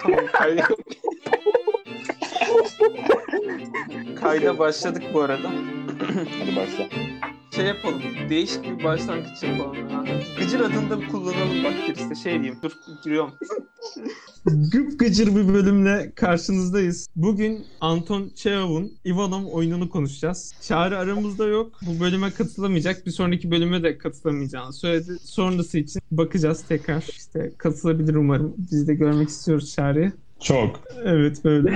Tamam, kayda başladık bu arada. Hadi başla. Şey yapalım, değişik bir başlangıç yapalım ya. Gıcır adını da kullanalım bak Kiriste. Şey diyeyim, dur giriyorum. Gıcır bir bölümle karşınızdayız. Bugün Anton Çehov'un Ivanov oyununu konuşacağız. Çağrı aramızda yok. Bu bölüme katılamayacak. Bir sonraki bölüme de katılamayacağını söyledi. Sonrası için bakacağız tekrar. İşte katılabilir umarım. Biz de görmek istiyoruz Çağrı'yı. Çok. Evet böyle.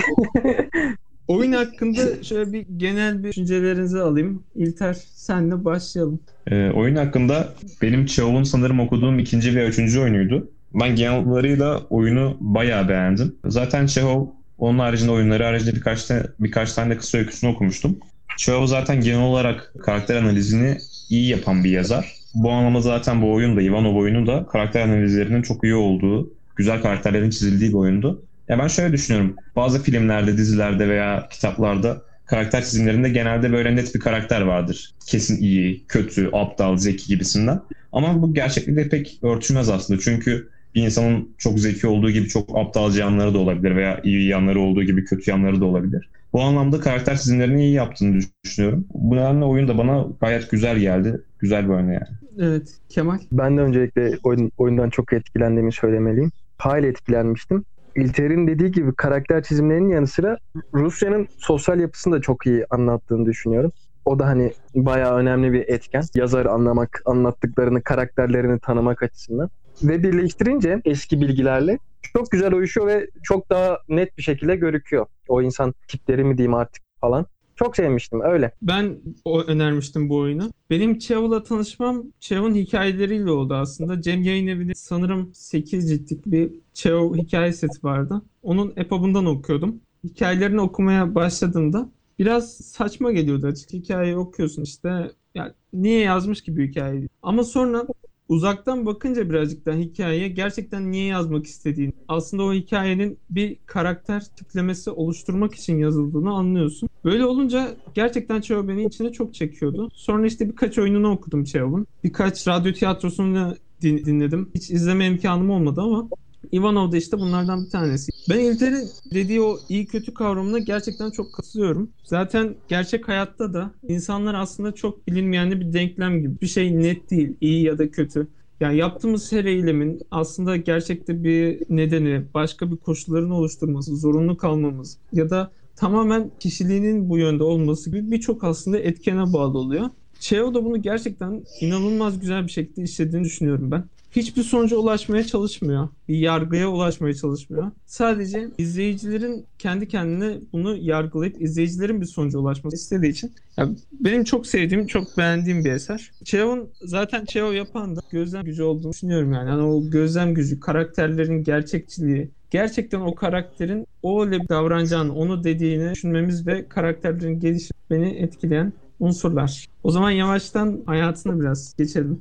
Oyun hakkında şöyle bir genel bir düşüncelerinizi alayım. İlter senle başlayalım. Oyun hakkında benim Çehov'un sanırım okuduğum ikinci veya üçüncü oyunuydu. Ben genel hatlarıyla oyunu bayağı beğendim. Zaten Çehov, onun haricinde oyunları haricinde birkaç tane de kısa öyküsünü okumuştum. Çehov zaten genel olarak karakter analizini iyi yapan bir yazar. Bu anlamda zaten bu oyun da, Ivanov oyunu da karakter analizlerinin çok iyi olduğu, güzel karakterlerin çizildiği bir oyundu. Ya ben şöyle düşünüyorum. Bazı filmlerde, dizilerde veya kitaplarda karakter çizimlerinde genelde böyle net bir karakter vardır. Kesin iyi, kötü, aptal, zeki gibisinden. Ama bu gerçeklikle pek örtüşmez aslında. Çünkü bir insanın çok zeki olduğu gibi çok aptalca yanları da olabilir veya iyi yanları olduğu gibi kötü yanları da olabilir. Bu anlamda karakter çizimlerini iyi yaptığını düşünüyorum. Bu nedenle oyun da bana gayet güzel geldi. Güzel bir oyun yani. Evet, Kemal. Ben de öncelikle oyundan çok etkilendiğimi söylemeliyim. Hayli etkilenmiştim. İlter'in dediği gibi karakter çizimlerinin yanı sıra Rusya'nın sosyal yapısını da çok iyi anlattığını düşünüyorum. O da hani bayağı önemli bir etken. Yazarı anlamak, anlattıklarını, karakterlerini tanımak açısından. Ve birleştirince eski bilgilerle çok güzel uyuşuyor ve çok daha net bir şekilde görüküyor. O insan tipleri mi diyeyim artık falan. Çok sevmiştim öyle. Ben önermiştim bu oyunu. Benim Çehov'la tanışmam Çehov'un hikayeleriyle oldu aslında. Cem Yayınevi'nin sanırım 8 ciltlik bir Çehov hikaye seti vardı. Onun EPUB'undan okuyordum. Hikayelerini okumaya başladığımda biraz saçma geliyordu açık. Hikayeyi okuyorsun işte. Yani niye yazmış ki bu hikayeyi? Ama sonra uzaktan bakınca birazcık daha hikayeye gerçekten niye yazmak istediğini, aslında o hikayenin bir karakter tiplemesi oluşturmak için yazıldığını anlıyorsun. Böyle olunca gerçekten Çehov beni içine çok çekiyordu. Sonra işte birkaç oyununu okudum Çehov'un. Birkaç radyo tiyatrosunu dinledim. Hiç izleme imkanım olmadı ama Ivanov da işte bunlardan bir tanesi. Ben İlter'in dediği o iyi kötü kavramına gerçekten çok katılıyorum. Zaten gerçek hayatta da insanlar aslında çok bilinmeyen bir denklem gibi. Bir şey net değil, iyi ya da kötü. Yani yaptığımız her eylemin aslında gerçekte bir nedeni, başka bir koşulların oluşturması, zorunlu kalmamız ya da tamamen kişiliğinin bu yönde olması gibi birçok aslında etkene bağlı oluyor. Çehov da bunu gerçekten inanılmaz güzel bir şekilde işlediğini düşünüyorum ben. Hiçbir sonuca ulaşmaya çalışmıyor. Bir yargıya ulaşmaya çalışmıyor. Sadece izleyicilerin kendi kendine bunu yargılayıp izleyicilerin bir sonuca ulaşması istediği için benim çok sevdiğim, çok beğendiğim bir eser. Zaten Çehov yapan da gözlem gücü olduğunu düşünüyorum yani. Yani o gözlem gücü, karakterlerin gerçekçiliği, gerçekten o karakterin öyle davranacağını, onu dediğini düşünmemiz ve karakterlerin gelişimi beni etkileyen unsurlar. O zaman yavaştan hayatına biraz geçelim.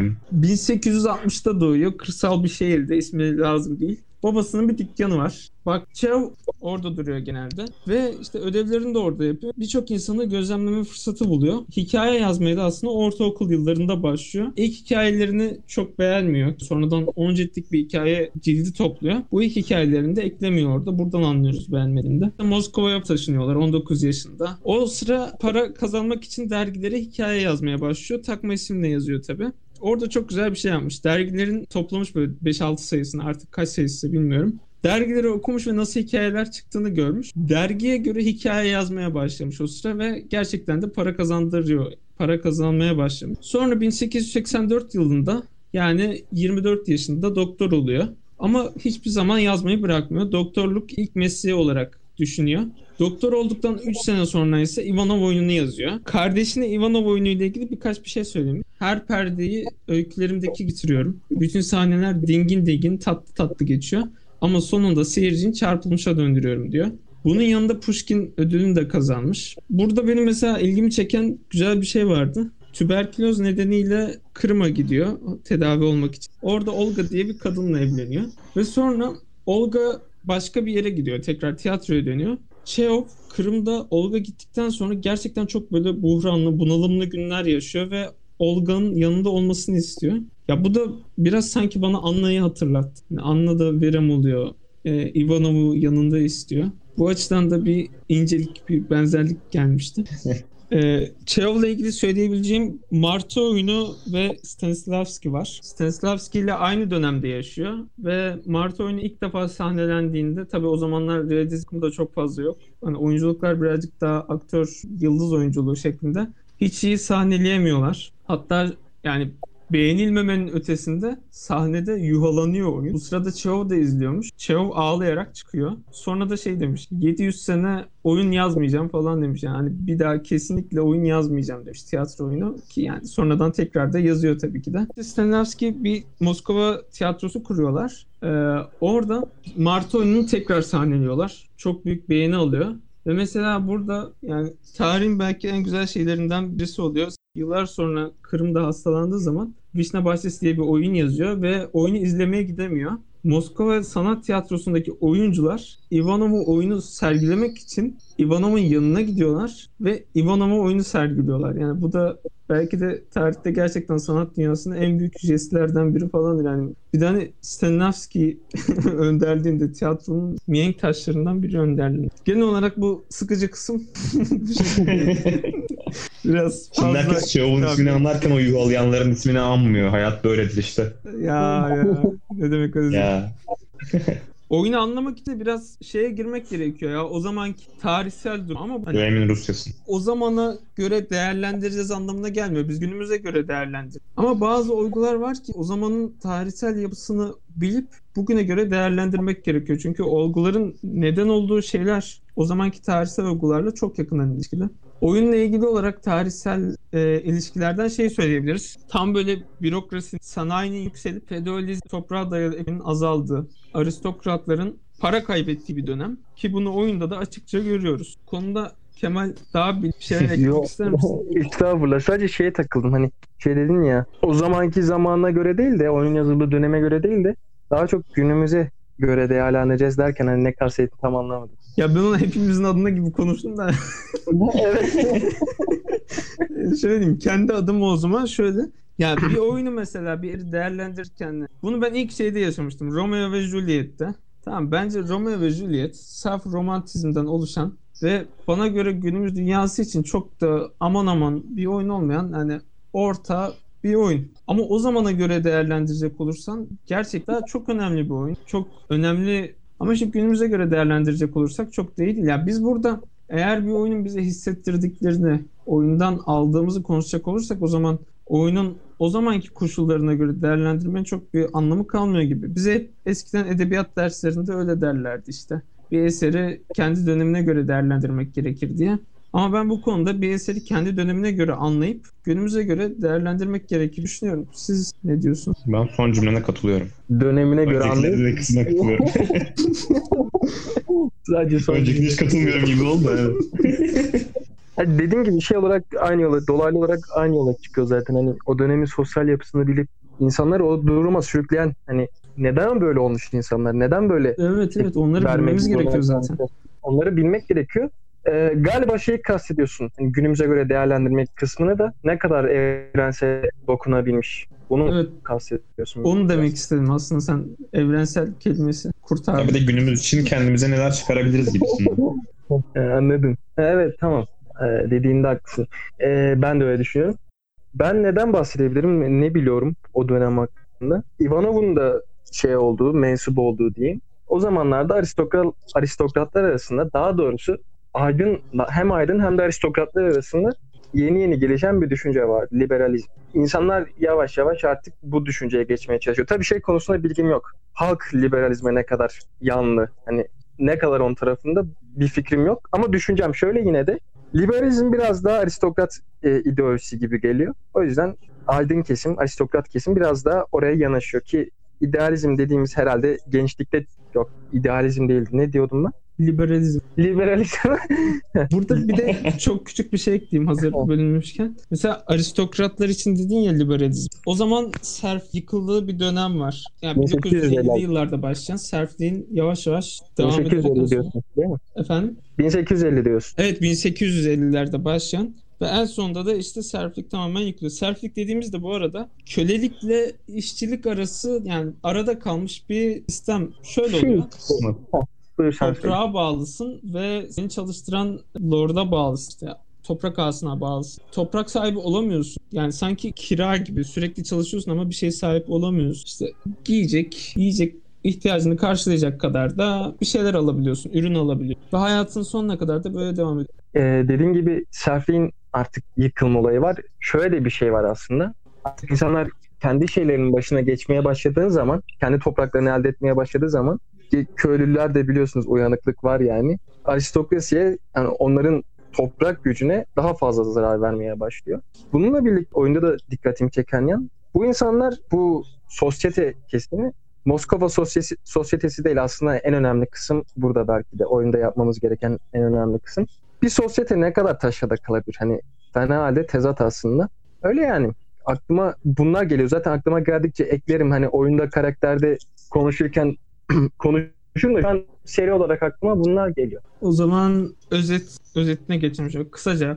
1860'da doğuyor. Kırsal bir şehirde, ismi lazım değil. Babasının bir dükkanı var. Bak Çehov orada duruyor genelde. Ve işte ödevlerini de orada yapıyor. Birçok insanı gözlemleme fırsatı buluyor. Hikaye yazmaya da aslında ortaokul yıllarında başlıyor. İlk hikayelerini çok beğenmiyor. Sonradan 10 ciltlik bir hikaye cildi topluyor. Bu ilk hikayelerini de eklemiyor orada. Buradan anlıyoruz beğenmediğinde. Moskova'ya taşınıyorlar 19 yaşında. O sıra para kazanmak için dergilere hikaye yazmaya başlıyor. Takma isimle yazıyor tabii. Orada çok güzel bir şey yapmış. Dergilerin toplamış böyle 5-6 sayısını, artık kaç sayısı bilmiyorum. Dergileri okumuş ve nasıl hikayeler çıktığını görmüş. Dergiye göre hikaye yazmaya başlamış o sıra ve gerçekten de para kazandırıyor. Para kazanmaya başlamış. Sonra 1884 yılında, yani 24 yaşında doktor oluyor. Ama hiçbir zaman yazmayı bırakmıyor. Doktorluk ilk mesleği olarak düşünüyor. Doktor olduktan 3 sene sonra ise Ivanov oyununu yazıyor. Kardeşine Ivanov oyunu ile ilgili birkaç bir şey söyleyeyim. Her perdeyi öykülerimdeki getiriyorum. Bütün sahneler dingin dingin, tatlı tatlı geçiyor. Ama sonunda seyircini çarpılmışa döndürüyorum diyor. Bunun yanında Pushkin ödülünü de kazanmış. Burada benim mesela ilgimi çeken güzel bir şey vardı. Tüberküloz nedeniyle Kırım'a gidiyor tedavi olmak için. Orada Olga diye bir kadınla evleniyor. Ve sonra Olga başka bir yere gidiyor. Tekrar tiyatroya dönüyor. Çehov Kırım'da Olga gittikten sonra gerçekten çok böyle buhranlı, bunalımlı günler yaşıyor ve Olga'nın yanında olmasını istiyor. Ya bu da biraz sanki bana Anna'yı hatırlattı. Yani Anna da verem oluyor. Ivanov'u yanında istiyor. Bu açıdan da bir incelik, bir benzerlik gelmişti. Çehov'la ilgili söyleyebileceğim Marta oyunu ve Stanislavski var. Stanislavski ile aynı dönemde yaşıyor ve Marta oyunu ilk defa sahnelendiğinde tabii o zamanlar realizm da çok fazla yok. Hani oyunculuklar birazcık daha aktör, yıldız oyunculuğu şeklinde. Hiç iyi sahneleyemiyorlar. Hatta yani beğenilmemenin ötesinde sahnede yuhalanıyor oyun. Bu sırada Çehov da izliyormuş. Çehov ağlayarak çıkıyor. Sonra da şey demiş. 700 sene oyun yazmayacağım falan demiş. Yani bir daha kesinlikle oyun yazmayacağım demiş, tiyatro oyunu. Ki yani sonradan tekrar da yazıyor tabii ki de. Stanislavski bir Moskova tiyatrosu kuruyorlar. Orada Marta oyununu tekrar sahneliyorlar. Çok büyük beğeni alıyor. Ve mesela burada yani tarihin belki en güzel şeylerinden birisi oluyor. Yıllar sonra Kırım'da hastalandığı zaman Vişne Bahçesi diye bir oyun yazıyor ve oyunu izlemeye gidemiyor. Moskova Sanat Tiyatrosu'ndaki oyuncular Ivanov'u oyunu sergilemek için Ivanov'un yanına gidiyorlar ve Ivanov'u oyunu sergiliyorlar. Yani bu da belki de tarihte gerçekten sanat dünyasının en büyük jestlerden biri falandır. Yani bir de hani Stanislavski önderliğinde tiyatronun mihenk taşlarından biri önderliğinde. Genel olarak bu sıkıcı kısım biraz fazla. Şimdi herkes Çehov'un ismini anlarken o yuvalayanların ismini anmıyor. Hayat böyledir işte. Ya ne demek öyle? Ya. Oyunu anlamak için biraz şeye girmek gerekiyor ya. O zamanki tarihsel durum ama hani Dönemin Rusyası. o zamana göre değerlendireceğiz anlamına gelmiyor. Biz günümüze göre değerlendiriyoruz. Ama bazı olgular var ki o zamanın tarihsel yapısını bilip bugüne göre değerlendirmek gerekiyor. Çünkü olguların neden olduğu şeyler o zamanki tarihsel olgularla çok yakından ilişkili. Oyunla ilgili olarak tarihsel ilişkilerden şey söyleyebiliriz. Tam böyle bürokrasi, sanayinin yükselip feodalizm, toprağa dayalı ekmeğin azaldığı, aristokratların para kaybettiği bir dönem. Ki bunu oyunda da açıkça görüyoruz. Konuda Kemal daha bir şeyler eklemek ister misin? Estağfurullah. Sadece şeye takıldım. Hani şey dedin ya, o zamanki zamana göre değil de, oyun yazıldığı döneme göre değil de daha çok günümüze göre değerlendireceğiz derken hani ne kastettiğini tam anlamadım. Ya ben onu hepimizin adına gibi konuştum da. Evet. Şöyle diyeyim, kendi adıma o zaman şöyle. Yani bir oyunu mesela bir değerlendirirken bunu ben ilk şeyde yaşamıştım. Romeo ve Juliet'te. Tamam, bence Romeo ve Juliet saf romantizmden oluşan ve bana göre günümüz dünyası için çok da aman aman bir oyun olmayan, hani orta bir oyun. Ama o zamana göre değerlendirecek olursan gerçekten çok önemli bir oyun. Çok önemli ama şimdi günümüze göre değerlendirecek olursak çok değil. Yani biz burada eğer bir oyunun bize hissettirdiklerini oyundan aldığımızı konuşacak olursak o zaman oyunun o zamanki koşullarına göre değerlendirmenin çok bir anlamı kalmıyor gibi. Bize hep eskiden edebiyat derslerinde öyle derlerdi işte. Bir eseri kendi dönemine göre değerlendirmek gerekir diye. Ama ben bu konuda bir eseri kendi dönemine göre anlayıp günümüze göre değerlendirmek gerekir düşünüyorum. Siz ne diyorsunuz? Ben son cümlene katılıyorum. Dönemine göre anlayıp. Öncekilerin kısmına katılıyorum. Sadece son Öncekine hiç katılmıyorum gibi oldu. Evet. Hani dediğim gibi şey olarak aynı yola, dolaylı olarak aynı yola çıkıyor zaten. Hani o dönemin sosyal yapısını bilip insanları o duruma sürükleyen, hani neden böyle olmuş insanlar, neden böyle Evet onları bilmemiz gerekiyor zaten. Onları bilmek gerekiyor. Galiba şeyi kastediyorsun. Yani günümüze göre değerlendirmek kısmını da ne kadar evrensel dokunabilmiş. Bunu kastediyorsun. Onu demek istedim. Aslında sen evrensel kelimesi kurtardın. Bir de günümüz için kendimize neler çıkarabiliriz gibisinden. Anladım. Evet, tamam. Dediğinde haklısın. Ben de öyle düşünüyorum. Ben neden bahsedebilirim? Ne biliyorum o dönem hakkında? Ivanov'un da şey olduğu, mensup olduğu diyeyim. O zamanlarda aristokratlar arasında, daha doğrusu hem aydın hem de aristokratlar arasında yeni gelişen bir düşünce var. Liberalizm. İnsanlar yavaş yavaş artık bu düşünceye geçmeye çalışıyor. Tabii şey konusunda bilgim yok. Halk liberalizme ne kadar yanlı, hani ne kadar onun tarafında bir fikrim yok. Ama düşüncem şöyle yine de. Liberalizm biraz daha aristokrat ideolojisi gibi geliyor. O yüzden aydın kesim, aristokrat kesim biraz daha oraya yanaşıyor ki idealizm dediğimiz herhalde gençlikte yok. İdealizm değildi. Ne diyordum ben? Liberalizm. Burada bir de Burada çok küçük bir şey ekleyeyim hazır bölünmüşken. Mesela aristokratlar için dedin ya liberalizm. O zaman serf yıkıldığı bir dönem var. Yani 1950'li yıllarda başlayan serfliğin yavaş yavaş devam edecek. 1850 diyorsun değil mi? Efendim? 1850 diyorsun. Evet, 1850'lerde başlayan Ve en sonunda da işte serflik tamamen yıkılıyor. Serflik dediğimizde bu arada kölelikle işçilik arası, yani arada kalmış bir sistem. Şöyle oluyor. Buyur sen söyle. Toprağa bağlısın ve seni çalıştıran lord'a bağlısın. İşte toprak ağasına bağlısın. Toprak sahibi olamıyorsun. Yani sanki kira gibi sürekli çalışıyorsun ama bir şey sahip olamıyorsun. İşte yiyecek ihtiyacını karşılayacak kadar da bir şeyler alabiliyorsun, ürün alabiliyorsun. Ve hayatın sonuna kadar da böyle devam ediyor. Dediğim gibi serfliğin artık yıkılma olayı var. Şöyle de bir şey var aslında. Artık insanlar kendi şeylerinin başına geçmeye başladığı zaman, kendi topraklarını elde etmeye başladığı zaman, ki köylüler de biliyorsunuz uyanıklık var yani. Aristokrasiye, yani onların toprak gücüne daha fazla zarar vermeye başlıyor. Bununla birlikte oyunda da dikkatimi çeken yan, bu insanlar, bu sosyete kesimi, Moskova sosyetesi değil aslında, en önemli kısım burada belki de oyunda yapmamız gereken en önemli kısım. Bir sosyete ne kadar taşrada kalabilir? Hani fena halde tezat aslında. Öyle yani. Aklıma bunlar geliyor. Zaten aklıma geldikçe eklerim. Hani oyunda karakterde konuşurken konuşurum da şu an seri olarak aklıma bunlar geliyor. O zaman özetine geçelim şöyle. Kısaca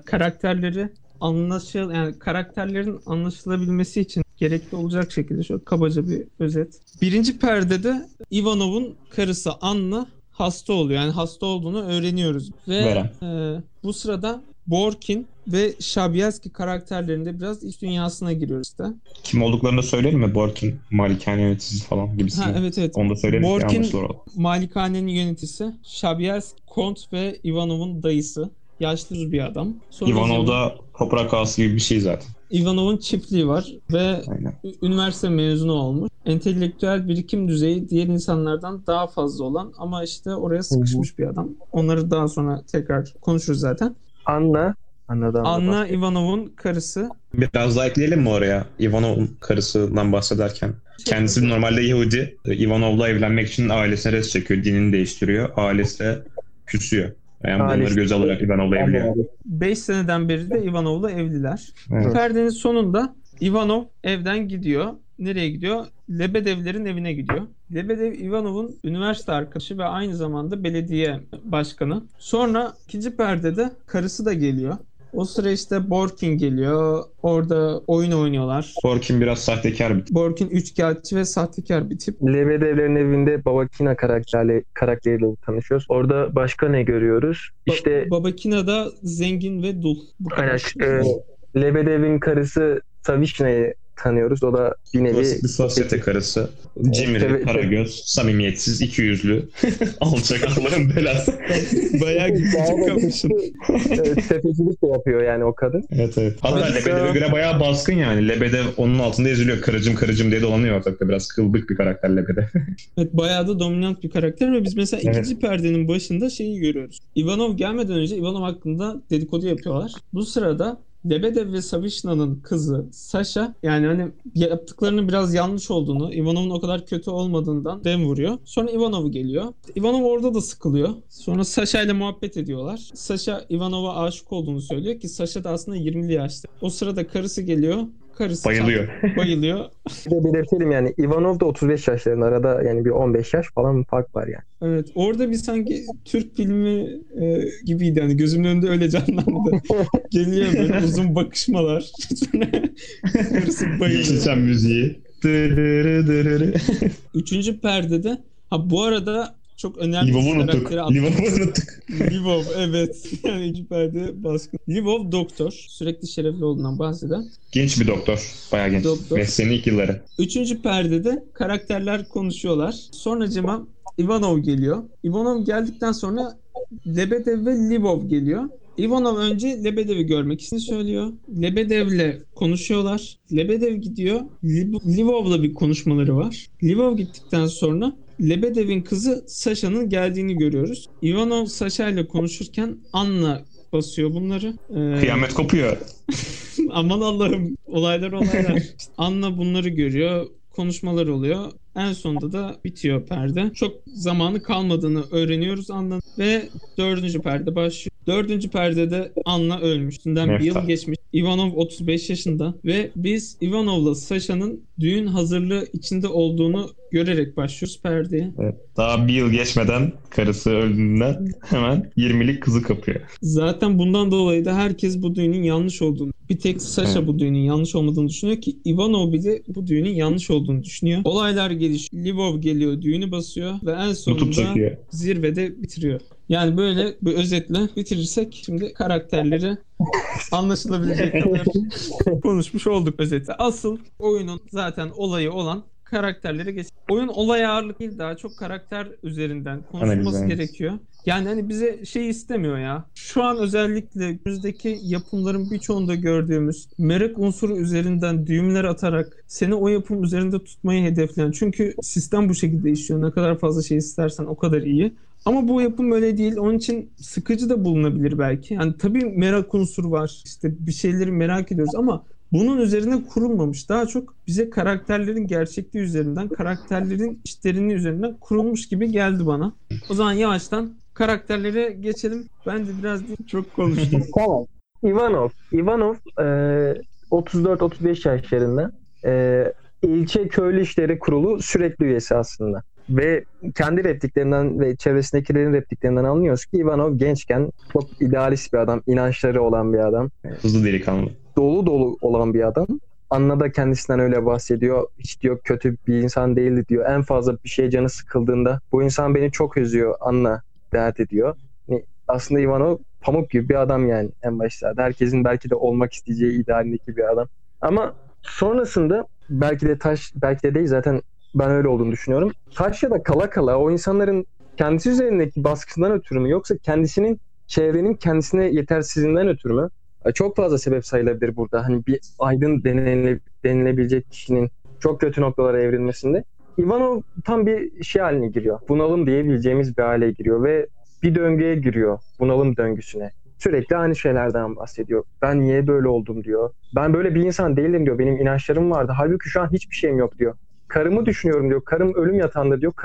karakterlerin anlaşılabilmesi için gerekli olacak şekilde şöyle kabaca bir özet. Birinci perdede Ivanov'un karısı Anna hasta oluyor. Yani hasta olduğunu öğreniyoruz. Ve bu sırada Borkin ve Shabelski karakterlerinde biraz iç dünyasına giriyoruz işte. Kim olduklarını da söyleyelim mi? Borkin malikane yöneticisi falan gibisine. Evet. Onu da söyleyelim. Borkin malikanenin yöneticisi. Shabelski kont ve Ivanov'un dayısı. Yaşlı bir adam. Ivanov da toprak ağası gibi bir şey zaten. Ivanov'un çiftliği var ve üniversite mezunu olmuş. Entelektüel birikim düzeyi diğer insanlardan daha fazla olan ama işte oraya sıkışmış bir adam. Onları daha sonra tekrar konuşuruz zaten. Anna Ivanov'un karısı. Biraz daha ekleyelim mi oraya? Ivanov'un karısından bahsederken. Kendisi normalde Yahudi. Ivanov'la evlenmek için ailesine res çekiyor. Dinini değiştiriyor. Ailesi de küsüyor. Yani bunları göze alarak Ivanov'la evleniyor. 5 seneden beri de Ivanov'la evliler. Evet. Perdenin sonunda Ivanov evden gidiyor. Nereye gidiyor? Lebedevlerin evine gidiyor. Lebedev Ivanov'un üniversite arkadaşı ve aynı zamanda belediye başkanı. Sonra ikinci perdede karısı da geliyor. O sıra işte Borkin geliyor. Orada oyun oynuyorlar. Borkin biraz sahtekar bir tip. Borkin üçkağıtçı ve sahtekar bir tip. Lebedevlerin evinde Babakina karakteriyle tanışıyoruz. Orada başka ne görüyoruz? İşte Babakina da zengin ve dul. Bu kadar. Lebedev'in karısı Savishna'yı tanıyoruz. O da bir nevi klasik bir sosyete karısı. Cimri, karagöz, samimiyetsiz, ikiyüzlü. Alçak Allah'ın belası. Bayağı küçük kapmışsın. Tefecilik de yapıyor yani o kadın. Evet. Hatta Lebedev'e göre bayağı baskın yani. Lebedev onun altında eziliyor. Karıcım diye dolanıyor ortalıkta. Biraz kılbık bir karakter Lebedev. Evet, bayağı da dominant bir karakter ve biz mesela ikinci perdenin başında şeyi görüyoruz. Ivanov gelmeden önce Ivanov hakkında dedikodu yapıyorlar. Bu sırada Lebedev ve Savishna'nın kızı Sasha, yani hani yaptıklarının biraz yanlış olduğunu, Ivanov'un o kadar kötü olmadığından dem vuruyor. Sonra Ivanov geliyor. Ivanov orada da sıkılıyor. Sonra Sasha ile muhabbet ediyorlar. Sasha Ivanov'a aşık olduğunu söylüyor ki Sasha da aslında 20'li yaşta. O sırada karısı geliyor. Bayılıyor. Bir de belirtelim yani Ivanov da 35 yaşlarında, arada yani bir 15 yaş falan bir fark var yani. Evet, orada bir sanki Türk filmi gibiydi yani, gözümün önünde öyle canlandı. Geliyor böyle uzun bakışmalar. Sonra karısı bayılıyor. Yeşilçam müziği. Üçüncü perdede bu arada çok önemli bir karakteri unuttuk. Lvov, evet. Yani ikinci perde baskın. Lvov doktor. Sürekli şerefli olduğundan bahseden. Genç bir doktor. Bayağı genç. Mesleğinin ilk yılları. Üçüncü perdede karakterler konuşuyorlar. Sonracıma Ivanov geliyor. Ivanov geldikten sonra Lebedev ve Lvov geliyor. Ivanov önce Lebedev'i görmek istediğini söylüyor. Lebedev'le konuşuyorlar. Lebedev gidiyor. Lvov'la bir konuşmaları var. Lvov gittikten sonra Lebedev'in kızı Sasha'nın geldiğini görüyoruz. Ivanov Sasha ile konuşurken Anna basıyor bunları. Kıyamet kopuyor. Aman Allah'ım, olaylar. Anna bunları görüyor. Konuşmalar oluyor. En sonunda da bitiyor perde. Çok zamanı kalmadığını öğreniyoruz Anna'nın ve 4. perde başlıyor. 4. perdede Anna ölmüş. Üstünden bir yıl geçmiş. Ivanov 35 yaşında ve biz Ivanov'la Sasha'nın düğün hazırlığı içinde olduğunu görerek başlıyoruz perdeye. Evet, daha bir yıl geçmeden karısı öldüğünden hemen 20'lik kızı kapıyor. Zaten bundan dolayı da herkes bu düğünün yanlış olduğunu, bir tek Sasha bu düğünün yanlış olmadığını düşünüyor ki Ivanov bile bu düğünün yanlış olduğunu düşünüyor. Olaylar gelişiyor. Lvov geliyor, düğünü basıyor ve en sonunda zirvede bitiriyor. Yani böyle bir özetle bitirirsek şimdi karakterleri anlaşılabilecek kadar konuşmuş olduk özetle. Asıl oyunun zaten olayı olan karakterlere geç. Oyun olay ağırlık değil, daha çok karakter üzerinden konuşulması gerekiyor. Yani hani bize şey istemiyor ya. Şu an özellikle günümüzdeki yapımların birçoğunda gördüğümüz merak unsuru üzerinden düğümler atarak seni o yapım üzerinde tutmayı hedefleyen. Çünkü sistem bu şekilde işliyor. Ne kadar fazla şey istersen o kadar iyi. Ama bu yapım öyle değil. Onun için sıkıcı da bulunabilir belki. Yani tabii merak unsuru var. İşte bir şeyleri merak ediyoruz ama bunun üzerine kurulmamış. Daha çok bize karakterlerin gerçekliği üzerinden, karakterlerin işlerini üzerinden kurulmuş gibi geldi bana. O zaman yavaştan karakterlere geçelim. Ben de biraz değil, çok konuştum. Tamam. Ivanov 34-35 yaşlarında. İlçe Köylü İşleri Kurulu sürekli üyesi aslında. Ve kendi repliklerinden ve çevresindekilerin repliklerinden anlıyoruz ki Ivanov gençken çok idealist bir adam, inançları olan bir adam. Hızlı delikanlı. Dolu olan bir adam. Anna da kendisinden öyle bahsediyor. Hiç diyor kötü bir insan değildi diyor. En fazla bir şeye canı sıkıldığında bu insan beni çok üzüyor Anna derdi diyor. Yani aslında Ivanov pamuk gibi bir adam yani en başta. Herkesin belki de olmak isteyeceği idealindeki bir adam. Ama sonrasında belki de değil zaten ben öyle olduğunu düşünüyorum. Taşya'da kala kala o insanların kendisi üzerindeki baskısından ötürü mü yoksa kendisinin çevrenin kendisine yetersizliğinden ötürü mü? Çok fazla sebep sayılabilir burada. Hani bir aydın denilebilecek kişinin çok kötü noktalara evrilmesinde. Ivanov tam bir şey haline giriyor. Bunalım diyebileceğimiz bir hale giriyor ve bir döngüye giriyor. Bunalım döngüsüne. Sürekli aynı şeylerden bahsediyor. Ben niye böyle oldum diyor. Ben böyle bir insan değilim diyor. Benim inançlarım vardı. Halbuki şu an hiçbir şeyim yok diyor. Karımı düşünüyorum diyor. Karım ölüm yatağında diyor.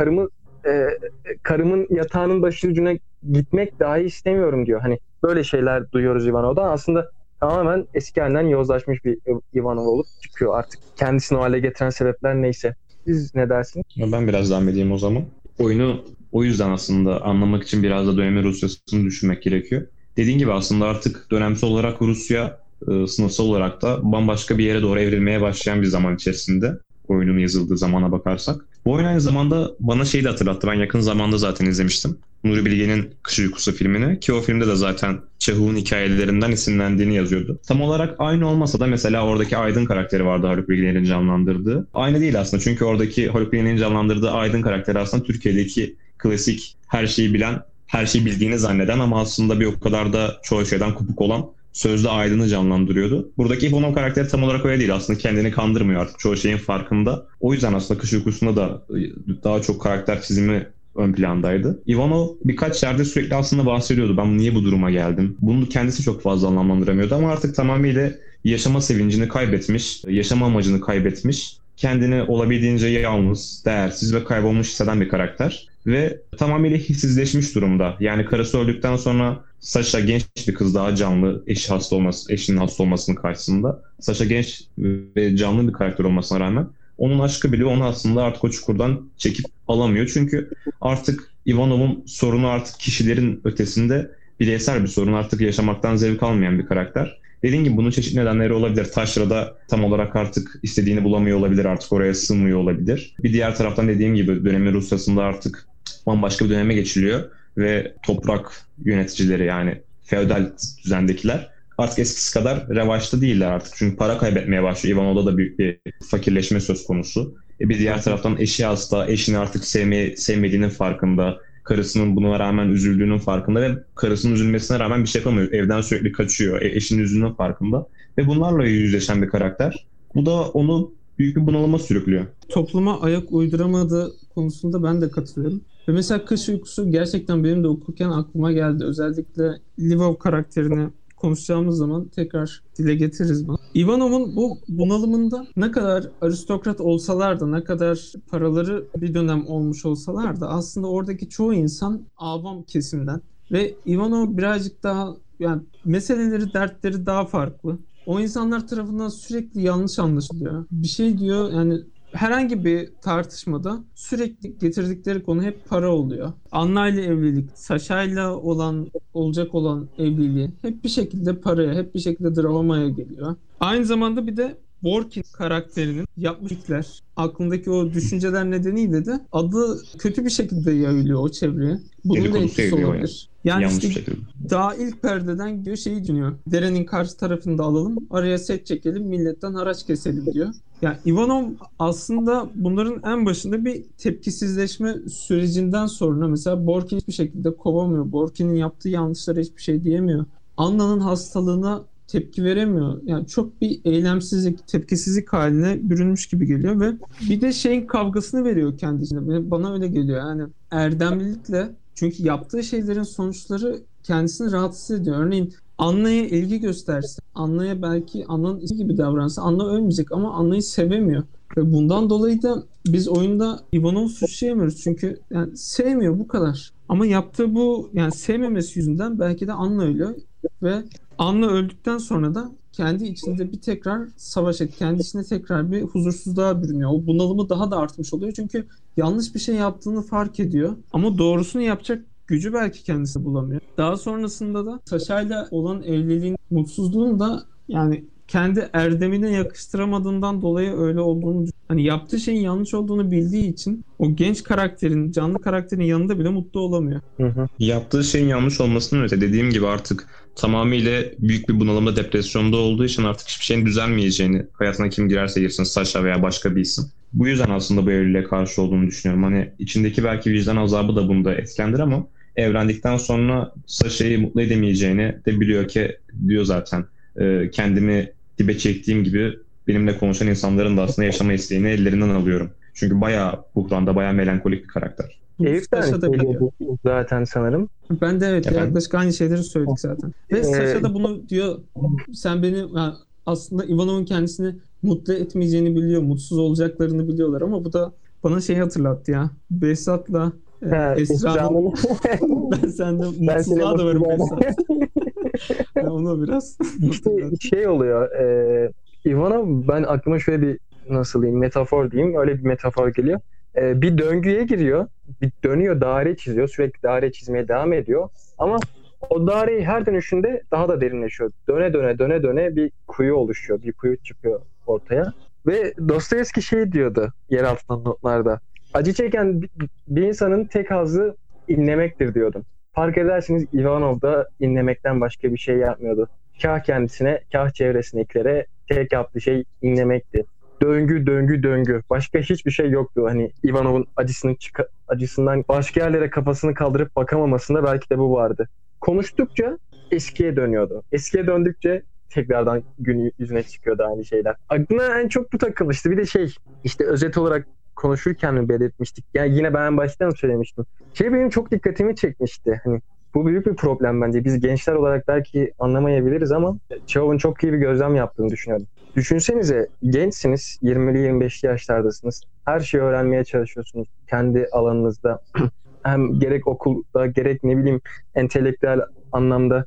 Karımın yatağının başucuna gitmek dahi istemiyorum diyor. Hani böyle şeyler duyuyoruz Ivanov'dan. Aslında tamamen eski halinden yozlaşmış bir Ivanov olup çıkıyor artık. Kendisini o hale getiren sebepler neyse. Siz ne dersiniz? Ben biraz devam edeyim o zaman. Oyunu o yüzden aslında anlamak için biraz da dönemin Rusya'sını düşünmek gerekiyor. Dediğin gibi aslında artık dönemsel olarak Rusya sınıfsal olarak da bambaşka bir yere doğru evrilmeye başlayan bir zaman içerisinde. Oyunun yazıldığı zamana bakarsak. Bu oyun aynı zamanda bana şeyi de hatırlattı. Ben yakın zamanda zaten izlemiştim. Nuri Bilge'nin Kış Uykusu filmini. Ki o filmde de zaten Çehov'un hikayelerinden esinlendiğini yazıyordu. Tam olarak aynı olmasa da mesela oradaki Aydın karakteri vardı Haluk Bilginer'in canlandırdığı. Aynı değil aslında çünkü oradaki Haluk Bilginer'in canlandırdığı Aydın karakteri aslında Türkiye'deki klasik her şeyi bilen, her şeyi bildiğini zanneden ama aslında bir o kadar da çoğu şeyden kopuk olan sözde Aydın'ı canlandırıyordu. Buradaki Ivanov karakteri tam olarak öyle değil. Aslında kendini kandırmıyor artık. Çoğu şeyin farkında. O yüzden aslında Kış Uykusu'nda da daha çok karakter çizimi ön plandaydı. Ivanov birkaç yerde sürekli aslında bahsediyordu. Ben niye bu duruma geldim? Bunu kendisi çok fazla anlamlandıramıyordu ama artık tamamıyla yaşama sevincini kaybetmiş, yaşama amacını kaybetmiş, kendini olabildiğince yalnız, değersiz ve kaybolmuş hisseden bir karakter. Ve tamamıyla hissizleşmiş durumda. Yani karısı öldükten sonra Sasha genç bir kız, daha canlı, eşinin hasta olmasının karşısında. Sasha genç ve canlı bir karakter olmasına rağmen onun aşkı bile onu aslında artık o çukurdan çekip alamıyor. Çünkü artık Ivanov'un sorunu artık kişilerin ötesinde bireysel bir sorun. Artık yaşamaktan zevk almayan bir karakter. Dediğim gibi bunun çeşitli nedenleri olabilir. Taşra'da tam olarak artık istediğini bulamıyor olabilir. Artık oraya sığmıyor olabilir. Bir diğer taraftan dediğim gibi dönemin Rusya'sında artık bambaşka bir döneme geçiliyor. Ve toprak yöneticileri yani feodal düzendekiler artık eskisi kadar revaçta değiller artık. Çünkü para kaybetmeye başlıyor. Ivanov'da da büyük bir fakirleşme söz konusu. Bir diğer taraftan eşi hasta. Eşini artık sevmediğinin farkında. Karısının buna rağmen üzüldüğünün farkında ve karısının üzülmesine rağmen bir şey yapamıyor. Evden sürekli kaçıyor. Eşinin üzüldüğünün farkında. Ve bunlarla yüzleşen bir karakter. Bu da onu büyük bir bunalıma sürüklüyor. Topluma ayak uyduramadığı konusunda ben de katılıyorum. Ve mesela Kış Uykusu gerçekten benim de okurken aklıma geldi. Özellikle Lvov karakterini konuşacağımız zaman tekrar dile getiririz bunu. Ivanov'un bu bunalımında ne kadar aristokrat olsalar da, ne kadar paraları bir dönem olmuş olsalar da aslında oradaki çoğu insan avam kesimden ve Ivanov birazcık daha, yani meseleleri, dertleri daha farklı. O insanlar tarafından sürekli yanlış anlaşılıyor. Bir şey diyor, yani herhangi bir tartışmada sürekli getirdikleri konu hep para oluyor. Anna ile evlilik, Sasha ile olacak olan evliliği hep bir şekilde paraya, hep bir şekilde dramaya geliyor. Aynı zamanda bir de Borkin karakterinin yapmışlar. Aklındaki o düşünceler nedeniyle de adı kötü bir şekilde yayılıyor o çevreye. Bunun da etkisi olabilir. Yani yanlış işte bir şekilde. daha ilk perdeden gidiyor, şeyi düşünüyor. Derenin karşı tarafını da alalım, araya set çekelim, milletten haraç keselim diyor. Yani Ivanov aslında bunların en başında bir tepkisizleşme sürecinden sonra mesela Borkin hiçbir şekilde kovamıyor. Borkin'in yaptığı yanlışlara hiçbir şey diyemiyor. Anna'nın hastalığına tepki veremiyor. Yani çok bir eylemsizlik, tepkisizlik haline bürünmüş gibi geliyor ve bir de şeyin kavgasını veriyor kendi içinde. Bana öyle geliyor yani erdemlilikle, çünkü yaptığı şeylerin sonuçları kendisini rahatsız ediyor. Örneğin Anna'ya ilgi gösterse, Anna'ya belki Anna'nın istediği gibi davransa Anna ölmeyecek ama Anna'yı sevemiyor. Ve bundan dolayı da biz oyunda Ivanov'u suçlayamıyoruz. Çünkü yani sevmiyor, bu kadar. Ama yaptığı bu, yani sevmemesi yüzünden belki de Anna ölüyor ve Anna öldükten sonra da kendi içinde bir tekrar savaş kendi içinde tekrar bir huzursuzluğa bürünüyor. O bunalımı daha da artmış oluyor. Çünkü yanlış bir şey yaptığını fark ediyor. Ama doğrusunu yapacak gücü belki kendisi bulamıyor. Daha sonrasında da Sasha'yla olan evliliğin mutsuzluğunu da yani kendi erdemine yakıştıramadığından dolayı öyle olduğunu, hani yaptığı şeyin yanlış olduğunu bildiği için o genç karakterin, canlı karakterin yanında bile mutlu olamıyor. Yaptığı şeyin yanlış olmasının öte, dediğim gibi artık tamamıyla büyük bir bunalımda, depresyonda olduğu için artık hiçbir şeyin düzelmeyeceğini, hayatına kim girerse girsin, Sasha veya başka bir isim. Bu yüzden aslında bu evliliğe karşı olduğunu düşünüyorum. Hani içindeki belki vicdan azabı da bunda etkendir ama evlendikten sonra Sasha'yı mutlu edemeyeceğini de biliyor ki, diyor zaten. Kendimi dibe çektiğim gibi benimle konuşan insanların da aslında yaşama isteğini ellerinden alıyorum. Çünkü bayağı buhranda, bayağı melankolik bir karakter. Sasha da biliyor zaten sanırım. Ben de evet, Efendim? yaklaşık aynı şeyleri söyledik zaten. Ve Sasha da bunu diyor, sen beni, yani aslında Ivanov'un kendisini mutlu etmeyeceğini biliyor, mutsuz olacaklarını biliyorlar ama bu da bana şeyi hatırlattı ya. Behzat'la Esra'nın ben senden mutsuzluğa da varım Behzat. Onu biraz İşte şey oluyor. Ivanov, ben aklıma şöyle bir, nasıl diyeyim, metafor diyeyim. Öyle bir metafor geliyor. Bir döngüye giriyor. Bir dönüyor, daire çiziyor. Sürekli daire çizmeye devam ediyor. Ama o daireyi her dönüşünde daha da derinleşiyor. Döne döne bir kuyu oluşuyor. Bir kuyu çıkıyor ortaya. Ve Dostoyevski şey diyordu yer altından notlarda. Acı çeken bir insanın tek hazzı inlemektir diyordu. Fark edersiniz Ivanov da inlemekten başka bir şey yapmıyordu. Kah kendisine, kah çevresindekilere tek yaptığı şey inlemekti. Döngü. Başka hiçbir şey yoktu. Hani Ivanov'un acısından başka yerlere kafasını kaldırıp bakamamasında belki de bu vardı. Konuştukça eskiye dönüyordu. Eskiye döndükçe tekrardan gün yüzüne çıkıyordu aynı şeyler. Aklına en çok bu takılmıştı. Bir de işte özet olarak konuşurken mi belirtmiştik? Yani yine ben baştan söylemiştim. Benim çok dikkatimi çekmişti. Hani bu büyük bir problem bence. Biz gençler olarak belki anlamayabiliriz ama Çehov'un çok iyi bir gözlem yaptığını düşünüyorum. Düşünsenize, gençsiniz, 20'li 25'li yaşlardasınız. Her şeyi öğrenmeye çalışıyorsunuz kendi alanınızda. Hem gerek okulda, gerek ne bileyim entelektüel anlamda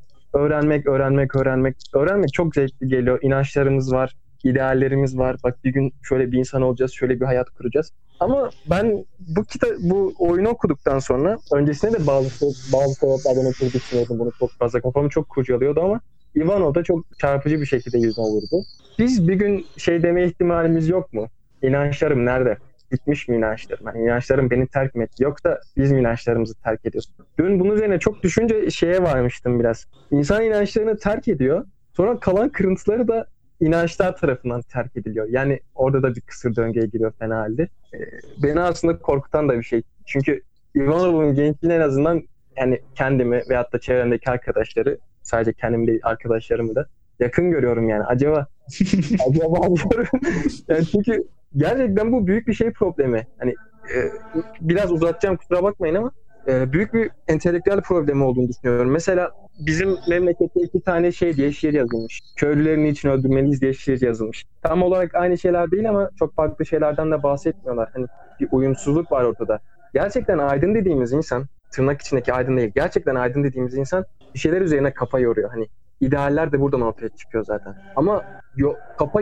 öğrenmek çok zevkli geliyor. İnançlarımız var, ideallerimiz var. Bak bir gün şöyle bir insan olacağız, şöyle bir hayat kuracağız. Ama ben bu oyunu okuduktan sonra, öncesinde de bazı sebeplerden ötürü düşünüyordum bunu çok fazla. Kafamı çok kurcalıyordu ama Ivanov da çok çarpıcı bir şekilde yüzüne vurdu. Biz bir gün deme ihtimalimiz yok mu? İnançlarım nerede? Bitmiş mi inançlarım? Yani inançlarım beni terk mi etti? Yoksa biz mi inançlarımızı terk ediyoruz? Dün bunun üzerine çok düşünce varmıştım biraz. İnsan inançlarını terk ediyor. Sonra kalan kırıntıları da inançlar tarafından terk ediliyor. Yani orada da bir kısır döngüye giriyor fena halde. Beni aslında korkutan da bir şey. Çünkü Ivanov'un gençliğine en azından yani kendimi veyahut da çevremdeki arkadaşları, sadece kendimi değil arkadaşlarımı da yakın görüyorum yani. Acaba diyorum. Yani çünkü gerçekten bu büyük bir problemi. Hani biraz uzatacağım, kusura bakmayın ama büyük bir entelektüel problemi olduğunu düşünüyorum. Mesela bizim memlekette 2 tane diye şiir yazılmış. Köylülerin için öldürmeliyiz diye şiir yazılmış. Tam olarak aynı şeyler değil ama çok farklı şeylerden de bahsetmiyorlar. Hani bir uyumsuzluk var ortada. Gerçekten aydın dediğimiz insan, tırnak içindeki aydın değil, gerçekten aydın dediğimiz insan bir şeyler üzerine kafa yoruyor. Hani idealler de buradan ortaya çıkıyor zaten. Ama kafa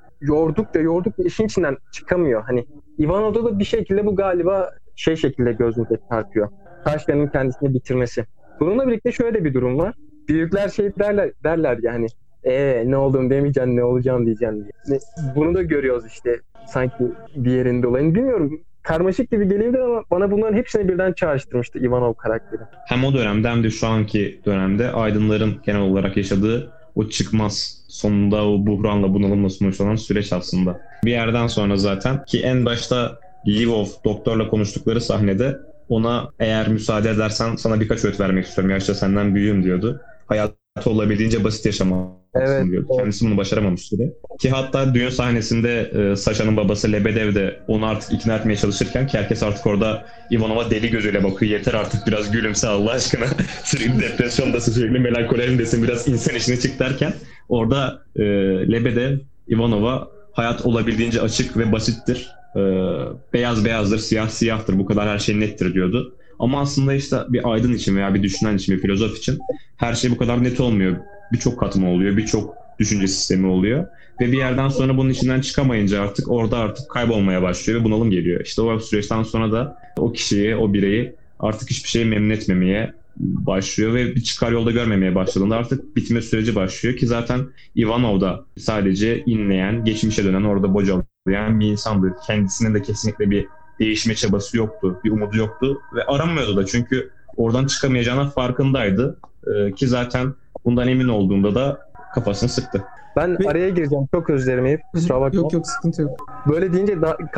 yordukça işin içinden çıkamıyor. Hani Ivanov'da da bir şekilde bu galiba şekilde gözümüze çarpıyor. Taşkan'ın kendisini bitirmesi. Bununla birlikte şöyle bir durum var. Büyükler derler yani ne olduğumu demeyeceksin, ne olacağım diyeceksin diye. Bunu da görüyoruz işte sanki bir yerinde olayını. Bilmiyorum. Karmaşık gibi gelebilir ama bana bunların hepsini birden çağrıştırmıştı Ivanov karakteri. Hem o dönemde hem de şu anki dönemde aydınların genel olarak yaşadığı o çıkmaz, sonunda o buhranla bunalımla sonuçlanan süreç aslında. Bir yerden sonra zaten ki en başta Lvov doktorla konuştukları sahnede ona eğer müsaade edersen sana birkaç öğüt vermek istiyorum. Yaşta senden büyüğüm diyordu. Hayatı olabildiğince basit yaşamalısın diyordu. Kendisi bunu başaramamıştı. Ki hatta düğün sahnesinde Sasha'nın babası Lebedev de onu artık ikna etmeye çalışırken ki herkes artık orada Ivanov'a deli gözüyle bakıyor. Yeter artık biraz gülümse Allah aşkına. Sürekli depresyondasın, sürekli melankolindesin, biraz insan işine çık derken orada Lebedev Ivanov'a hayat olabildiğince açık ve basittir. Beyaz beyazdır, siyah siyahtır, bu kadar her şey nettir diyordu. Ama aslında işte bir aydın için veya bir düşünen için, bir filozof için her şey bu kadar net olmuyor. Birçok katma oluyor, birçok düşünce sistemi oluyor. Ve bir yerden sonra bunun içinden çıkamayınca artık kaybolmaya başlıyor ve bunalım geliyor. İşte o süreçten sonra da o kişiyi, o bireyi artık hiçbir şeyi memnun etmemeye başlıyor ve bir çıkar yolda görmemeye başladığında artık bitme süreci başlıyor ki zaten Ivanov da sadece inleyen, geçmişe dönen, orada bocalayan bir insandı. Kendisinin de kesinlikle bir değişme çabası yoktu, bir umudu yoktu ve aramıyordu da çünkü oradan çıkamayacağına farkındaydı ki zaten bundan emin olduğunda da kafasını sıktı. Ben araya gireceğim. Çok özür dilerim Eyüp. Kusura bakma. Yok sıkıntı yok. Böyle deyince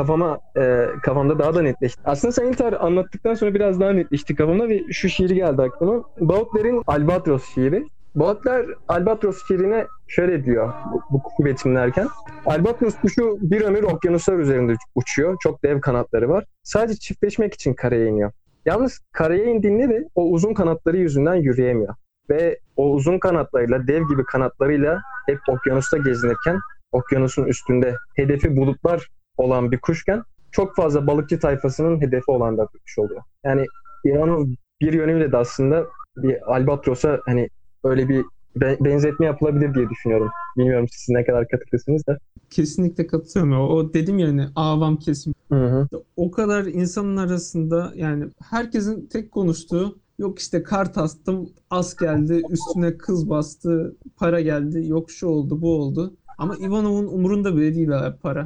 kafamda daha da netleşti. Aslında sen İlter anlattıktan sonra biraz daha netleşti kafamda ve şu şiir geldi aklıma. Baudelaire'in Albatros şiiri. Baudelaire Albatros şiirine şöyle diyor bu kuşu betimlerken. Albatros kuşu bir ömür okyanuslar üzerinde uçuyor. Çok dev kanatları var. Sadece çiftleşmek için karaya iniyor. Yalnız karaya indiğinde de o uzun kanatları yüzünden yürüyemiyor. Ve o uzun kanatlarıyla, dev gibi kanatlarıyla hep okyanusta gezinirken, okyanusun üstünde hedefi bulutlar olan bir kuşken çok fazla balıkçı tayfasının hedefi olan bir kuş oluyor. Yani Ivanov bir yönüyle de aslında bir albatrosa hani öyle bir benzetme yapılabilir diye düşünüyorum. Bilmiyorum siz ne kadar katılırsınız da. Kesinlikle katılıyorum. O dedim ya hani avam kesim. Hı. O kadar insanın arasında yani herkesin tek konuştuğu yok işte kart astım, as geldi, üstüne kız bastı, para geldi, yok şu oldu, bu oldu. Ama Ivanov'un umurunda bile değil para.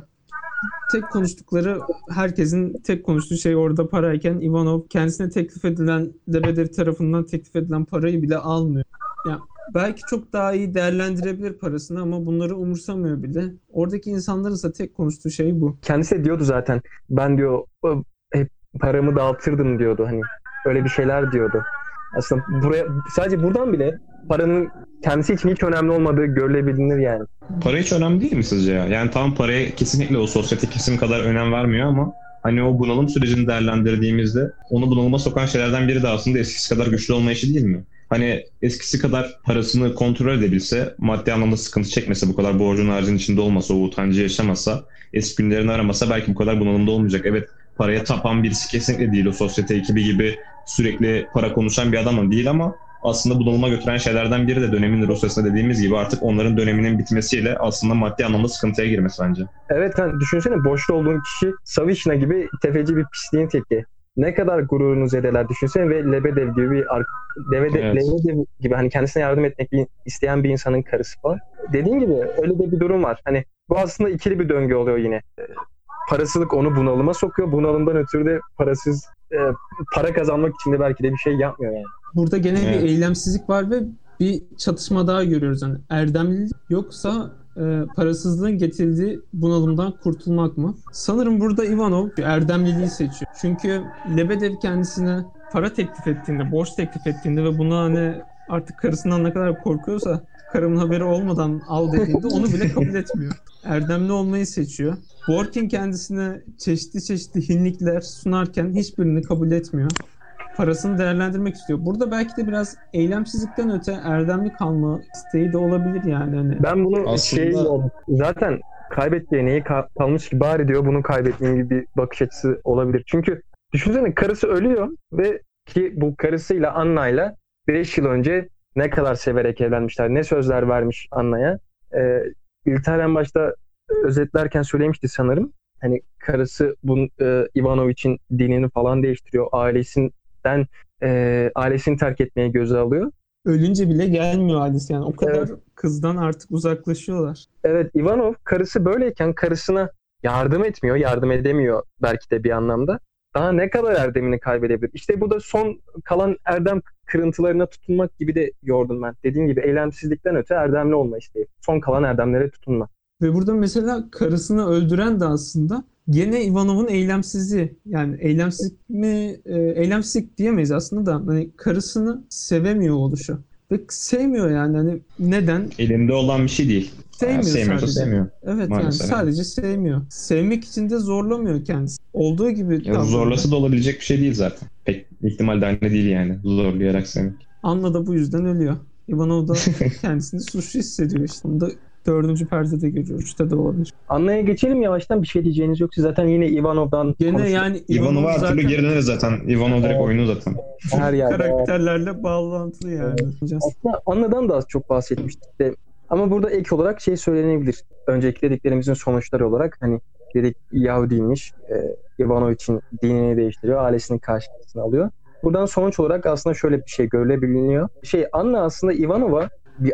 Tek konuştukları, herkesin tek konuştuğu şey orada parayken Ivanov kendisine teklif edilen, Lebedev tarafından teklif edilen parayı bile almıyor. Yani belki çok daha iyi değerlendirebilir parasını ama bunları umursamıyor bile. Oradaki insanların ise tek konuştuğu şey bu. Kendisi de diyordu zaten. Ben diyor hep paramı dağıtırdım diyordu hani. Öyle bir şeyler diyordu. Aslında sadece buradan bile paranın kendisi için hiç önemli olmadığı görülebilir yani. Para hiç önemli değil mi sizce ya? Yani tamam paraya kesinlikle o sosyete kesim kadar önem vermiyor ama hani o bunalım sürecini değerlendirdiğimizde onu bunalıma sokan şeylerden biri de aslında eskisi kadar güçlü olmayışı değil mi? Hani eskisi kadar parasını kontrol edebilse, maddi anlamda sıkıntı çekmese, bu kadar borcun harcının içinde olmasa, o utancı yaşamasa, eski günlerini aramasa belki bu kadar bunalımda olmayacak. Evet, paraya tapan birisi kesinlikle değil, o sosyete ekibi gibi sürekli para konuşan bir adam değil ama aslında bunalıma götüren şeylerden biri de dönemin Rusya'sında dediğimiz gibi artık onların döneminin bitmesiyle aslında maddi anlamda sıkıntıya girmesi bence. Evet, hani düşünsene boşta olduğun kişi Savishna gibi tefeci bir pisliğin teki. Ne kadar gururunu zedeler düşünsene ve Lebedev gibi Lebedev gibi hani kendisine yardım etmek isteyen bir insanın karısı falan. Dediğin gibi öyle de bir durum var. Hani bu aslında ikili bir döngü oluyor yine. Parasızlık onu bunalıma sokuyor. Bunalımdan ötürü de para kazanmak için de belki de bir şey yapmıyor yani. Burada gene bir eylemsizlik var ve bir çatışma daha görüyoruz. Yani erdemlilik yoksa parasızlığın getirdiği bunalımdan kurtulmak mı? Sanırım burada Ivanov erdemliliği seçiyor. Çünkü Lebedev kendisine para teklif ettiğinde, borç teklif ettiğinde ve buna hani artık karısından ne kadar korkuyorsa karımın haberi olmadan al dediğinde onu bile kabul etmiyor. Erdemli olmayı seçiyor. Borkin kendisine çeşitli hinlikler sunarken hiçbirini kabul etmiyor. parasını değerlendirmek istiyor. Burada belki de biraz eylemsizlikten öte erdemli kalma isteği de olabilir yani. Hani Ben bunu Aslında- zaten kaybedeceği neyi kalmış ki bari diyor bunu kaybetmeyeyim gibi bir bakış açısı olabilir. Çünkü düşünsene karısı ölüyor ve ki bu karısıyla Anna'yla 5 yıl önce ne kadar severek evlenmişler. Ne sözler vermiş Anna'ya. İlter en başta özetlerken söylemişti sanırım. Hani karısı Ivanovic'in dinini falan değiştiriyor. Ailesini terk etmeye göze alıyor. ölünce bile gelmiyor ailesi yani. O kadar Evet. kızdan artık uzaklaşıyorlar. Evet, Ivanov karısı böyleyken karısına yardım etmiyor, yardım edemiyor belki de bir anlamda. Daha ne kadar erdemini kaybedebilir? İşte bu da son kalan erdem kırıntılarına tutunmak gibi de yordum ben. Dediğim gibi eylemsizlikten öte erdemli olma isteği. Son kalan erdemlere tutunma. Ve burada mesela karısını öldüren de aslında gene Ivanov'un eylemsizliği. Yani eylemsizlik mi? Eylemsizlik diyemeyiz aslında da. Hani karısını sevemiyor oluşu. Ve sevmiyor yani. Hani neden? Elinde olan bir şey değil. Sevmiyor Sevmiyorsa sadece. sevmiyor. Evet Maalesef. yani sadece sevmiyor. Sevmek için de zorlamıyor kendisi. Olduğu gibi Ya davranıyor. zorlası da olabilecek bir şey değil zaten. Pek ihtimal dahilinde değil yani. Zorlayarak sevmek. Anna da bu yüzden ölüyor. Ivanov da kendisini suçlu hissediyor işte. Bunu da 4. perdede görüyoruz. 3'te de olabilir. Anna'ya geçelim yavaştan. Bir şey diyeceğiniz yoksa zaten yine Ivanov'dan Gene konuşuruz. yani Ivanov her türlü zaten geri döneriz zaten. Ivanov direkt oyunu zaten. Her yerde. karakterlerle bağlantılı yani. Aslında Anna'dan da az çok bahsetmiştik de. Ama burada ek olarak şey söylenebilir. Önceki dediklerimizin sonuçları olarak hani dedik Yahudiymiş, Ivanov için dinini değiştiriyor, ailesinin karşısına alıyor. Buradan sonuç olarak aslında şöyle bir şey görülebiliyor. Anna aslında Ivanov'a bir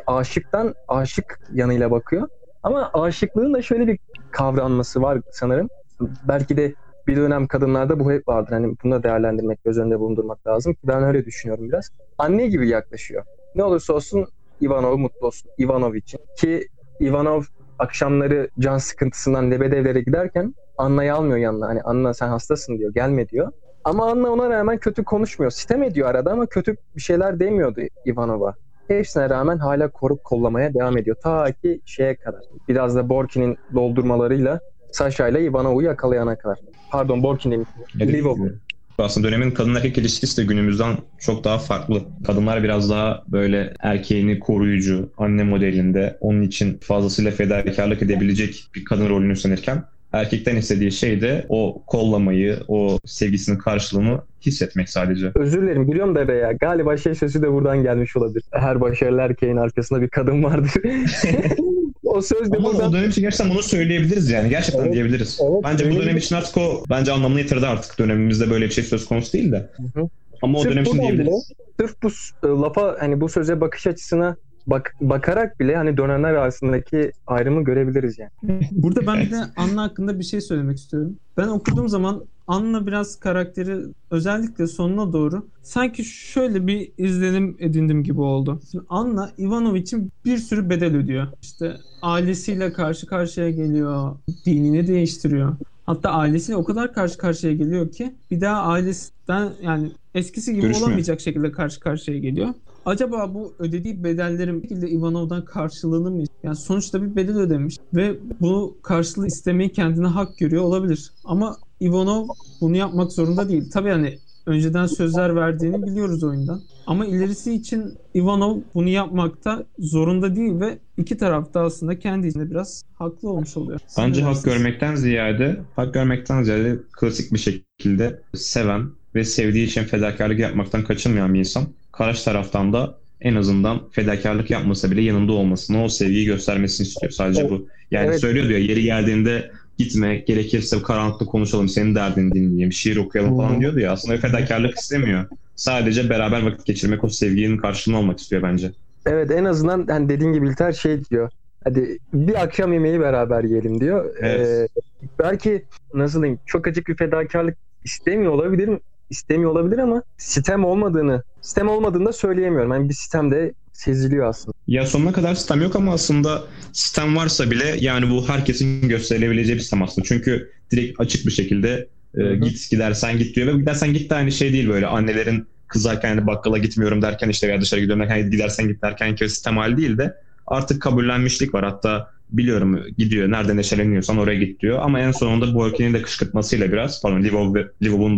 aşık yanıyla bakıyor. Ama aşıklığın da şöyle bir kavranması var sanırım. Belki de bir dönem kadınlarda bu hep vardır. Hani bunu da değerlendirmek, göz önünde bulundurmak lazım ki ben öyle düşünüyorum biraz. Anne gibi yaklaşıyor. Ne olursa olsun Ivanov mutlu olsun. Ivanov için. Ki Ivanov akşamları can sıkıntısından lebedevlere giderken Anna'yı almıyor yanına. Hani Anna sen hastasın diyor. Gelme diyor. Ama Anna ona rağmen kötü konuşmuyor. Sitem ediyor arada ama kötü bir şeyler demiyordu Ivanov'a. Hepsine rağmen hala korup kollamaya devam ediyor. Ta ki şeye kadar. Biraz da Borki'nin doldurmalarıyla Sasha ile Ivanov'u yakalayana kadar. Pardon Borkin demiştim. Livov. Aslında dönemin kadın erkek ilişkisi de günümüzden çok daha farklı. Kadınlar biraz daha böyle erkeğini koruyucu, anne modelinde, onun için fazlasıyla fedakarlık edebilecek bir kadın rolünü üstlenirken erkekten istediği şey de o kollamayı, o sevgisinin karşılığını hissetmek sadece. Özür dilerim biliyorum da ya galiba sözü de buradan gelmiş olabilir. Her başarılı erkeğin arkasında bir kadın vardır. O söz de Ama buradan... o dönem için gerçekten bunu söyleyebiliriz yani. Gerçekten Evet, diyebiliriz. evet, Bence bu dönem için artık bence anlamını yitirdi artık. Dönemimizde böyle bir şey söz konusu değil de. Hı. Ama o Sırf dönem için buradan diyebiliriz. bile, sırf bu lafa hani bu söze bakış açısına bakarak bile hani dönemler arasındaki ayrımı görebiliriz yani. Burada ben bir de Anna hakkında bir şey söylemek istiyorum. Ben okuduğum zaman Anna biraz karakteri özellikle sonuna doğru sanki şöyle bir izlenim edindim gibi oldu. Şimdi Anna Ivanov için bir sürü bedel ödüyor. İşte ailesiyle karşı karşıya geliyor, dinini değiştiriyor. Hatta ailesiyle o kadar karşı karşıya geliyor ki bir daha ailesinden yani eskisi gibi Görüşmüyor. olamayacak şekilde karşı karşıya geliyor. Acaba bu ödediği bedellerin bir şekilde Ivanov'dan karşılığını mı? Yani sonuçta bir bedel ödemiş ve bu karşılığı istemeyi kendine hak görüyor olabilir. Ama Ivanov bunu yapmak zorunda değil. Tabii hani önceden sözler verdiğini biliyoruz oyundan. Ama ilerisi için Ivanov bunu yapmakta zorunda değil ve iki taraf da aslında kendi içinde biraz haklı olmuş oluyor. Bence hak görmekten ziyade klasik bir şekilde seven ve sevdiği için fedakarlık yapmaktan kaçınmayan bir insan. Karşı taraftan da en azından fedakarlık yapmasa bile yanında olmasını, o sevgiyi göstermesini istiyor. Sadece bu. Yani Evet. söylüyor diyor yeri geldiğinde gitme, gerekirse karanlıkta konuşalım, senin derdini dinleyeyim, şiir okuyalım falan diyordu ya. Aslında fedakarlık istemiyor. Sadece beraber vakit geçirmek, o sevginin karşılığını olmak istiyor bence. Evet en azından hani dediğin gibi İlter diyor. Hadi bir akşam yemeği beraber yiyelim diyor. Evet. Belki nasıl diyeyim çok açık bir fedakarlık istemiyor olabilir ama sitem olmadığını da söyleyemiyorum. Yani bir sitem de seziliyor aslında. Ya sonuna kadar sistem yok ama aslında sistem varsa bile yani bu herkesin gösterilebileceği bir sistem aslında. Çünkü direkt açık bir şekilde gidersen git diyor ve gidersen git de aynı şey değil böyle annelerin kızarken yani bakkala gitmiyorum derken işte veya dışarı gidiyorum derken gidersen git derken ki sistem hali değil de artık kabullenmişlik var. Hatta biliyorum gidiyor nerede neşeleniyorsan oraya git diyor ama en sonunda Borkin'in de kışkırtmasıyla biraz Livov'un da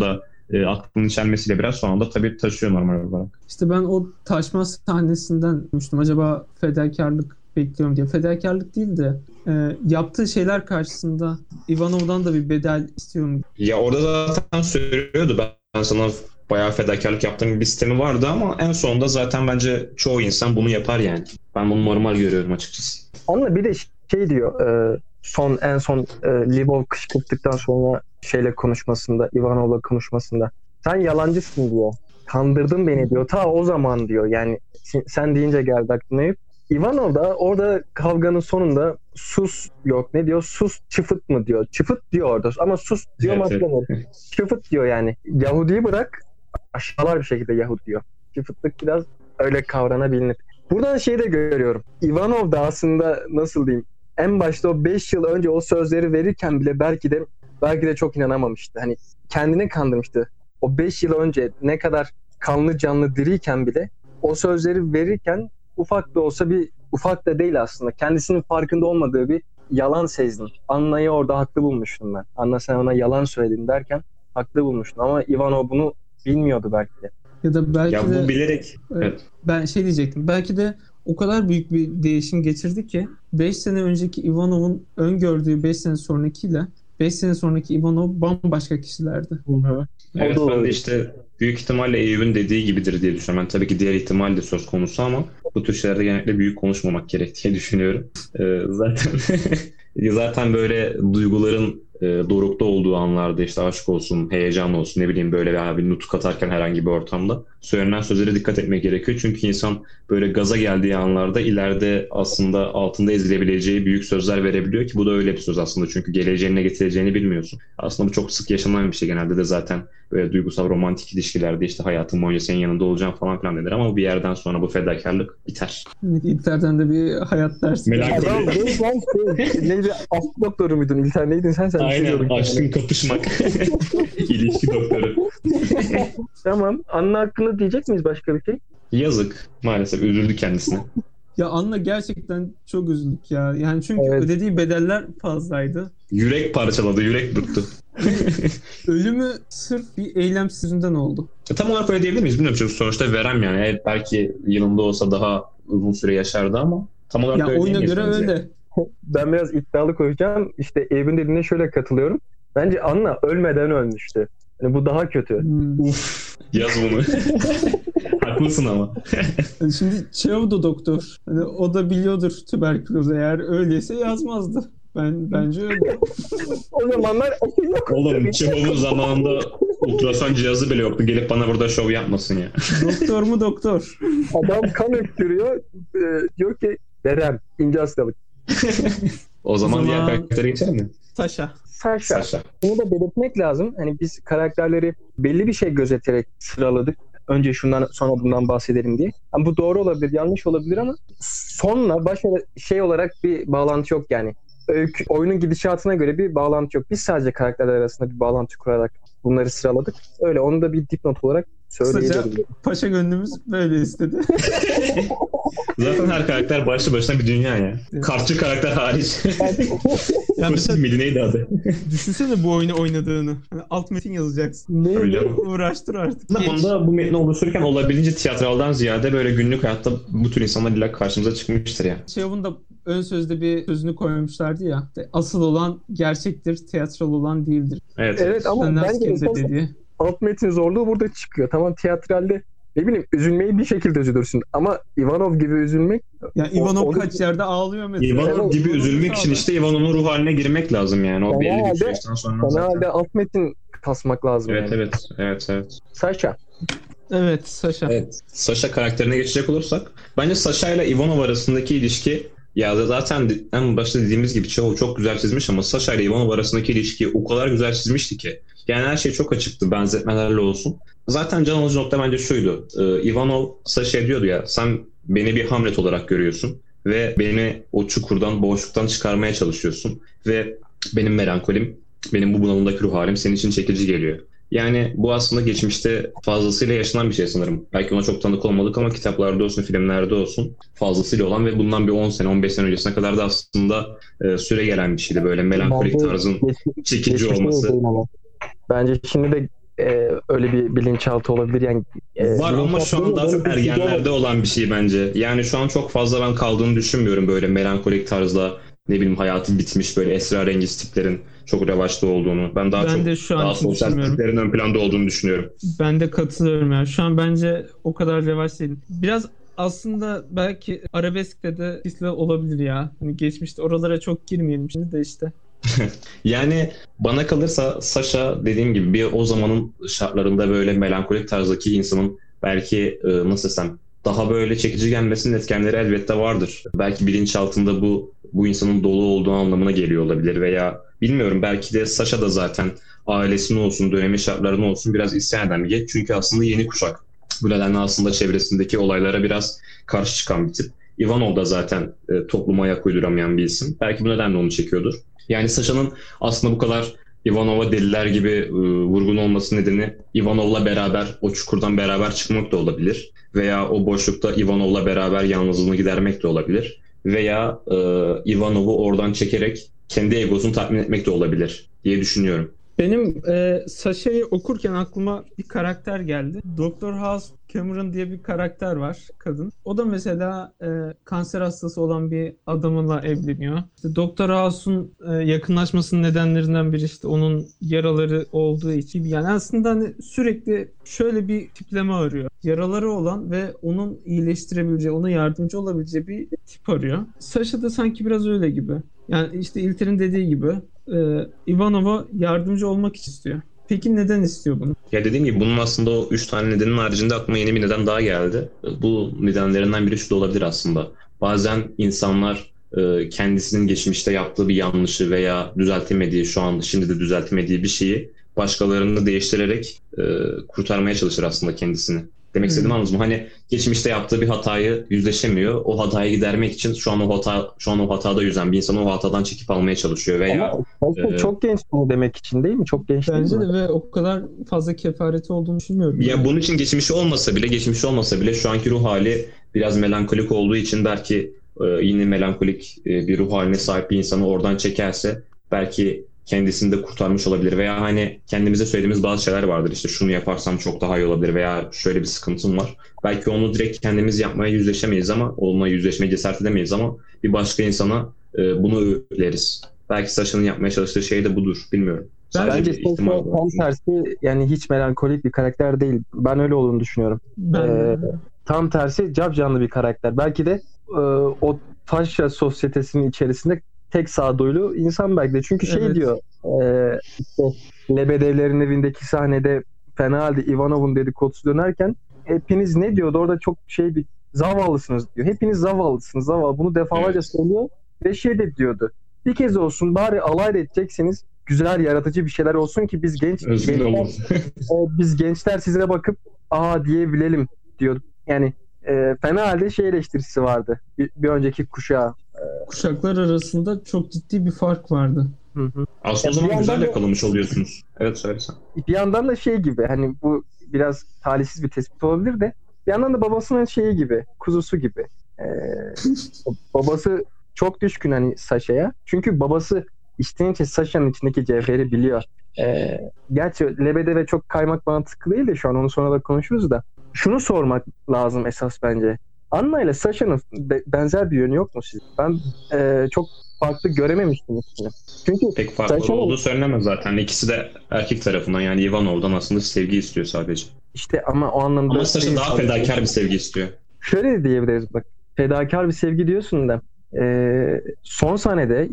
aklının çelmesiyle biraz sonra da tabii taşıyor normal olarak. İşte ben o taşma sahnesinden düşünmüştüm. Acaba fedakarlık bekliyorum diye. Fedakarlık değil de yaptığı şeyler karşısında Ivanov'dan da bir bedel istiyorum. Ya orada zaten söylüyordu, ben sana bayağı fedakarlık yaptığım bir sistemi vardı ama en sonunda zaten bence çoğu insan bunu yapar yani. Ben bunu normal görüyorum açıkçası. Onunla bir de şey diyor, en son Lvov kışkırttıktan sonra konuşmasında, Ivanov'la konuşmasında. Sen yalancısın diyor. Kandırdın beni diyor. Ta o zaman diyor. Yani sen deyince geldi aklıma hep. Ivanov da orada kavganın sonunda sus yok ne diyor? Sus çıfıt mı diyor? Çıfıt diyor orada ama sus diyor mu hatırlamıyorum. Çıfıt diyor yani. Yahudi'yi bırak aşağılar bir şekilde Yahudi diyor. Çıfıtlık biraz öyle kavranabilir. Buradan şeyi de görüyorum. Ivanov da aslında nasıl diyeyim? En başta o 5 yıl önce o sözleri verirken bile belki de çok inanamamıştı. Hani kendini kandırmıştı. O 5 yıl önce ne kadar kanlı canlı diriyken bile o sözleri verirken ufak da olsa ufak da değil aslında. Kendisinin farkında olmadığı bir yalan sezdim. Anna'yı orada haklı bulmuştum ben. Anna sen ona yalan söyledin derken haklı bulmuştum. Ama Ivanov bunu bilmiyordu belki de. Ya da belki ya bu de bilerek. Evet. Ben diyecektim. Belki de o kadar büyük bir değişim geçirdi ki 5 sene önceki Ivanov'un öngördüğü 5 sene sonrakiyle 5 sene sonraki Ivanov bambaşka kişilerdi. Hı-hı. Evet, ben de işte büyük ihtimalle Eyüp'ün dediği gibidir diye düşünüyorum. Ben tabii ki diğer ihtimal de söz konusu ama bu tür şeylerde genellikle büyük konuşmamak gerektiğini düşünüyorum. Zaten böyle duyguların dorukta olduğu anlarda işte aşk olsun, heyecan olsun, ne bileyim böyle bir nutuk atarken herhangi bir ortamda söylenen sözlere dikkat etmek gerekiyor. Çünkü insan böyle gaza geldiği anlarda ileride aslında altında ezilebileceği büyük sözler verebiliyor ki bu da öyle bir söz aslında. Çünkü geleceğine getireceğini bilmiyorsun. Aslında bu çok sık yaşanan bir şey. Genelde de zaten böyle duygusal romantik ilişkilerde işte hayatım boyunca senin yanında olacağım falan filan denir ama bir yerden sonra bu fedakarlık biter. Evet, İlter'den de bir hayat dersi. Melankoli. Neydi? Aşk doktoru muydun? İlter neydin sen? Aynen. Aşkın kapışmak. İlişki doktoru. Tamam. Anna hakkında diyecek miyiz başka bir şey? Yazık. Maalesef üzüldü kendisine. Ya Anna gerçekten çok üzüldük ya. Yani çünkü ödediği bedeller fazlaydı. Yürek parçaladı, yürek burktu. Ölümü sırf bir eylemsizliğinden oldu. Tam olarak öyle diyebilir miyiz? Bilmiyorum çünkü sonuçta verem yani. Evet, belki yılında olsa daha uzun süre yaşardı ama tam olarak ya öyle oyuna göre öyle. Yani. Ben biraz iddialı koyacağım. İşte Eyüp'ün dediğine şöyle katılıyorum. Bence Anna ölmeden ölmüştü. Yani bu daha kötü. Uf, yaz bunu. Haklısın ama. Şimdi Çev da doktor. Hani o da biliyordur tüberküloz, eğer öyleyse yazmazdı. Bence öyle. O zamanlar yok. Oğlum Çehov'un zamanında ultrason cihazı bile yoktu. Gelip bana burada şov yapmasın ya. Doktor mu doktor? Adam kan öptürüyor. Diyor ki verem, ince hastalık. O zaman diğer karaktere geçelim mi? Sasha. Bunu da belirtmek lazım. Hani biz karakterleri belli bir şey gözeterek sıraladık. Önce şundan sonra bundan bahsedelim diye. Yani bu doğru olabilir, yanlış olabilir ama sonla başa olarak bir bağlantı yok yani. Oyunun gidişatına göre bir bağlantı yok. Biz sadece karakterler arasında bir bağlantı kurarak bunları sıraladık. Öyle, onu da bir dipnot olarak söyleyelim. Kısaca paşa gönlümüz böyle istedi. Zaten her karakter başlı başına bir dünya ya. Kartçı karakter hariç. Yani mesela neydi adı? Düşünsene bu oyunu oynadığını. Yani alt metin yazacaksın. Öyle mi? Uğraştır artık. Bunda bu metni oluştururken olabildiğince tiyatraldan ziyade böyle günlük hayatta bu tür insanlar illa karşımıza çıkmıştır ya. Çehov'un da ön sözde bir sözünü koymuşlardı ya. Asıl olan gerçektir, tiyatral olan değildir. Evet ama bence alt metin zorluğu burada çıkıyor. Tamam, tiyatralde ne bileyim üzülmeyi bir şekilde üzülürsün ama Ivanov gibi üzülmek... Ya Ivanov kaç yerde ağlıyor mesela. Ivanov gibi üzülmek için işte Ivanov'un ruh haline girmek lazım yani. O belli bir süreçten sonra zaten. Herhalde alt metin kasmak lazım yani. Evet. Sasha. Evet, Sasha. Evet. Sasha karakterine geçecek olursak bence Sasha ile Ivanov arasındaki ilişki, ya zaten en başta dediğimiz gibi çok güzel çizmiş ama Sasha ile Ivanov arasındaki ilişki o kadar güzel çizmişti ki. Yani her şey çok açıktı, benzetmelerle olsun. Zaten can alıcı nokta bence şuydu. Ivanov Sasha'ya diyordu ya, sen beni bir Hamlet olarak görüyorsun ve beni o çukurdan, boşluktan çıkarmaya çalışıyorsun. Ve benim melankolim, benim bu bunalımdaki ruh halim senin için çekici geliyor. Yani bu aslında geçmişte fazlasıyla yaşanan bir şey sanırım. Belki ona çok tanık olmadık ama kitaplarda olsun, filmlerde olsun fazlasıyla olan ve bundan bir 10 sene, 15 sene öncesine kadar da aslında süre gelen bir şeydi. Böyle melankolik tarzın çekici olması. Bence şimdi de öyle bir bilinçaltı olabilir. Yani Var ama bilinçaltı şu an daha çok böyle bir düşünce ergenlerde olan bir şey bence. Yani şu an çok fazla ben kaldığını düşünmüyorum böyle melankolik tarzda, ne bileyim hayatı bitmiş böyle esrarengiz tiplerin çok revaçta olduğunu. Ben daha Ben çok de şu an daha için sosyal düşünmüyorum. tiplerin ön planda olduğunu düşünüyorum. Ben de katılıyorum ya. Şu an bence o kadar revaç değil. Biraz aslında belki arabeskte de hisli olabilir ya. Hani geçmişte oralara çok girmeyelim şimdi de işte. Yani bana kalırsa Sasha dediğim gibi bir o zamanın şartlarında böyle melankolik tarzdaki insanın belki nasıl desem daha böyle çekici gelmesinin etkenleri elbette vardır. Belki bilinçaltında bu insanın dolu olduğu anlamına geliyor olabilir veya bilmiyorum, belki de Sasha da zaten ailesine olsun, dönemin şartlarına olsun biraz isyan eden bir genç. Çünkü aslında yeni kuşak. Bu nedenle aslında çevresindeki olaylara biraz karşı çıkan bir tip. Ivanov da zaten topluma ayak uyduramayan bir isim. Belki bu nedenle onu çekiyordur. Yani Sasha'nın aslında bu kadar Ivanov'a deliler gibi vurgun olması nedeni Ivanov'la beraber o çukurdan beraber çıkmak da olabilir. Veya o boşlukta Ivanov'la beraber yalnızlığını gidermek de olabilir. Veya Ivanov'u oradan çekerek kendi egosunu tatmin etmek de olabilir diye düşünüyorum. Benim Sasha'yı okurken aklıma bir karakter geldi. Doktor House Cameron diye bir karakter var, kadın. O da mesela kanser hastası olan bir adamla evleniyor. İşte Doktor House'un yakınlaşmasının nedenlerinden biri işte onun yaraları olduğu için. Yani aslında hani sürekli şöyle bir tipleme arıyor. Yaraları olan ve onun iyileştirebileceği, ona yardımcı olabileceği bir tip arıyor. Sasha da sanki biraz öyle gibi. Yani işte İlter'in dediği gibi Ivanov'a yardımcı olmak istiyor. Peki neden istiyor bunu? Ya dediğim gibi bunun aslında o 3 tane nedenin haricinde aklıma yeni bir neden daha geldi. Bu nedenlerinden biri şu da olabilir aslında. Bazen insanlar kendisinin geçmişte yaptığı bir yanlışı veya düzeltemediği, şu an şimdi de düzeltemediği bir şeyi başkalarını değiştirerek kurtarmaya çalışır aslında kendisini. Demek istediğimi anladınız mı? Hani geçmişte yaptığı bir hatayı yüzleşemiyor. O hatayı gidermek için şu an o hatada yüzen bir insanı o hatadan çekip almaya çalışıyor veya Ama çok genç bunu demek için değil mi? Çok genç değil Bence mi? de ve o kadar fazla kefareti olduğunu düşünmüyorum. ya bunun için geçmişi olmasa bile şu anki ruh hali biraz melankolik olduğu için belki yine melankolik bir ruh haline sahip bir insanı oradan çekerse belki kendisini de kurtarmış olabilir veya hani kendimize söylediğimiz bazı şeyler vardır, işte şunu yaparsam çok daha iyi olabilir veya şöyle bir sıkıntım var. Belki onu direkt kendimiz yapmaya yüzleşemeyiz ama onunla yüzleşmeye cesaret edemeyiz ama bir başka insana bunu öğütleriz. Belki Sasha'nın yapmaya çalıştığı şey de budur. Bilmiyorum. Sadece Bence bir ihtimal Sasha var. tam tersi, yani hiç melankolik bir karakter değil. Ben öyle olduğunu düşünüyorum. Ben Tam tersi capcanlı bir karakter. Belki de o taşra sosyetesinin içerisinde tek sağduyulu insan belki de. Çünkü Evet. diyor işte Lebedevlerin evindeki sahnede fena halde Ivanov'un dedikodusu dönerken hepiniz ne diyordu? Orada çok bir zavallısınız diyor. Hepiniz zavallısınız. Zavallı. Bunu defalarca Evet. söylüyor ve de diyordu. Bir kez olsun bari alay edecekseniz güzel, yaratıcı bir şeyler olsun ki biz Özgür olun. biz gençler size bakıp aa diyebilelim diyordu. Yani fena halde eleştirisi vardı. Bir önceki kuşağa. kuşaklar arasında çok ciddi bir fark vardı. Hı hı. Aslında o Ya bir zaman yandan güzel da- yakalamış oluyorsunuz. Evet, söylesen. Bir yandan da gibi, hani bu biraz talihsiz bir tespit olabilir de bir yandan da babasının gibi, kuzusu gibi. Babası çok düşkün hani Sasha'ya. Çünkü babası içten içe Sasha'nın içindeki cevheri biliyor. Gerçi Lebedev'e çok kaymak mantıklı değil de şu an onu sonra da konuşuruz da. Şunu sormak lazım esas bence. Anna ile Sasha'nın benzer bir yönü yok mu sizce? Ben çok farklı görememiştim ikisini. Çünkü Pek farklı Sasha'nın olduğu söylenemez zaten. İkisi de erkek tarafından, yani Ivanov'dan aslında sevgi istiyor sadece. işte ama o anlamda Ama Sasha daha fedakar bir sevgi istiyor. şöyle de diyebiliriz bak. Fedakar bir sevgi diyorsun da son sahnede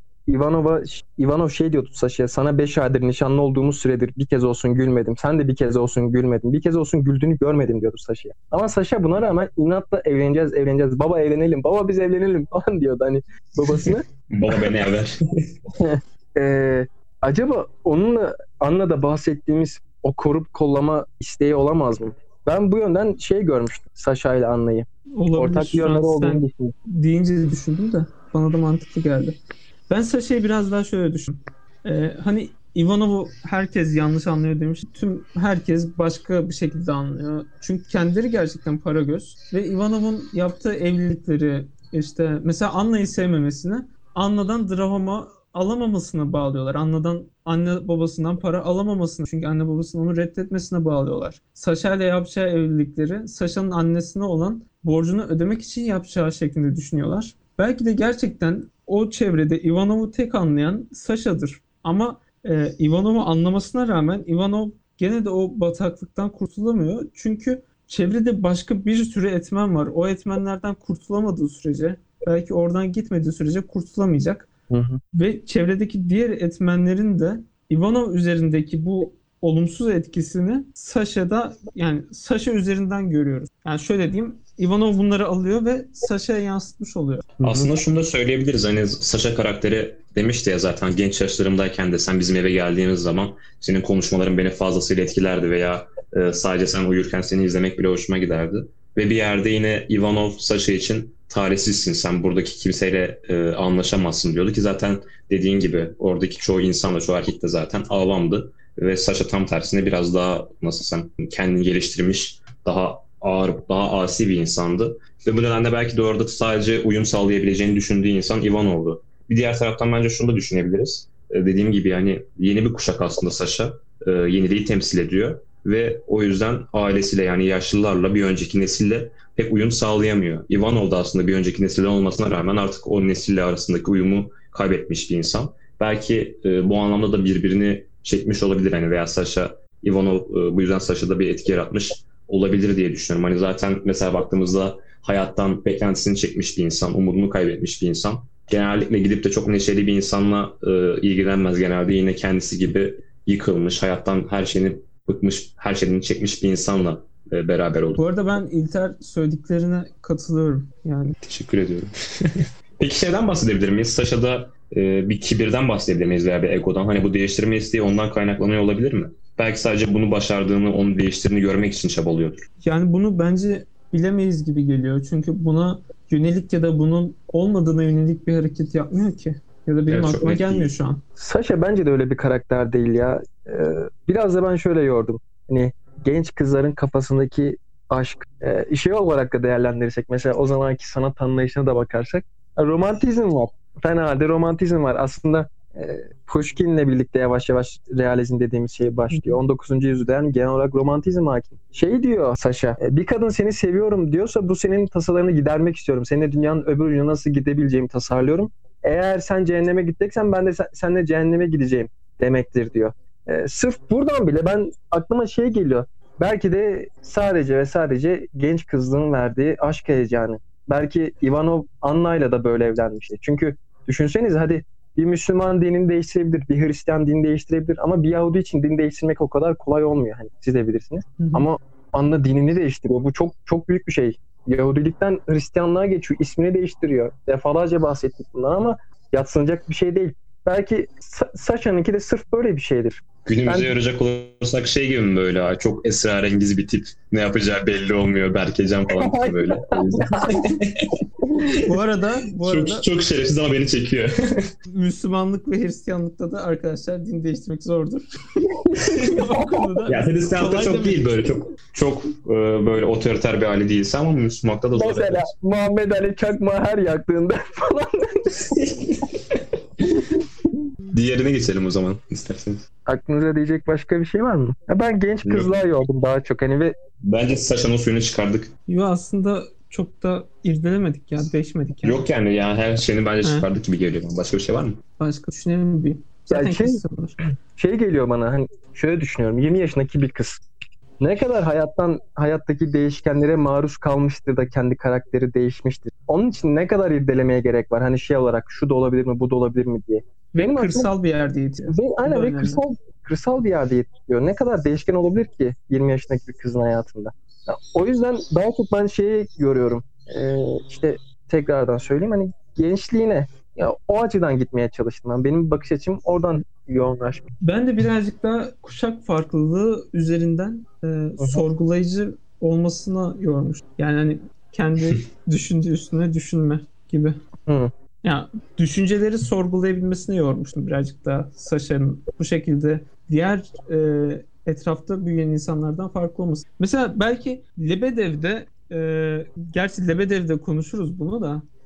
Ivanov diyordu Sasha'ya, sana 5 aydır nişanlı olduğumuz süredir bir kez olsun gülmedim. Sen de bir kez olsun gülmedin. Bir kez olsun güldüğünü görmedim diyordu Sasha'ya. Ama Sasha buna rağmen inatla evleneceğiz. Baba evlenelim. Baba biz evlenelim falan diyordu hani babasına. Baba beni ver. Acaba onunla Anna'da bahsettiğimiz o korup kollama isteği olamaz mı? Ben bu yönden görmüştüm Sasha ile Anna'yı. Olabilir. Ortak Şu yönleri an olduğunu sen düşünüyorum. deyince düşündüm de bana da mantıklı geldi. Ben Sasha'yı biraz daha şöyle düşün. Hani Ivanov'u herkes yanlış anlıyor demiş. Tüm herkes başka bir şekilde anlıyor. Çünkü kendileri gerçekten para göz. Ve Ivanov'un yaptığı evlilikleri, işte mesela Anna'yı sevmemesine Anna'dan Dravom'a alamamasına bağlıyorlar. Anne babasından para alamamasına. Çünkü anne babasının onu reddetmesine bağlıyorlar. Sasha ile yapacağı evlilikleri Sasha'nın annesine olan borcunu ödemek için yapacağı şeklinde düşünüyorlar. Belki de gerçekten o çevrede Ivanov'u tek anlayan Sasha'dır. Ama Ivanov'u anlamasına rağmen Ivanov gene de o bataklıktan kurtulamıyor. Çünkü çevrede başka bir sürü etmen var. O etmenlerden kurtulamadığı sürece, belki oradan gitmediği sürece kurtulamayacak. Hı hı. Ve çevredeki diğer etmenlerin de Ivanov üzerindeki bu olumsuz etkisini Sasha üzerinden görüyoruz. Yani şöyle diyeyim, Ivanov bunları alıyor ve Sasha'ya yansıtmış oluyor. Aslında şunu da söyleyebiliriz. Hani Sasha karakteri demişti ya zaten, genç yaşlarımdayken de sen bizim eve geldiğimiz zaman senin konuşmaların beni fazlasıyla etkilerdi veya sadece sen uyurken seni izlemek bile hoşuma giderdi. Ve bir yerde yine Ivanov Sasha için talihsizsin, sen buradaki kimseyle anlaşamazsın diyordu ki zaten dediğin gibi oradaki çoğu insan da çoğu erkek de zaten avamdı. Ve Sasha tam tersine biraz daha kendini geliştirmiş, daha ağır, daha asi bir insandı. Ve bu nedenle belki de orada sadece uyum sağlayabileceğini düşündüğü insan Ivanov'du. Bir diğer taraftan bence şunu da düşünebiliriz. Dediğim gibi yani yeni bir kuşak aslında Sasha. Yeniliği temsil ediyor. Ve o yüzden ailesiyle, yani yaşlılarla, bir önceki nesille pek uyum sağlayamıyor. Ivanov da aslında bir önceki nesilden olmasına rağmen artık o nesille arasındaki uyumu kaybetmiş bir insan. Belki bu anlamda da birbirini çekmiş olabilir hani, veya Ivanov bu yüzden Sasha'da bir etki yaratmış olabilir diye düşünüyorum. Hani zaten mesela baktığımızda hayattan beklentisini çekmiş bir insan, umudunu kaybetmiş bir insan. Genellikle gidip de çok neşeli bir insanla ilgilenmez. Genelde yine kendisi gibi yıkılmış, hayattan her şeyini bıkmış, her şeyini çekmiş bir insanla beraber olur. Bu arada ben İlter söylediklerine katılıyorum. Yani. Teşekkür ediyorum. Peki şeyden bahsedebilir miyiz? Sasha'da bir kibirden bahsedebilir miyiz veya bir egodan? Hani bu değiştirme isteği ondan kaynaklanıyor olabilir mi? Belki sadece bunu başardığını, onu değiştirdiğini görmek için çabalıyordur. Yani bunu bence bilemeyiz gibi geliyor. Çünkü buna yönelik ya da bunun olmadığına yönelik bir hareket yapmıyor ki. Ya da benim aklıma gelmiyor şu an. Sasha bence de öyle bir karakter değil ya. Biraz da ben şöyle yordum. Hani genç kızların kafasındaki aşk, şey olarak da değerlendirirsek, mesela o zamanki sanat anlayışına da bakarsak, romantizm var. Fena halde romantizm var. Aslında Pushkin'le birlikte yavaş yavaş realizm dediğimiz şey başlıyor. 19. yüzyılda yani genel olarak romantizm hakim. Şey diyor Sasha, bir kadın seni seviyorum diyorsa bu senin tasalarını gidermek istiyorum. Seninle dünyanın öbür ucuna nasıl gidebileceğimi tasarlıyorum. Eğer sen cehenneme gideceksen ben de seninle cehenneme gideceğim demektir diyor. Sırf buradan bile ben aklıma şey geliyor. Belki de sadece ve sadece genç kızlığın verdiği aşk heyecanı. Belki Ivanov Anna'yla da böyle evlenmişti. Çünkü düşünseniz, hadi bir Müslüman dinini değiştirebilir, bir Hristiyan dinini değiştirebilir ama bir Yahudi için din değiştirmek o kadar kolay olmuyor. Hani siz de bilirsiniz. Hı-hı. Ama Anna dinini değiştiriyor. Bu çok çok büyük bir şey. Yahudilikten Hristiyanlığa geçiyor, ismini değiştiriyor. Defalarca bahsettik bundan ama yadsınacak bir şey değil. Belki Sasha'nınki de sırf böyle bir şeydir. Günümüze yarayacak olursak şey gibi mi böyle? Çok esrarengiz bir tip. Ne yapacağı belli olmuyor. Berkecan falan böyle. Bu arada çok şerefsiz ama beni çekiyor. Müslümanlık ve Hristiyanlıkta da arkadaşlar din değiştirmek zordur. Ya Hristiyanlıkta çok değil, böyle çok böyle otoriter bir hali değilse, ama Müslümanlıkta da zor. Mesela Muhammed Ali çakma her yaktığında falan. Diğerine geçelim o zaman isterseniz. Aklınıza diyecek başka bir şey var mı? Ya ben genç kızlar yordum daha çok hani ve bence Sasha'nın suyunu çıkardık. Yo, aslında çok da irdelemedik ya, değişmedik yani. Yok yani her şeyini bence çıkardık gibi geliyor. Başka bir şey var mı? Başka düşünelim bir. Zaten şey geliyor bana, hani şöyle düşünüyorum. 20 yaşındaki bir kız ne kadar hayattaki değişkenlere maruz kalmıştır da kendi karakteri değişmiştir. Onun için ne kadar irdelemeye gerek var? Hani şey olarak şu da olabilir mi, bu da olabilir mi diye. Benim kırsal bir yerde yetişiyor. Aynen, ve kırsal bir yerde yetişiyor. Ne kadar değişken olabilir ki 20 yaşındaki bir kızın hayatında? Ya, o yüzden daha çok ben şeyi görüyorum. İşte tekrardan söyleyeyim, hani gençliğine, ya o açıdan gitmeye çalıştım. Benim bakış açım oradan yoğunlaşmış. Ben de birazcık daha kuşak farklılığı üzerinden sorgulayıcı olmasına yormuş. Yani hani kendi düşündüğü üstüne düşünme gibi. Hı. Ya düşünceleri sorgulayabilmesine yormuştum birazcık daha Sasha'nın bu şekilde diğer etrafta büyüyen insanlardan farklı olması. Mesela belki Lebedev'de gerçi Lebedev'de konuşuruz bunu da.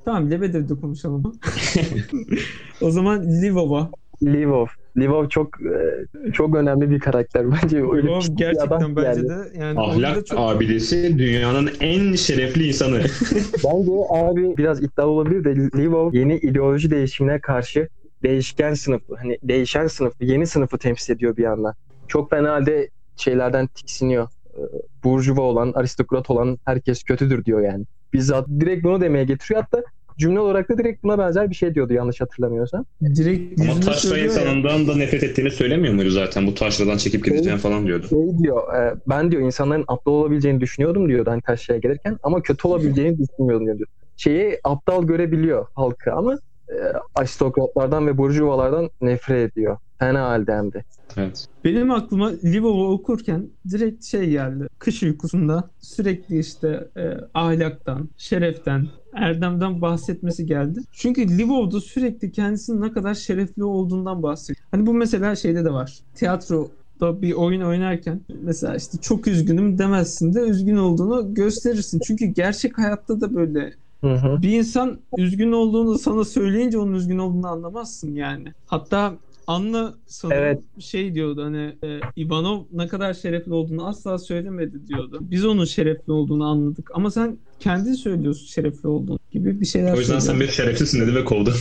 Tamam, Lebedev'de konuşalım. O zaman Livov'a. Livov çok önemli bir karakter bence. Öyle Livov bir gerçekten adam bence yani. de yani oyunda Ahlak çok... abidesi, dünyanın en şerefli insanı. Bence abi biraz iddialı olabilir de Livov yeni ideoloji değişimine karşı değişken sınıfı, hani değişen sınıfı, yeni sınıfı temsil ediyor bir yandan. Çok fena halde şeylerden tiksiniyor. Burjuva olan, aristokrat olan herkes kötüdür diyor yani. Bizzat direkt bunu demeye getiriyor. Hatta cümle olarak da direkt buna benzer bir şey diyordu yanlış hatırlamıyorsam. Direkt Ama yüzüne taşra söylüyor ya. insanından da nefret ettiğini söylemiyor muydu zaten? Bu taşradan çekip gideceğim falan diyordu. Şey diyor, ben diyor insanların aptal olabileceğini düşünüyordum diyordu hani taşraya gelirken ama kötü olabileceğini düşünmüyordum diyor. Şeyi aptal görebiliyor halkı ama aristokratlardan ve burjuvalardan nefret ediyor. Fena halde hem de. Evet. Benim aklıma Livov'u okurken direkt şey geldi. Kış uykusunda sürekli işte ahlaktan, şereften, erdemden bahsetmesi geldi. Çünkü Livov'da sürekli kendisinin ne kadar şerefli olduğundan bahsediyor. Hani bu mesela şeyde de var. Tiyatroda bir oyun oynarken mesela işte çok üzgünüm demezsin de üzgün olduğunu gösterirsin. Çünkü gerçek hayatta da böyle. Hı. Bir insan üzgün olduğunu sana söyleyince onun üzgün olduğunu anlamazsın yani. Hatta Anna sanırım Evet. şey diyordu hani Ivanov ne kadar şerefli olduğunu asla söylemedi diyordu. Biz onun şerefli olduğunu anladık ama sen kendin söylüyorsun şerefli olduğunu gibi bir şeyler O yüzden sen söylüyordu. bir şerefsizsin dedi ve kovdu.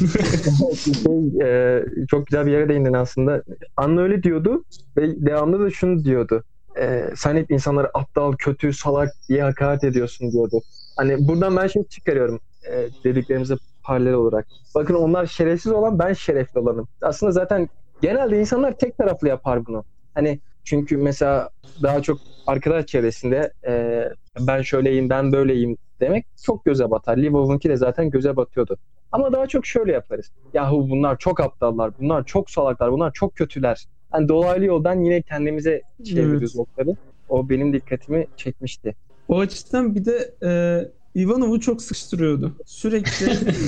Çok güzel bir yere değindin aslında. Anna öyle diyordu ve devamlı da şunu diyordu. Sen hep insanları aptal, kötü, salak diye hakaret ediyorsun diyordu. Hani buradan ben şimdi çıkarıyorum dediklerimize paralel olarak. Bakın onlar şerefsiz olan, ben şerefli olanım. Aslında zaten genelde insanlar tek taraflı yapar bunu. Hani çünkü mesela daha çok arkadaş çevresinde ben şöyleyim, ben böyleyim demek çok göze batar. Livov'unki de zaten göze batıyordu. Ama daha çok şöyle yaparız. Yahu bunlar çok aptallar, bunlar çok salaklar, bunlar çok kötüler. Hani dolaylı yoldan yine kendimize çeviriyoruz noktaları. O benim dikkatimi çekmişti. O açıdan bir de Ivanov'u çok sıkıştırıyordu. Sürekli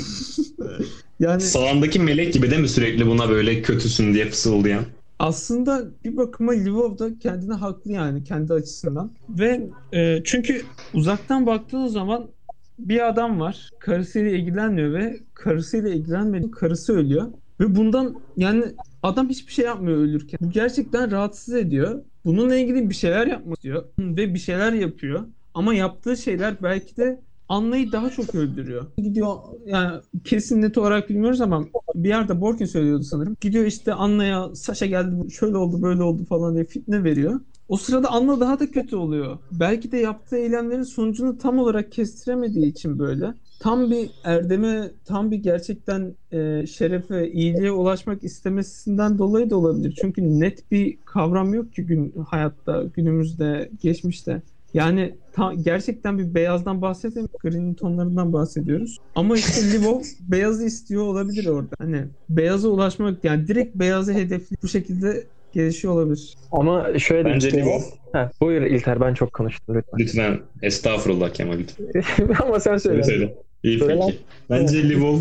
yani Sağındaki melek gibi değil mi sürekli buna böyle kötüsün diye fısıldayan? aslında bir bakıma Lvov da kendine haklı yani kendi açısından. Ve çünkü uzaktan baktığın zaman bir adam var. Karısıyla ilgilenmiyor ve karısıyla ilgilenmediği karısı ölüyor. Ve bundan yani adam hiçbir şey yapmıyor ölürken. Bu gerçekten rahatsız ediyor. Bununla ilgili bir şeyler yapmak istiyor ve bir şeyler yapıyor. Ama yaptığı şeyler belki de Anna'yı daha çok öldürüyor. Gidiyor yani kesin net olarak bilmiyoruz ama bir yerde Borkin söylüyordu sanırım. Gidiyor işte Anna'ya Sasha geldi şöyle oldu böyle oldu falan diye fitne veriyor. O sırada Anna daha da kötü oluyor. Belki de yaptığı eylemlerin sonucunu tam olarak kestiremediği için böyle. Tam bir erdeme, tam bir gerçekten şerefe, iyiliğe ulaşmak istemesinden dolayı da olabilir. Çünkü net bir kavram yok ki hayatta, günümüzde, geçmişte. Yani gerçekten bir beyazdan bahsetmiyoruz. Green'in tonlarından bahsediyoruz. Ama işte Lvov beyazı istiyor olabilir orada. Hani beyaza ulaşmak yani direkt beyazı hedefli bu şekilde gelişiyor olabilir. Ama şöyle Bence Lvov. Buyur İlter, ben çok konuştum lütfen. Lütfen estağfurullah Kemal lütfen. Ama sen söyle. Söyle. İyi Söyle. peki. Bence Lvov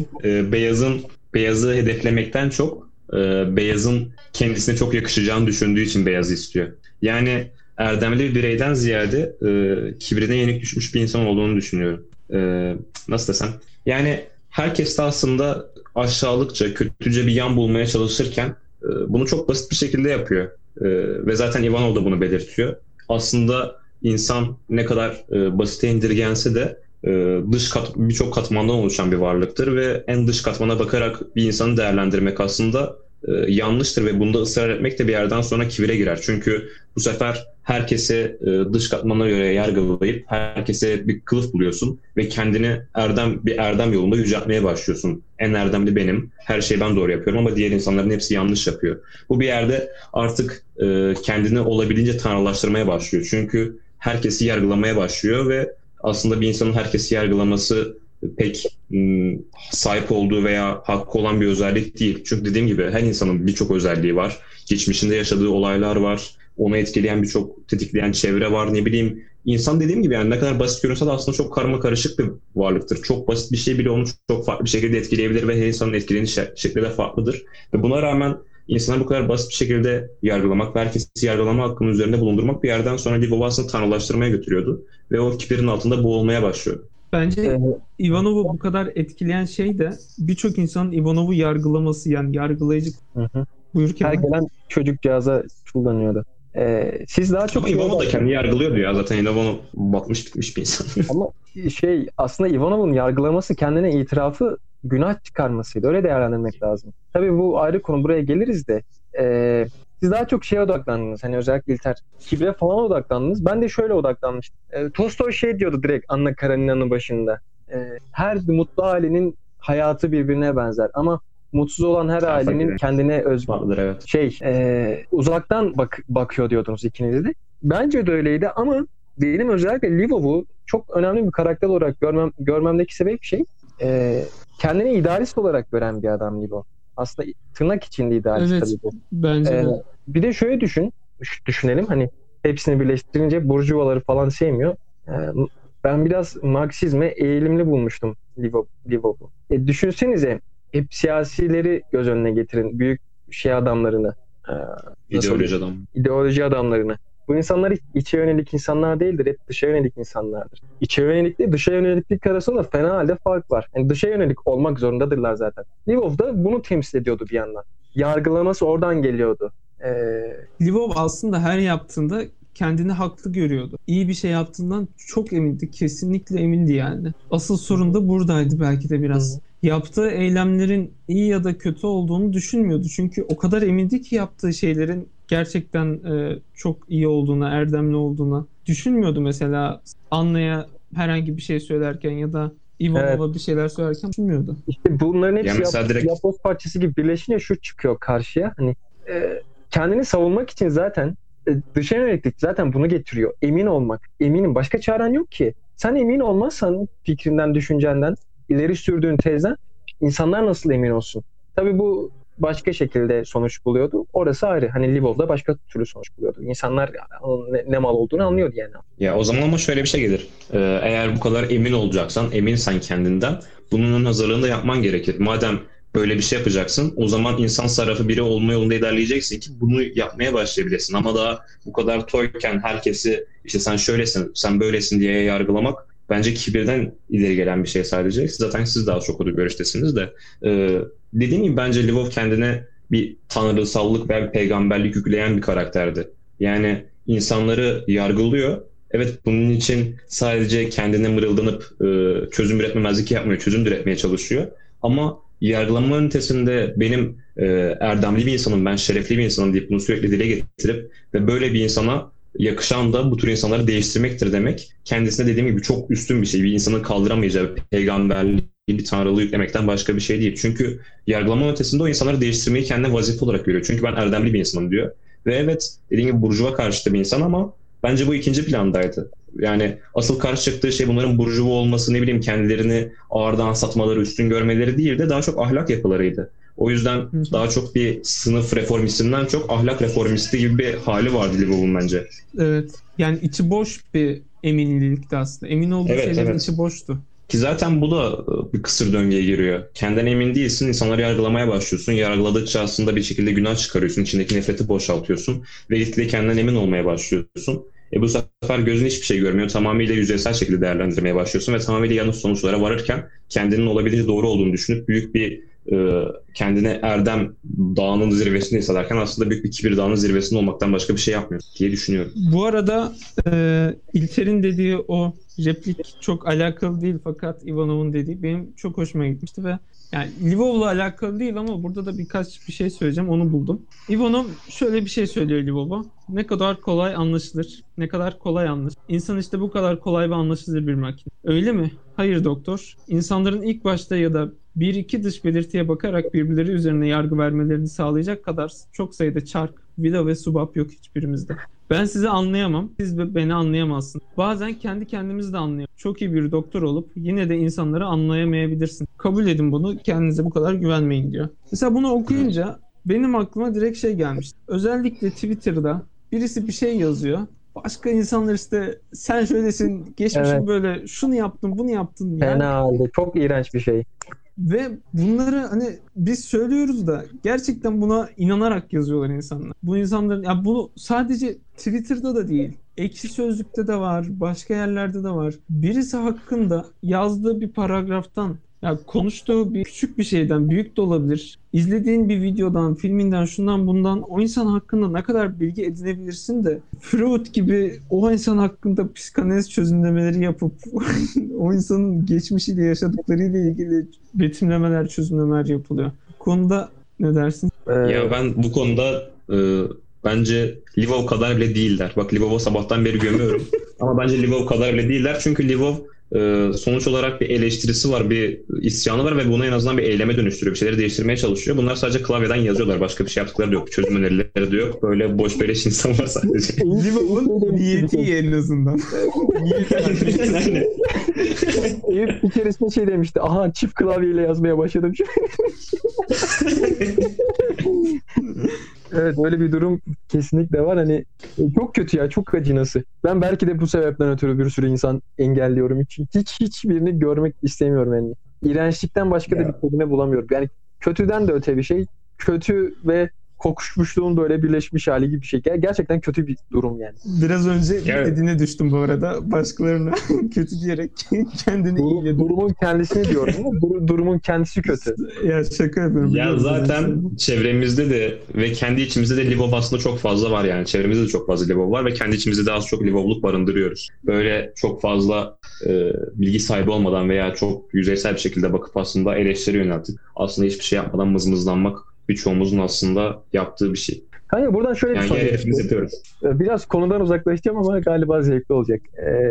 beyazı hedeflemekten çok beyazın kendisine çok yakışacağını düşündüğü için beyazı istiyor. Yani erdemli bir bireyden ziyade kibrine yenik düşmüş bir insan olduğunu düşünüyorum. Nasıl desem? Yani herkes de aslında aşağılıkça, kötüce bir yan bulmaya çalışırken bunu çok basit bir şekilde yapıyor. Ve zaten Ivanov da bunu belirtiyor. Aslında insan ne kadar basite indirgense de birçok katmandan oluşan bir varlıktır ve en dış katmana bakarak bir insanı değerlendirmek aslında yanlıştır ve bunda ısrar etmek de bir yerden sonra kibire girer. Çünkü bu sefer herkese dış katmana göre yargılayıp herkese bir kılıf buluyorsun ve kendini bir erdem yolunda yüceltmeye başlıyorsun. En erdemli benim, her şeyi ben doğru yapıyorum ama diğer insanların hepsi yanlış yapıyor. Bu bir yerde artık kendini olabildiğince tanrılaştırmaya başlıyor. Çünkü herkesi yargılamaya başlıyor ve aslında bir insanın herkesi yargılaması pek sahip olduğu veya hakkı olan bir özellik değil. Çünkü dediğim gibi her insanın birçok özelliği var. Geçmişinde yaşadığı olaylar var. Onu etkileyen birçok tetikleyen çevre var. Ne bileyim insan dediğim gibi yani ne kadar basit görünse de aslında çok karma karışık bir varlıktır. Çok basit bir şey bile onu çok farklı bir şekilde etkileyebilir ve her insanın etkileniş şekli de farklıdır. Ve buna rağmen insanı bu kadar basit bir şekilde yargılamak ve herkesi yargılama hakkının üzerinde bulundurmak bir yerden sonra Lvov'u aslında tanrılaştırmaya götürüyordu. Ve o kibirin altında boğulmaya başlıyordu. Bence Ee, Ivanov'u bu kadar etkileyen şey de birçok insanın Ivanov'u yargılaması, yani yargılayıcı. hı hı. Buyur Her Kemal. gelen çocukcağıza kullanıyordu. Siz daha çok Ama Ivanov da kendi yargılıyordu ya. Zaten Ivanov batmış bitmiş bir insan. ama aslında Ivanov'un yargılaması, kendine itirafı günah çıkarmasıydı. Öyle değerlendirmek lazım. Tabii bu ayrı konu, buraya geliriz de. Siz daha çok şeye odaklandınız. Hani özellikle İlter, kibre falan odaklandınız. Ben de şöyle odaklanmıştım. Tolstoy şey diyordu direkt Anna Karenina'nın başında. Her mutlu ailenin hayatı birbirine benzer ama mutsuz olan her ailenin Farklı. kendine özgü. Vardır evet. Uzaktan bakıyor diyordunuz ikiniz de. Bence de öyleydi ama benim özellikle Lvov'u çok önemli bir karakter olarak görmemdeki sebep kendini idealist olarak gören bir adam Lvov. Aslında tırnak içinde idealist Evet, tabii bu. bence de. Bir de şöyle düşünelim, hani hepsini birleştirince burjuvaları falan sevmiyor. Ben biraz Marksizme eğilimli bulmuştum Lvov'u. Düşünsenize, hep siyasileri göz önüne getirin. Büyük şey adamlarını. İdeoloji adam. İdeoloji adamlarını. Bu insanlar içe yönelik insanlar değildir. Hep dışa yönelik insanlardır. İçe yönelikle dışa yöneliklik arasında fena halde fark var. Yani dışa yönelik olmak zorundadırlar zaten. Lvov da bunu temsil ediyordu bir yandan. Yargılaması oradan geliyordu. Lvov aslında her yaptığında kendini haklı görüyordu. İyi bir şey yaptığından çok emindi. Kesinlikle emindi yani. Asıl sorun da buradaydı belki de biraz. Yaptığı eylemlerin iyi ya da kötü olduğunu düşünmüyordu. Çünkü o kadar emindi ki yaptığı şeylerin gerçekten çok iyi olduğuna, erdemli olduğuna düşünmüyordu. Mesela Anna'ya herhangi bir şey söylerken ya da Ivanov'a bir şeyler söylerken düşünmüyordu. İşte bunların hepsi mesela direkt... yapboz parçası gibi birleşince şu çıkıyor karşıya. Hani kendini savunmak için zaten dışa yöneliklik zaten bunu getiriyor. Emin olmak. Eminim. Başka çaren yok ki. Sen emin olmazsan fikrinden, düşüncenden, ileri sürdüğün tezden insanlar nasıl emin olsun? Tabii bu başka şekilde sonuç buluyordu. Orası ayrı. Hani Lvov da başka türlü sonuç buluyordu. İnsanlar ne mal olduğunu anlıyordu yani. Ya o zaman ama şöyle bir şey gelir. Eğer bu kadar emin olacaksan, eminsen kendinden, bunun hazırlığını da yapman gerekir. Madem böyle bir şey yapacaksın, o zaman insan sarrafı biri olma yolunda ilerleyeceksin ki bunu yapmaya başlayabilirsin. Ama daha bu kadar toyken herkesi işte sen şöylesin, sen böylesin diye yargılamak bence kibirden ileri gelen bir şey sadece. Zaten siz daha çok o görüştesiniz de. Dediğim gibi bence Lvov kendine bir tanrısallık veya bir peygamberlik yükleyen bir karakterdi. Yani insanları yargılıyor. Evet, bunun için sadece kendine mırıldanıp çözüm üretmemezlik yapmıyor, çözüm üretmeye çalışıyor. Ama yargılamanın ötesinde benim erdemli bir insanım, ben şerefli bir insanım deyip bunu sürekli dile getirip ve böyle bir insana yakışan da bu tür insanları değiştirmektir demek. Kendisine dediğim gibi çok üstün bir şey. Bir insanın kaldıramayacağı peygamberliği, bir tanrılığı yüklemekten başka bir şey değil. Çünkü yargılama ötesinde o insanları değiştirmeyi kendine vazife olarak görüyor. Çünkü ben erdemli bir insanım diyor. Ve evet, dediğim gibi burjuva karşıtı bir insan ama bence bu ikinci plandaydı. Yani asıl karşı çıktığı şey bunların burjuva olması, ne bileyim kendilerini ağırdan satmaları, üstün görmeleri değil de daha çok ahlak yapılarıydı. O yüzden daha çok bir sınıf reformistinden çok ahlak reformisti gibi bir hali vardı Lvov'un bence. Evet. Yani içi boş bir eminlilikti aslında. Emin olduğu şeylerin içi boştu. Ki zaten bu da bir kısır döngüye giriyor. Kendinden emin değilsin, insanları yargılamaya başlıyorsun. Yargıladıkça aslında bir şekilde günah çıkarıyorsun. İçindeki nefreti boşaltıyorsun. Ve gitgide kendinden emin olmaya başlıyorsun. Bu sefer gözün hiçbir şey görmüyor. Tamamıyla yüzeysel şekilde değerlendirmeye başlıyorsun. Ve tamamıyla yanlış sonuçlara varırken kendinin olabildiğince doğru olduğunu düşünüp büyük bir kendine erdem dağının zirvesinde hissederken aslında büyük bir kibir dağının zirvesinde olmaktan başka bir şey yapmıyor diye düşünüyorum. Bu arada İlter'in dediği o replik çok alakalı değil fakat Ivanov'un dediği benim çok hoşuma gitmişti ve yani Lvov'la alakalı değil ama burada da birkaç bir şey söyleyeceğim, onu buldum. Ivanov şöyle bir şey söylüyor Lvov'a. Ne kadar kolay anlaşılır. Ne kadar kolay anlaşılır. İnsan işte bu kadar kolay ve anlaşılır bir makine. Öyle mi? Hayır doktor. İnsanların ilk başta ya da bir iki dış belirtiye bakarak birbirleri üzerine yargı vermelerini sağlayacak kadar çok sayıda çark, vida ve subap yok hiçbirimizde. Ben sizi anlayamam, siz beni anlayamazsınız. Bazen kendi kendimizi de anlayamam. Çok iyi bir doktor olup yine de insanları anlayamayabilirsin. Kabul edin bunu, kendinize bu kadar güvenmeyin diyor. Mesela bunu okuyunca benim aklıma direkt şey gelmişti. Özellikle Twitter'da birisi bir şey yazıyor. Başka insanlar işte sen şöylesin, geçmişin böyle şunu yaptın, bunu yaptın. Yani Fena halde. Çok iğrenç bir şey. Ve bunları hani biz söylüyoruz da gerçekten buna inanarak yazıyorlar insanlar. Bu insanların ya bunu sadece Twitter'da da değil, Ekşi Sözlük'te de var, başka yerlerde de var. Birisi hakkında yazdığı bir paragraftan ya konuştuğu bir küçük bir şeyden, büyük de olabilir, İzlediğin bir videodan, filminden, şundan bundan o insan hakkında ne kadar bilgi edinebilirsin de Freud gibi o insan hakkında psikanaliz çözümlemeleri yapıp o insanın geçmişiyle yaşadıklarıyla ilgili betimlemeler, çözümlemeler yapılıyor. Bu konuda ne dersin? Ya ben bu konuda bence Lvov kadar bile değiller. Bak Lvov'u sabahtan beri gömüyorum. Ama bence Lvov kadar bile değiller. Çünkü Lvov sonuç olarak bir eleştirisi var, bir isyanı var ve bunu en azından bir eyleme dönüştürüyor. Bir şeyleri değiştirmeye çalışıyor. Bunlar sadece klavyeden yazıyorlar. Başka bir şey yaptıkları da yok. Çözüm önerileri de yok. Böyle boş beleş insan var sadece. Lvov'un niyeti iyi en azından. Aynen. Eyüp bir keresinde şey demişti. Aha çift klavyeyle yazmaya başladım. Evet, öyle bir durum kesinlikle var. Hani çok kötü ya, çok acınası. Ben belki de bu sebepten ötürü bir sürü insan engelliyorum. Hiçbirini görmek istemiyorum yani. İğrençlikten başka da bir kelime bulamıyorum. Yani kötüden de öte bir şey. Kötü ve kokuşmuşluğun böyle birleşmiş hali gibi bir şey. Gerçekten kötü bir durum yani. Biraz önce dediğine düştüm bu arada. Başkalarına kötü diyerek kendini iyiledin. Durumun kendisini diyorum ama durumun kendisi kötü. Ya şaka yapıyorum. Ya zaten çevremizde de ve kendi içimizde de Lvov aslında çok fazla var yani. Çevremizde de çok fazla Lvov var ve kendi içimizde de az çok Lvov'luk barındırıyoruz. Böyle çok fazla bilgi sahibi olmadan veya çok yüzeysel bir şekilde bakıp aslında eleştiri yöneltip aslında hiçbir şey yapmadan mızmızlanmak birçoğumuzun aslında yaptığı bir şey. Hayır, buradan şöyle bir soru. Yani hepimiz yapıyoruz. Biraz konudan uzaklaşacağım ama galiba zevkli olacak.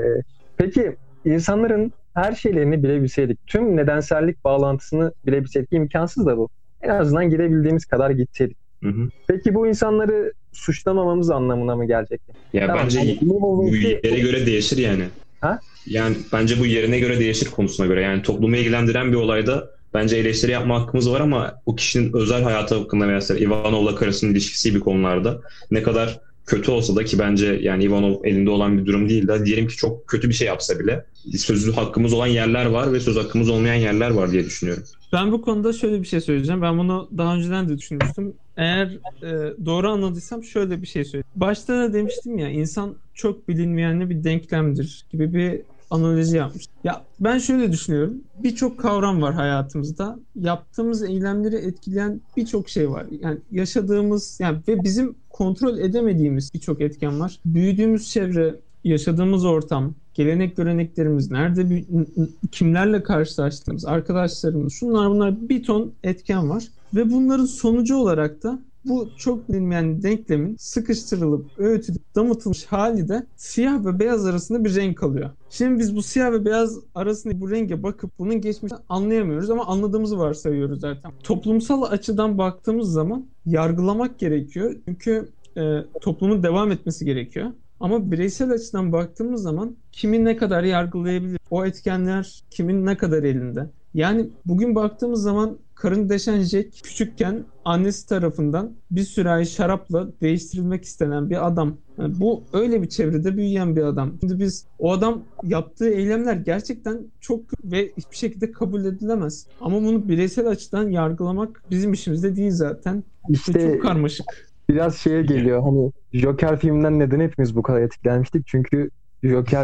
Peki insanların her şeylerini bilebilseydik, tüm nedensellik bağlantısını bilebilseydik, imkansız da bu. En azından gidebildiğimiz kadar gitseydik. Hı. Peki bu insanları suçlamamamız anlamına mı gelecek? Ya tamam, bence bu yere göre değişir yani. Ha? Yani bence bu yerine göre değişir, konusuna göre. Yani toplumu ilgilendiren bir olayda bence eleştiri yapma hakkımız var ama o kişinin özel hayatı hakkında mesela Ivanov'la karısının ilişkisi gibi konularda ne kadar kötü olsa da, ki bence yani Ivanov elinde olan bir durum değil de diyelim ki çok kötü bir şey yapsa bile söz hakkımız olan yerler var ve söz hakkımız olmayan yerler var diye düşünüyorum. Ben bu konuda şöyle bir şey söyleyeceğim. Ben bunu daha önceden de düşünmüştüm. Eğer doğru anladıysam şöyle bir şey söyleyeyim. Başta da demiştim ya, insan çok bilinmeyenli bir denklemdir gibi bir analoji yapmış. Ya ben şöyle düşünüyorum. Birçok kavram var hayatımızda. Yaptığımız eylemleri etkileyen birçok şey var. Yani yaşadığımız ve bizim kontrol edemediğimiz birçok etken var. Büyüdüğümüz çevre, yaşadığımız ortam, gelenek göreneklerimiz, nerede kimlerle karşılaştığımız, arkadaşlarımız, şunlar bunlar bir ton etken var. Ve bunların sonucu olarak da bu çok bilinmeyen denklemin sıkıştırılıp, öğütülüp, damıtılmış hali de siyah ve beyaz arasında bir renk alıyor. Şimdi biz bu siyah ve beyaz arasındaki bu renge bakıp bunun geçmişini anlayamıyoruz ama anladığımızı varsayıyoruz zaten. Toplumsal açıdan baktığımız zaman yargılamak gerekiyor. Çünkü toplumun devam etmesi gerekiyor. Ama bireysel açıdan baktığımız zaman kimin ne kadar yargılayabilir? O etkenler kimin ne kadar elinde? Yani bugün baktığımız zaman Karın deşen Jack küçükken annesi tarafından bir sürahi şarapla değiştirilmek istenen bir adam. Yani bu öyle bir çevrede büyüyen bir adam. Şimdi biz o adam yaptığı eylemler gerçekten çok ve hiçbir şekilde kabul edilemez. Ama bunu bireysel açıdan yargılamak bizim işimizde değil zaten. İşte çok karmaşık. Biraz şeye geliyor, hani Joker filminden neden hepimiz bu kadar etkilenmiştik? Çünkü Joker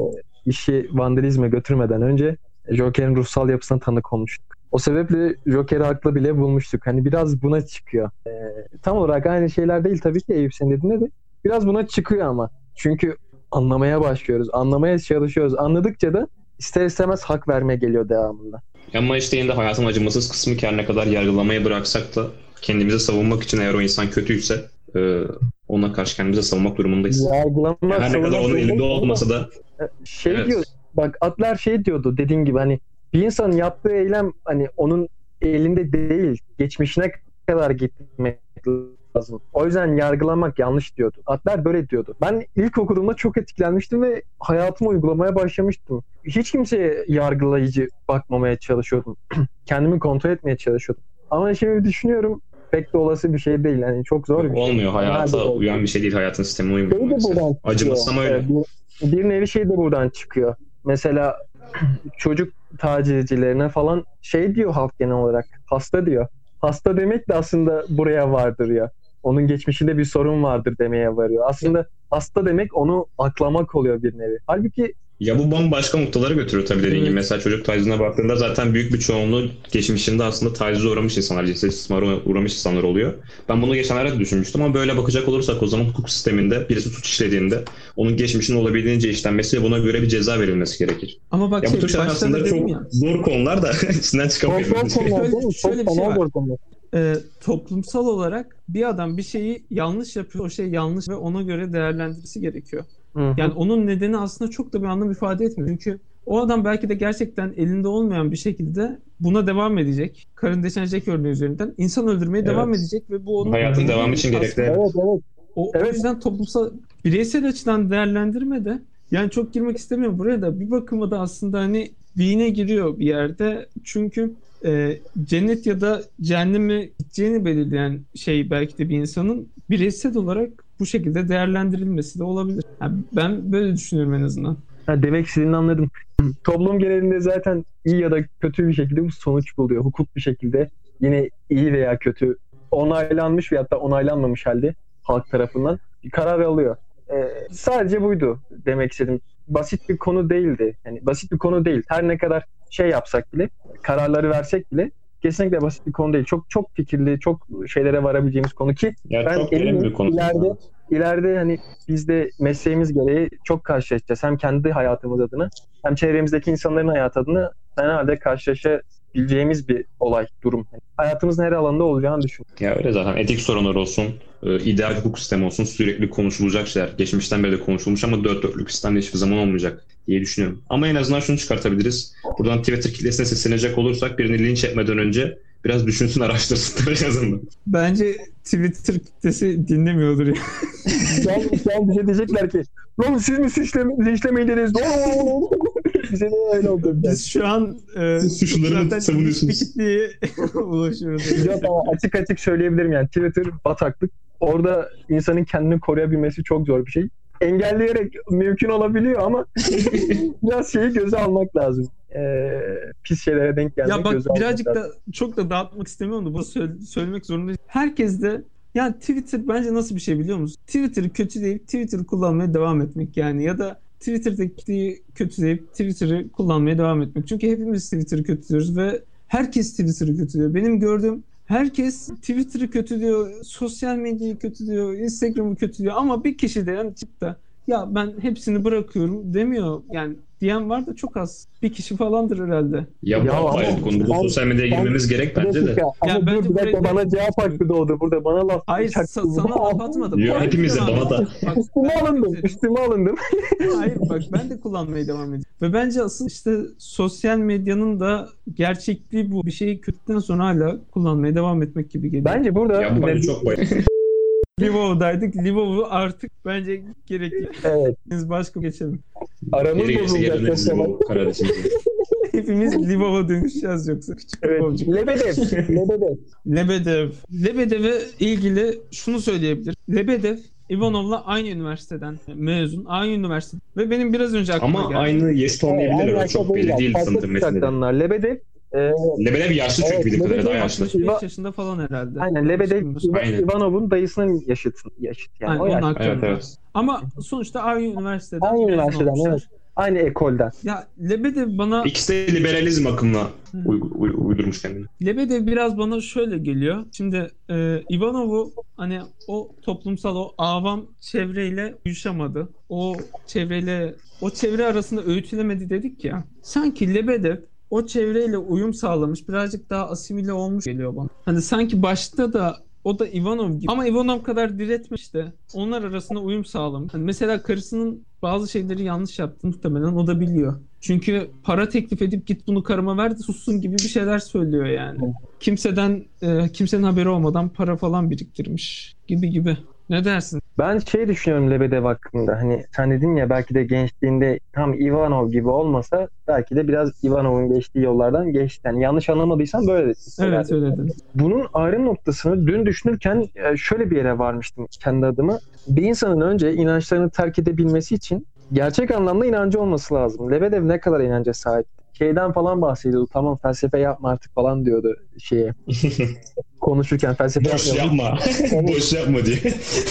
işi vandalizme götürmeden önce Joker'in ruhsal yapısına tanık olmuştuk. O sebeple Joker'i haklı bile bulmuştuk. Hani biraz buna çıkıyor. Tam olarak aynı şeyler değil tabii ki, Eyüp senin dediğinde de. Biraz buna çıkıyor ama. Çünkü anlamaya başlıyoruz. Anlamaya çalışıyoruz. Anladıkça da ister istemez hak vermeye geliyor devamında. Ama işte yine de hayatın acımasız kısmı ki her ne kadar yargılamayı bıraksak da kendimizi savunmak için eğer o insan kötüyse ona karşı kendimizi savunmak durumundayız. Yargılama, her ne kadar onun elinde olmasa da evet. Diyor, bak Adler diyordu dediğin gibi, hani bir insanın yaptığı eylem hani onun elinde değil, geçmişine kadar gitmek lazım. O yüzden yargılamak yanlış diyordu. Adler böyle diyordu. Ben ilk okuduğumda çok etkilenmiştim ve hayatıma uygulamaya başlamıştım. Hiç kimseye yargılayıcı bakmamaya çalışıyordum. Kendimi kontrol etmeye çalışıyordum. Ama şimdi düşünüyorum, pek de olası bir şey değil. Yani çok zor bir şey. Olmuyor. Hayata uyan bir şey değil. Hayatın sistemine uymuyor. Acımasız ama öyle. Bir nevi şey de buradan çıkıyor. Mesela çocuk tacizcilerine falan şey diyor halk genel olarak. Hasta diyor. Hasta demek de aslında buraya vardır ya. Onun geçmişinde bir sorun vardır demeye varıyor. Aslında hasta demek onu aklamak oluyor bir nevi. Halbuki Ya bu bambaşka noktalara götürüyor tabii dediğin gibi. Evet. Mesela çocuk tacizine baktığında zaten büyük bir çoğunluğu geçmişinde aslında tacize uğramış insanlar, cinsel istismara uğramış insanlar oluyor. Ben bunu geçenlerde de düşünmüştüm ama böyle bakacak olursak o zaman hukuk sisteminde birisi suç işlediğinde onun geçmişinin olabildiğince işlenmesi ve buna göre bir ceza verilmesi gerekir. Ama bak Ya bu tür şeyler başta da aslında dedim çok ya. zor konular da içinden çıkamıyoruz. Şöyle bir şey var. zor konular. Toplumsal olarak bir adam bir şeyi yanlış yapıyor. O şey yanlış ve ona göre değerlendirmesi gerekiyor. Hı-hı. Yani onun nedeni aslında çok da bir anlam ifade etmiyor. Çünkü o adam belki de gerçekten elinde olmayan bir şekilde buna devam edecek. Karın deşen Jack örneği üzerinden insan öldürmeye devam Evet. edecek ve bu onun Hayatın devamı için gerekli. Evet. O Evet. yüzden toplumsal bireysel açıdan değerlendirme de yani çok girmek istemiyorum buraya da bir bakıma da aslında hani dine giriyor bir yerde. Çünkü cennet ya da cehenneme gideceğini belirleyen şey belki de bir insanın bireysel olarak bu şekilde değerlendirilmesi de olabilir. Yani ben böyle düşünüyorum en azından. Demek istediğini anladım. Toplum genelinde zaten iyi ya da kötü bir şekilde bu sonuç buluyor. Hukuk bir şekilde yine iyi veya kötü onaylanmış veyahut da onaylanmamış halde halk tarafından bir karar alıyor. Sadece buydu demek istedim. Basit bir konu değildi. Yani basit bir konu değil. Her ne kadar şey yapsak bile, kararları versek bile kesinlikle basit bir konu değil. Çok çok fikirli, çok şeylere varabileceğimiz konu ki Ya ben çok derin bir konu. ileride hani biz de mesleğimiz gereği çok karşılaşacağız. Hem kendi hayatımız adına hem çevremizdeki insanların hayatı adına herhalde karşılaşabileceğimiz bir olay, durum. Yani hayatımızın her alanında olacağını düşünüyorum. Ya öyle zaten etik sorunlar olsun, ideal hukuk sistemi olsun sürekli konuşulacak şeyler. Geçmişten beri de konuşulmuş ama dört dörtlük sistemde hiçbir zaman olmayacak diye düşünüyorum. Ama en azından şunu çıkartabiliriz. Buradan Twitter kitlesine seslenecek olursak birini linç etmeden önce biraz düşünsün, araştırsın en azından. Bence Twitter kitlesi dinlemiyordur ya. Sen bize diyecekler ki lan siz mi linçlemeyin dediniz? Bize de öyle oldu. Biz şu an Suçluları mı zaten savunuyorsunuz? bir kitleye ulaşıyoruz. Yok ama açık açık söyleyebilirim yani Twitter bataklık. Orada insanın kendini koruyabilmesi çok zor bir şey. Engelleyerek mümkün olabiliyor ama biraz şeyi göze almak lazım. Pis şeylere denk gelmek Ya bak göze almak birazcık lazım. da çok da dağıtmak istemiyorum da bunu söylemek zorundayım. Herkes de yani Twitter bence nasıl bir şey biliyor musun? Twitter'ı kötüleyip Twitter'ı kullanmaya devam etmek yani ya da Twitter'daki kötüleyip Twitter'ı kullanmaya devam etmek. Çünkü hepimiz Twitter'ı kötülüyoruz ve herkes Twitter'ı kötülüyor. Benim gördüğüm herkes Twitter'ı kötülüyor, sosyal medyayı kötülüyor, Instagram'ı kötülüyor ama bir kişi de yani çıkıp da ya ben hepsini bırakıyorum demiyor. Yani diyen var da çok az. Bir kişi falandır herhalde. Ya bu Ya apayrı bir konu. Bu sosyal medyaya girmemiz gerek bence de. Ama Ya bence bir dakika burayı- bana cevap hakkı doğdu burada. Bana laf Hayır çaktı. sana laf atmadım. Yo, hepimize, bana da. Bak, Üstüme alındım. Hayır bak ben de kullanmaya devam ediyorum. Ve bence asıl işte sosyal medyanın da gerçekliği bu. Bir şeyi kötüden sonra hala kullanmaya devam etmek gibi geliyor. Bence burada Ya bu bence çok bayağı. Livov'daydık. Livov'u artık bence gerekli. evet, Biz başka geçelim. aramız Geri gelirse bozulacak geri Kemal. bu kardeşimiz. Hepimiz Livov'a dönüşeceğiz yoksa. Küçük Evet. Livov'cuk. Lebedev. Lebedev'e ilgili şunu söyleyebilir. Lebedev Ivanov'la aynı üniversiteden mezun. Aynı üniversite. Ve benim biraz önce aklıma Ama geldi. aynı yaş tonlayabilirler. O Aynı çok belli değil Farklı sanırım metinleri. kuşaktanlar. Lebedev Lebedev yaşlı çünkü Evet, bildiğim kadarıyla daha Lebedev yaşlı. 65 yaşında falan herhalde. aynen Lebedev Aynen. Ivanov'un dayısının yaşıt yani. Aynen, O onun yaş. aktarında. Evet evet. Ama sonuçta aynı üniversiteden Aynı mezun üniversiteden, olmuşlar. evet. Aynı ekolden. Ya Lebedev bana İkisi de liberalizm akımına uydurmuş kendini. Lebedev biraz bana şöyle geliyor. Şimdi Ivanov'u hani o toplumsal o avam çevreyle uyuşamadı. O çevre arasında öğütülemedi dedik ya. Sanki Lebedev o çevreyle uyum sağlamış, birazcık daha asimile olmuş geliyor bana. Hani sanki başta da o da Ivanov gibi. Ama Ivanov kadar diretmiş de onlar arasında uyum sağlamış. Hani mesela karısının bazı şeyleri yanlış yaptı muhtemelen o da biliyor. Çünkü para teklif edip git bunu karıma ver de sussun gibi bir şeyler söylüyor yani. Kimsenin haberi olmadan para falan biriktirmiş gibi. Ne dersin? Ben düşünüyorum Lebedev hakkında. Hani sen dedin ya belki de gençliğinde tam Ivanov gibi olmasa belki de biraz Ivanov'un geçtiği yollardan geçti. Yani yanlış anlamadıysam böyle dedin. Evet öyle dedim. Bunun ayrım noktasını dün şöyle bir yere varmıştım kendi adıma. Bir insanın önce inançlarını terk edebilmesi için gerçek anlamda inancı olması lazım. Lebedev ne kadar inanca sahip? Şeyden falan bahsediyordu. Tamam felsefe yapma artık falan diyordu şeye. Konuşurken felsefe Boş yapmıyorum. yapma. Boş yapma diye.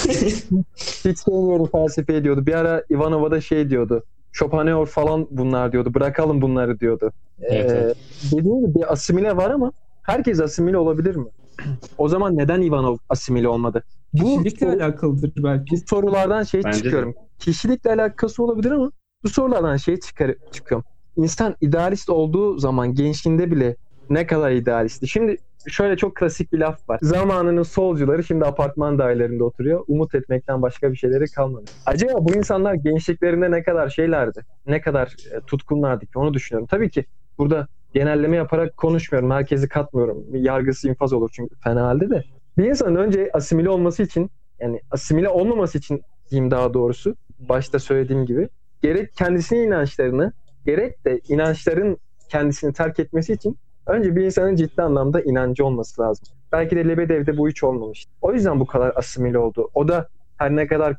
Hiç sevmiyorum felsefeyi diyordu. Bir ara Ivanova'da şey diyordu. Schopenhauer falan bunlar diyordu. Bırakalım bunları diyordu. Evet. Dediğim gibi bir asimile var ama herkes asimile olabilir mi? O zaman neden Ivanov asimile olmadı? Kişilikle alakalıdır belki. Bu sorulardan Bence de. çıkıyorum. Kişilikle alakası olabilir ama bu sorulardan çıkıyorum. İnsan idealist olduğu zaman gençliğinde bile ne kadar idealistti. Şimdi şöyle çok klasik bir laf var. Zamanının solcuları şimdi apartman dairelerinde oturuyor. Umut etmekten başka bir şeyleri kalmadı. Acaba bu insanlar gençliklerinde ne kadar şeylerdi? Ne kadar tutkunlardı ki? Onu düşünüyorum. Tabii ki burada genelleme yaparak konuşmuyorum. Herkesi katmıyorum. Yargısı infaz olur çünkü fena halde de. Bir insanın önce asimile olması için, yani asimile olmaması için diyeyim daha doğrusu, başta söylediğim gibi, gerek kendisinin inançlarını gerek de inançların kendisini terk etmesi için önce bir insanın ciddi anlamda inancı olması lazım. Belki de Lebedev'de bu hiç olmamış. O yüzden bu kadar asimile oldu. O da her ne kadar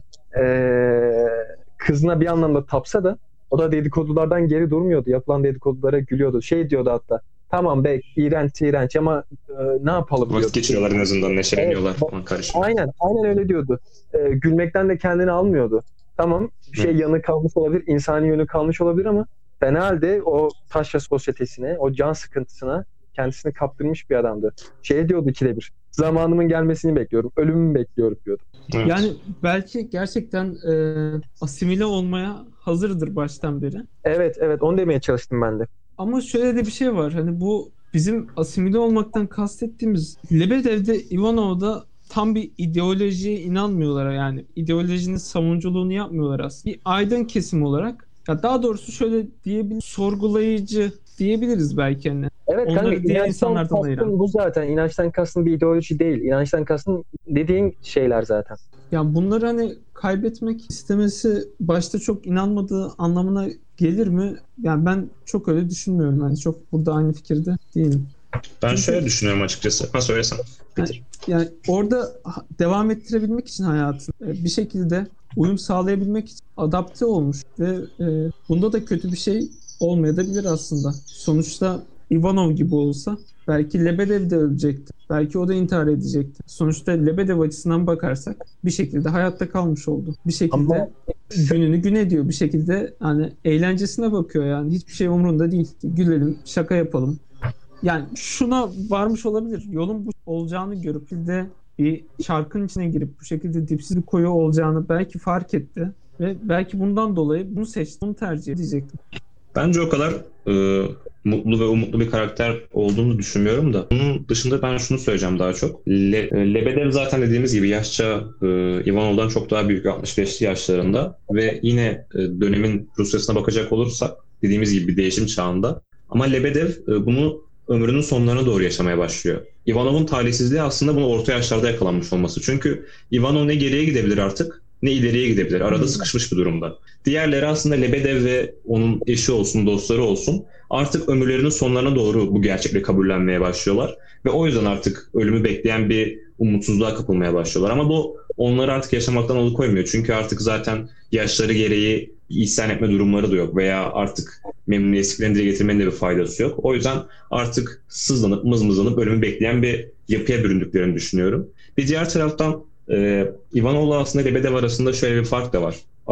kızına bir anlamda tapsa da o da dedikodulardan geri durmuyordu. Yapılan dedikodulara gülüyordu. Şey diyordu hatta, tamam be iğrenç ama ne yapalım diyordu. Vakit geçiriyorlar en azından, neşeleniyorlar Evet, falan karışıyor. Aynen öyle diyordu. Gülmekten de kendini almıyordu. Tamam bir şey yanı kalmış olabilir, insani yönü kalmış olabilir ama fena halde o taşra sosyetesine, o can sıkıntısına kendisini kaptırmış bir adamdı. Şey diyordu ikide bir, zamanımın gelmesini bekliyorum, ölümümü bekliyorum diyordu. Evet. Yani belki gerçekten asimile olmaya hazırdır baştan beri. Evet onu demeye çalıştım ben de. Ama şöyle de bir şey var. Hani bu bizim asimile olmaktan kastettiğimiz Lebedev'de, Ivanov'da tam bir ideolojiye inanmıyorlar yani. İdeolojinin savunuculuğunu yapmıyorlar aslında. Bir aydın kesim olarak, ya daha doğrusu şöyle diyebiliriz, sorgulayıcı diyebiliriz belki hani. Evet Onları kanka, diğer inançtan insanlardan ayıran. kastın bu zaten. İnançtan kastın bir ideoloji değil. İnançtan kastın dediğin şeyler zaten. Yani bunları hani kaybetmek istemesi başta çok inanmadığı anlamına gelir mi? Yani ben çok öyle düşünmüyorum. Yani çok burada aynı fikirde değilim. Ben Çünkü şöyle düşünüyorum açıkçası. Ha söylesen. yani orada devam ettirebilmek için hayatını bir şekilde uyum sağlayabilmek için adapte olmuş ve bunda da kötü bir şey olmayabilir aslında. Sonuçta Ivanov gibi olsa belki Lebedev de ölecekti. Belki o da intihar edecekti. Sonuçta Lebedev açısından bakarsak bir şekilde hayatta kalmış oldu. Bir şekilde Ama gününü gün ediyor. Bir şekilde hani eğlencesine bakıyor yani. Hiçbir şey umurunda değil. Gülelim, şaka yapalım. Yani şuna varmış olabilir. Yolun bu olacağını görüp de bir çarkın içine girip bu şekilde dipsiz bir koyu olacağını belki fark etti. Ve belki bundan dolayı bunu seçti, bunu tercih edecektim. Bence o kadar mutlu ve umutlu bir karakter olduğunu düşünmüyorum da. Bunun dışında ben şunu söyleyeceğim daha çok. Lebedev zaten dediğimiz gibi yaşça Ivanov'dan çok daha büyük, 65'li yaşlarında ve yine dönemin Rusya'sına bakacak olursak dediğimiz gibi bir değişim çağında. Ama Lebedev bunu ömrünün sonlarına doğru yaşamaya başlıyor. Ivanov'un talihsizliği aslında bunu orta yaşlarda yakalanmış olması. Çünkü Ivanov ne geriye gidebilir artık ne ileriye gidebilir. Arada sıkışmış bir durumda. Diğerleri aslında Lebedev ve onun eşi olsun, dostları olsun artık ömürlerinin sonlarına doğru bu gerçekle kabullenmeye başlıyorlar. Ve o yüzden artık ölümü bekleyen bir umutsuzluğa kapılmaya başlıyorlar. Ama bu onları artık yaşamaktan alıkoymuyor. Çünkü artık zaten yaşları gereği isyan etme durumları da yok. Veya artık memnuniyetsizliklerini dile getirmenin de bir faydası yok. O yüzden artık sızlanıp mızmızlanıp ölümü bekleyen bir yapıya büründüklerini düşünüyorum. Bir diğer taraftan Ivanov'la aslında Lebedev arasında şöyle bir fark da var.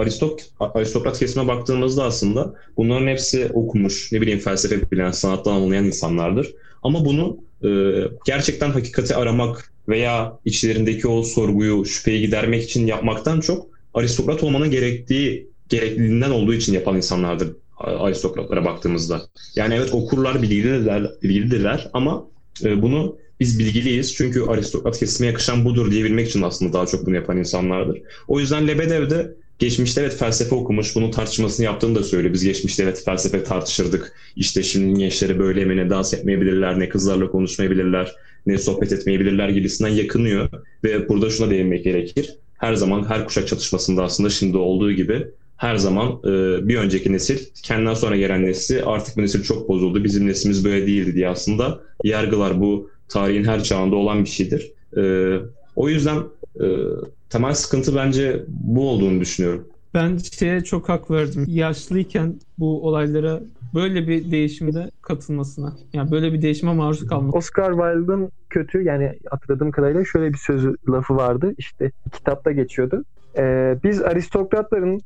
Aristokrat kesime baktığımızda aslında bunların hepsi okumuş, ne bileyim felsefe bilen, sanattan anlayan insanlardır. Ama bunu gerçekten hakikati aramak veya içlerindeki o sorguyu, şüpheyi gidermek için yapmaktan çok aristokrat olmanın gerekliliğinden olduğu için yapan insanlardır aristokratlara baktığımızda. Yani evet okurlar, bilgilidirler ama bunu biz bilgiliyiz çünkü aristokrat kesime yakışan budur diyebilmek için aslında daha çok bunu yapan insanlardır. O yüzden Lebedev de geçmişte evet felsefe okumuş, bunun tartışmasını yaptığını da söylüyor. Biz geçmişte evet felsefe tartışırdık. İşte şimdinin gençleri böyle mi, ne dans etmeyebilirler, ne kızlarla konuşmayabilirler, ne sohbet etmeyebilirler gibisinden yakınıyor. Ve burada şuna değinmek gerekir. Her zaman her kuşak çatışmasında aslında şimdi olduğu gibi her zaman bir önceki nesil, kendinden sonra gelen nesli artık bu nesil çok bozuldu, bizim neslimiz böyle değildi diye aslında yargılar. Bu tarihin her çağında olan bir şeydir. O yüzden temel sıkıntı bence bu olduğunu düşünüyorum. Ben şeye çok hak verdim. Yaşlıyken bu olaylara böyle bir değişimde katılmasına. Yani böyle bir değişime maruz kalması. Oscar Wilde'ın kötü, yani hatırladığım kadarıyla şöyle bir sözü, lafı vardı. İşte kitapta geçiyordu. Biz aristokratların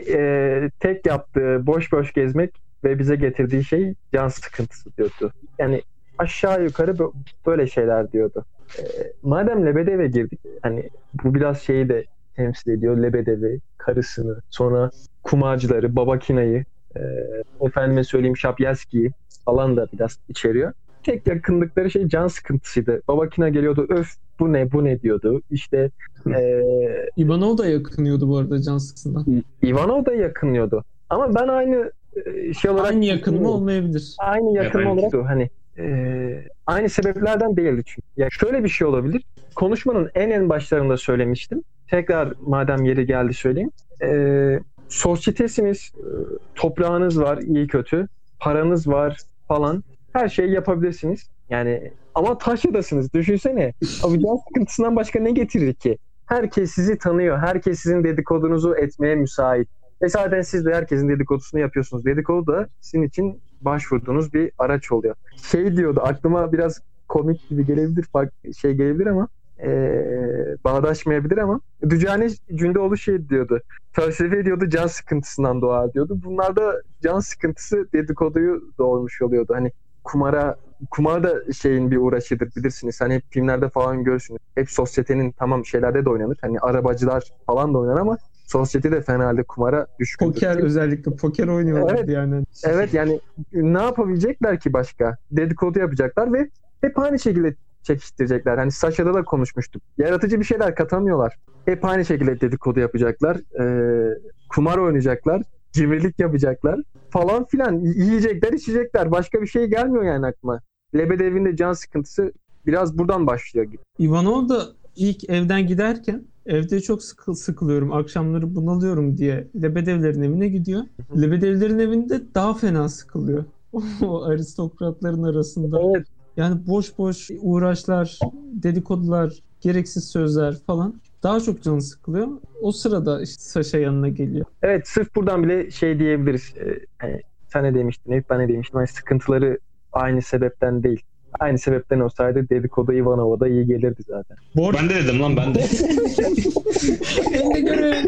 tek yaptığı boş boş gezmek ve bize getirdiği şey can sıkıntısı diyordu. Yani aşağı yukarı böyle şeyler diyordu. Madem Lebedev'e girdik, hani bu biraz şeyi de temsil ediyor. Lebedev'i, karısını, sonra kumarcıları, Babakina'yı, efendime söyleyeyim Şapyelski'yi falan da biraz içeriyor. Tek yakınlıkları şey can sıkıntısıydı. Babakina geliyordu, öf bu ne bu ne diyordu. İşte Ivanov da yakınıyordu bu arada can sıkısından. Ivanov da yakınıyordu. Ama ben aynı şey olarak... Aynı yakın mı olmayabilir? Aynı yakın Evet, olarak hani aynı sebeplerden değildi çünkü. Ya şöyle bir şey olabilir. Konuşmanın en başlarında söylemiştim. Tekrar madem yeri geldi söyleyeyim. Sosyetesiniz, toprağınız var iyi kötü, paranız var falan. Her şeyi yapabilirsiniz. Yani ama Taşya'dasınız. Düşünsene. Abi can sıkıntısından başka ne getirir ki? Herkes sizi tanıyor. Herkes sizin dedikodunuzu etmeye müsait. Ve zaten siz de herkesin dedikodusunu yapıyorsunuz. Dedikodu da sizin için başvurduğunuz bir araç oluyor. Şey diyordu, aklıma biraz komik gibi gelebilir, şey gelebilir ama bağdaşmayabilir ama Dücane Cündoğlu şey diyordu. Felsefe diyordu can sıkıntısından doğar diyordu. Bunlar da can sıkıntısı dedikoduyu doğurmuş oluyordu. Hani kumar da şeyin bir uğraşıdır bilirsiniz. Hani hep filmlerde falan görürsünüz. Hep sosyetenin tamam şeylerde de oynanır. Hani arabacılar falan da oynar ama sosyete de fena halde kumara düşkündür. Poker, özellikle poker oynuyorlar evet, yani. Evet yani ne yapabilecekler ki başka? Dedikodu yapacaklar ve hep aynı şekilde çekiştirecekler. Hani Saşa'da da konuşmuştuk. Yaratıcı bir şeyler katamıyorlar. Hep aynı şekilde dedikodu yapacaklar. Kumar oynayacaklar. Cimrilik yapacaklar. Falan filan. Yiyecekler, içecekler. Başka bir şey gelmiyor yani aklıma. Lebedev'in de can sıkıntısı biraz buradan başlıyor gibi. Ivanov da ilk evden giderken evde çok sıkılıyorum, akşamları bunalıyorum diye Lebedevlerin evine gidiyor. Lebedevlerin evinde daha fena sıkılıyor. O aristokratların arasında. Evet. Yani boş boş uğraşlar, dedikodular, gereksiz sözler falan. Daha çok canı sıkılıyor. O sırada işte Saşa yanına geliyor. Evet, sırf buradan bile şey diyebiliriz. Hani sen ne demiştin, hep ben ne demiştim. Hani sıkıntıları aynı sebepten değil. Aynı sebepten olsaydı dedikodu Ivanov'a da iyi gelirdi zaten. Ben de dedim lan ben de. Ben de görüyorum.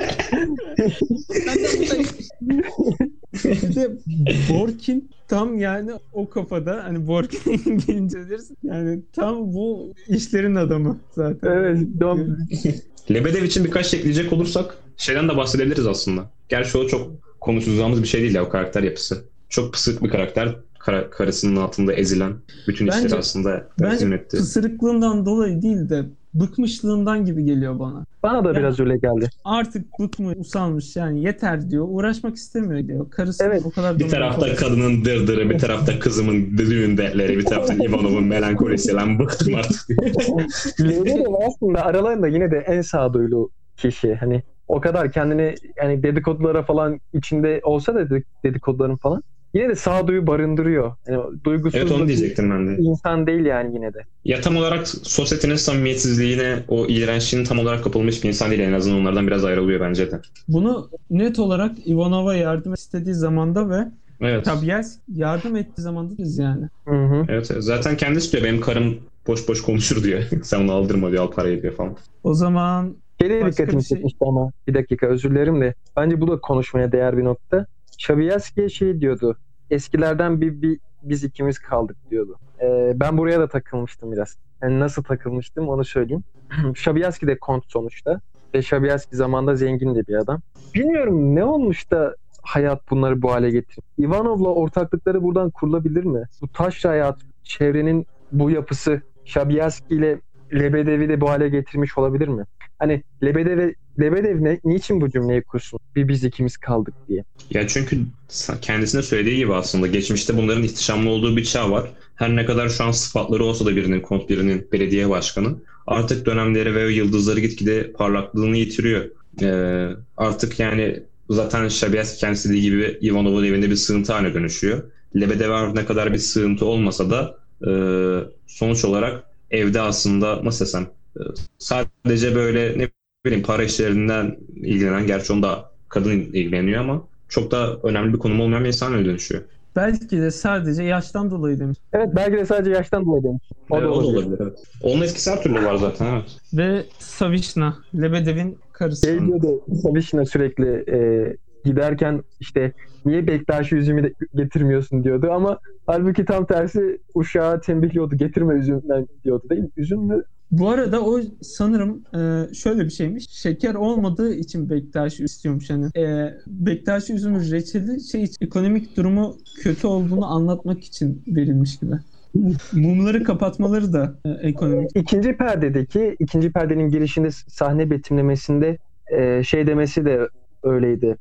Bir de Borkin tam yani o kafada, hani Borkin'e gelince dersin yani tam bu işlerin adamı zaten. Evet. Lebedev için birkaç ekleyecek olursak şeyden de bahsedebiliriz aslında. Gerçi o çok konuşacağımız bir şey değil ya, o karakter yapısı. Çok pısırık bir karakter. Karısının altında ezilen, bütün işleri aslında yönetti. Pısırıklığından dolayı değil de bıkmışlığından gibi geliyor bana. Bana da biraz öyle geldi. Artık bıkmış, usanmış yani yeter diyor. Uğraşmak istemiyor diyor. Karısı evet. o kadar bir tarafta kadının dırdırı, bir tarafta kızımın düğün dertleri, bir tarafta Ivanov'un melankolisi. Lan bıktım artık. Lebedev aslında aralarında yine de en sağduyulu kişi. Hani o kadar kendini yani dedikodulara falan içinde olsa da dedikoduların falan yine de sağduyu barındırıyor. Yani duygusuz evet, onu diyecektim ben de. İnsan değil yani yine de. Ya tam olarak sosyetenin samimiyetsizliğine, o iğrençliğine tam olarak kapılmış bir insan değil. En azından onlardan biraz ayrılıyor bence de. Bunu net olarak Ivanov'a yardım istediği zamanda ve evet. Tabyelsk yardım ettiği zamanda biz yani. Hı-hı. Evet, zaten kendisi diyor benim karım boş boş konuşur diyor. Sen onu aldırma diyor, al parayı diyor falan. O zaman dikkatimi çekmişti ama bir dakika özür dilerim de bence bu da konuşmaya değer bir nokta. Şabiyeski'ye şey diyordu. Eskilerden biz ikimiz kaldık diyordu. Ben buraya da takılmıştım biraz. Yani nasıl takılmıştım onu söyleyeyim. Şabiyeski de kont sonuçta. Ve Şabiyeski zamanında zengin de bir adam. Bilmiyorum ne olmuş da hayat bunları bu hale getirdi. Ivanov'la ortaklıkları buradan kurulabilir mi? Bu taş hayat, çevrenin bu yapısı Şabiyeski ile Lebedev'i de bu hale getirmiş olabilir mi? Hani Lebedev niçin bu cümleyi kursun? Biz ikimiz kaldık diye. Ya çünkü kendisine söylediği gibi aslında geçmişte bunların ihtişamlı olduğu bir çağ var. Her ne kadar şu an sıfatları olsa da birinin kont, birinin belediye başkanı, artık dönemleri ve yıldızları gitgide parlaklığını yitiriyor. Artık yani zaten Şabiyeski kendisi dediği gibi Ivanov'un evinde bir sığıntı haline dönüşüyor. Lebedev ne kadar bir sığıntı olmasa da sonuç olarak evde aslında nasıl desem sadece böyle ne bileyim para işlerinden ilgilenen, gerçi onu da kadın ilgileniyor ama çok da önemli bir konum olmayan bir insan öyle dönüşüyor. Belki de sadece yaştan dolayı demiş. Evet, belki de sadece yaştan dolayı demiş. O da olabilir. Evet. Onun etkisi her türlü var zaten. Evet. Ve Savishna, Lebedev'in karısı. Şey diyordu Savishna sürekli giderken işte niye Bektaş üzümü de getirmiyorsun diyordu ama halbuki tam tersi uşağı tembihliyordu. Getirme üzümden diyordu değil mi? Üzüm mü? Bu arada o sanırım şöyle bir şeymiş. Şeker olmadığı için Bektaş istiyormuş hani. Bektaş üzümü reçeli ekonomik durumu kötü olduğunu anlatmak için verilmiş gibi. Mumları kapatmaları da ekonomik. İkinci perdenin girişinde sahne betimlemesinde şey demesi de öyleydi.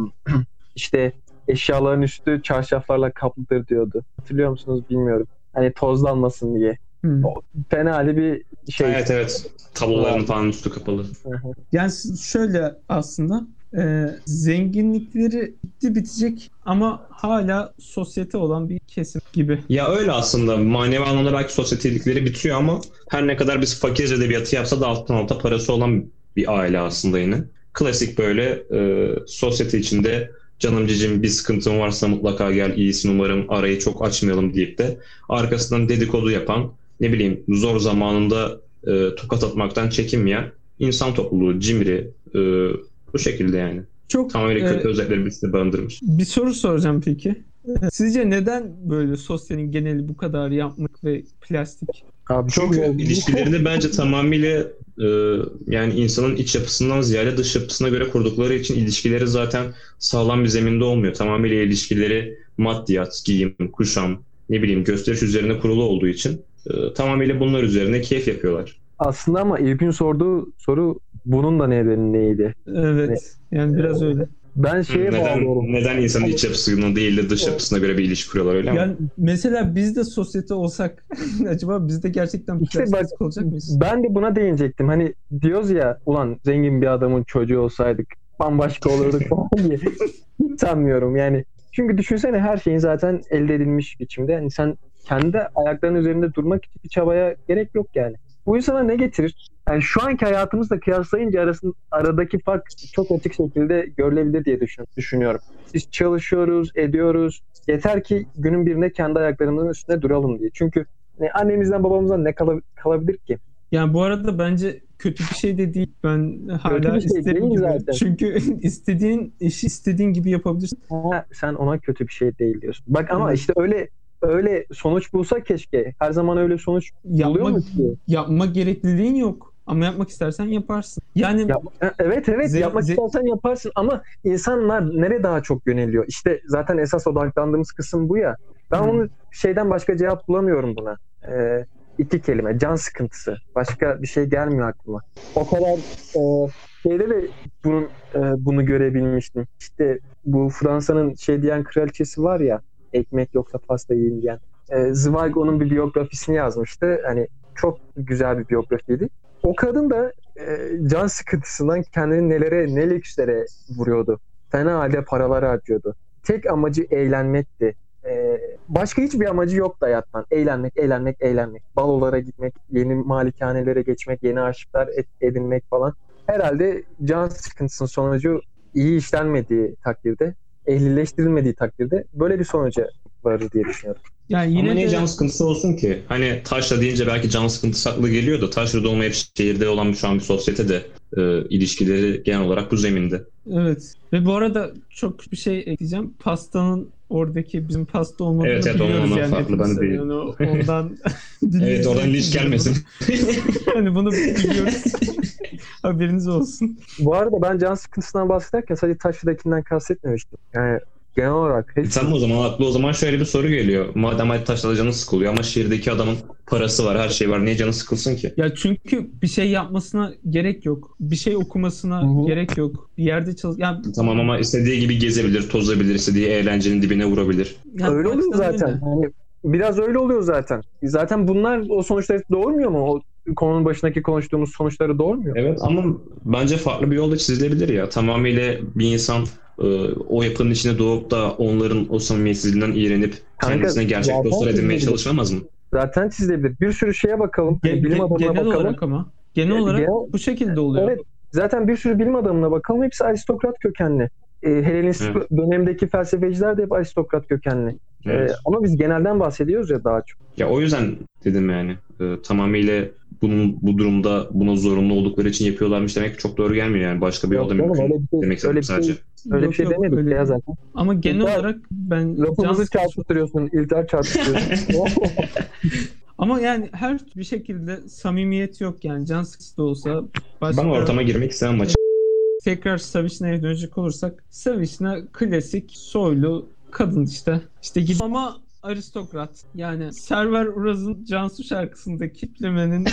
İşte eşyaların üstü çarşaflarla kaplıdır diyordu. Hatırlıyor musunuz bilmiyorum. Hani tozlanmasın diye. Fena hali bir şey. Evet. Tabloların falan üstü kapalı. Yani şöyle aslında zenginlikleri bitecek ama hala sosyete olan bir kesim gibi. Ya öyle aslında. Manevi anlamda belki sosyetelikleri bitiyor ama her ne kadar biz fakir edebiyatı yapsa da alttan alta parası olan bir aile aslında yine. Klasik böyle sosyete içinde canım cicim bir sıkıntın varsa mutlaka gel, iyisin umarım, arayı çok açmayalım deyip de arkasından dedikodu yapan, ne bileyim zor zamanında tokat atmaktan çekinmeyen insan topluluğu, cimri, bu şekilde yani. Çok tamamen kötü özellikleri bir barındırmış. Bir soru soracağım peki. Sizce neden böyle sosyetenin geneli bu kadar yapmak ve plastik? Abi Çünkü ilişkilerini bence tamamıyla yani insanın iç yapısından ziyade dış yapısına göre kurdukları için ilişkileri zaten sağlam bir zeminde olmuyor. Tamamıyla ilişkileri maddiyat, giyim, kuşam, ne bileyim gösteriş üzerine kurulu olduğu için tamamıyla bunlar üzerine keyif yapıyorlar. Aslında ama İlk'in sorduğu soru bunun da nedeni neydi? Evet. Yani biraz öyle. Ben şeye bağlıyorum. Neden insanın iç yapısına değil de dış yapısına göre bir ilişki kuruyorlar öyle mi? Yani mesela biz de sosyete olsak acaba biz de gerçekten plastik olacak mıyız? Ben de buna değinecektim. Hani diyoruz ya ulan zengin bir adamın çocuğu olsaydık bambaşka olurduk falan diye. Hiç sanmıyorum yani. Çünkü düşünsene her şeyin zaten elde edilmiş biçimde. Yani sen kendi ayaklarının üzerinde durmak için bir çabaya gerek yok yani. Bu insana ne getirir? Yani şu anki hayatımızla kıyaslayınca aradaki fark çok açık şekilde görülebilir diye düşünüyorum. Biz çalışıyoruz, ediyoruz. Yeter ki günün birine kendi ayaklarımızın üstünde duralım diye. Çünkü annemizden babamızdan ne kalabilir ki? Yani bu arada bence kötü bir şey de değil. Ben hala isterim gibi. Zaten. Çünkü istediğin işi istediğin gibi yapabilirsin. Sen ona kötü bir şey değil diyorsun. Bak ama işte öyle sonuç bulsa keşke. Her zaman öyle sonuç buluyor mu ki? Yapma gerekliliğin yok. Ama yapmak istersen yaparsın. Yani evet yapmak istersen yaparsın ama insanlar nereye daha çok yöneliyor? İşte zaten esas odaklandığımız kısım bu ya. Ben onu şeyden başka cevap bulamıyorum buna. 2 kelime. Can sıkıntısı. Başka bir şey gelmiyor aklıma. O kadar şeyde de bunu görebilmiştim. İşte bu Fransa'nın şey diyen kraliçesi var ya, ekmek yoksa pasta yiyin diyen. Zweig onun bir biyografisini yazmıştı. Hani çok güzel bir biyografiydi. O kadın da can sıkıntısından kendini ne lükslere vuruyordu. Fena halde paralar harcıyordu. Tek amacı eğlenmekti. Başka hiçbir amacı yoktu hayattan. Eğlenmek. Balolara gitmek, yeni malikanelere geçmek, yeni aşıklar edinmek falan. Herhalde can sıkıntısının sonucu iyi işlenmediği takdirde, ehlileştirilmediği takdirde böyle bir sonuca varır diye düşünüyorum. Yani yine ama niye can sıkıntısı olsun ki? Hani taşra deyince belki can sıkıntısı aklı geliyor da taşrada olmayıp şehirde olan şu an bir sosyete de ilişkileri genel olarak bu zeminde. Evet. Ve bu arada çok bir şey ekleyeceğim. Pastanın oradaki bizim pasta olmadığını biliyoruz yani. Farklı, ben de yani ondan evet, oradan linç gelmesin. Hani bunu biliyoruz. Haberiniz olsun. Bu arada ben can sıkıntısından bahsederken sadece taşradakinden kastetmemiştim. Yani genel olarak. Sen o zaman aklı o zaman şöyle bir soru geliyor. Madem hadi taşrada canı sıkılıyor ama şehirdeki adamın parası var, her şey var. Niye canı sıkılsın ki? Ya çünkü bir şey yapmasına gerek yok. Bir şey okumasına gerek yok. Bir yerde Tamam ama istediği gibi gezebilir, tozabilir, istediği eğlencenin dibine vurabilir. Ya öyle oluyor zaten. Yani biraz öyle oluyor zaten. Zaten bunlar o sonuçları doğurmuyor mu? O konunun başındaki konuştuğumuz sonuçları doğurmuyor. Evet ama bence farklı bir yolda çizilebilir ya. Tamamıyla bir insan o yapının içine doğup da onların o samimiyetsizliğinden iğrenip kendisine gerçek dostlar edinmeye çalışamaz mı? Zaten çizilebilir. Bir sürü şeye bakalım. Bilim adamına genel bakalım. Olarak ama. Genel olarak bu şekilde oluyor. Evet. Zaten bir sürü bilim adamına bakalım, hepsi aristokrat kökenli. Helenistik dönemdeki felsefeciler de hep aristokrat kökenli. Evet. Ama biz genelden bahsediyoruz ya daha çok. Ya o yüzden dedim yani tamamıyla bu durumda buna zorunlu oldukları için yapıyorlarmış demek çok doğru gelmiyor yani. Başka bir yolda mümkün demek istedim sadece. Öyle bir şey Yok, demedik öyle ya değil. zaten. Ama genel İlter, olarak ben lafımızı çarpıtıyorsun, İlter çarpıtıyorsun. ama yani her bir şekilde samimiyet yok yani. Can sıkıcı da olsa başka... Ben ortama girmek istemem maçı. Tekrar Savishna'ya dönecek olursak, Savishna klasik soylu kadın işte. İşte ama aristokrat. Yani Server Uraz'ın Cansu şarkısındaki tiplemenin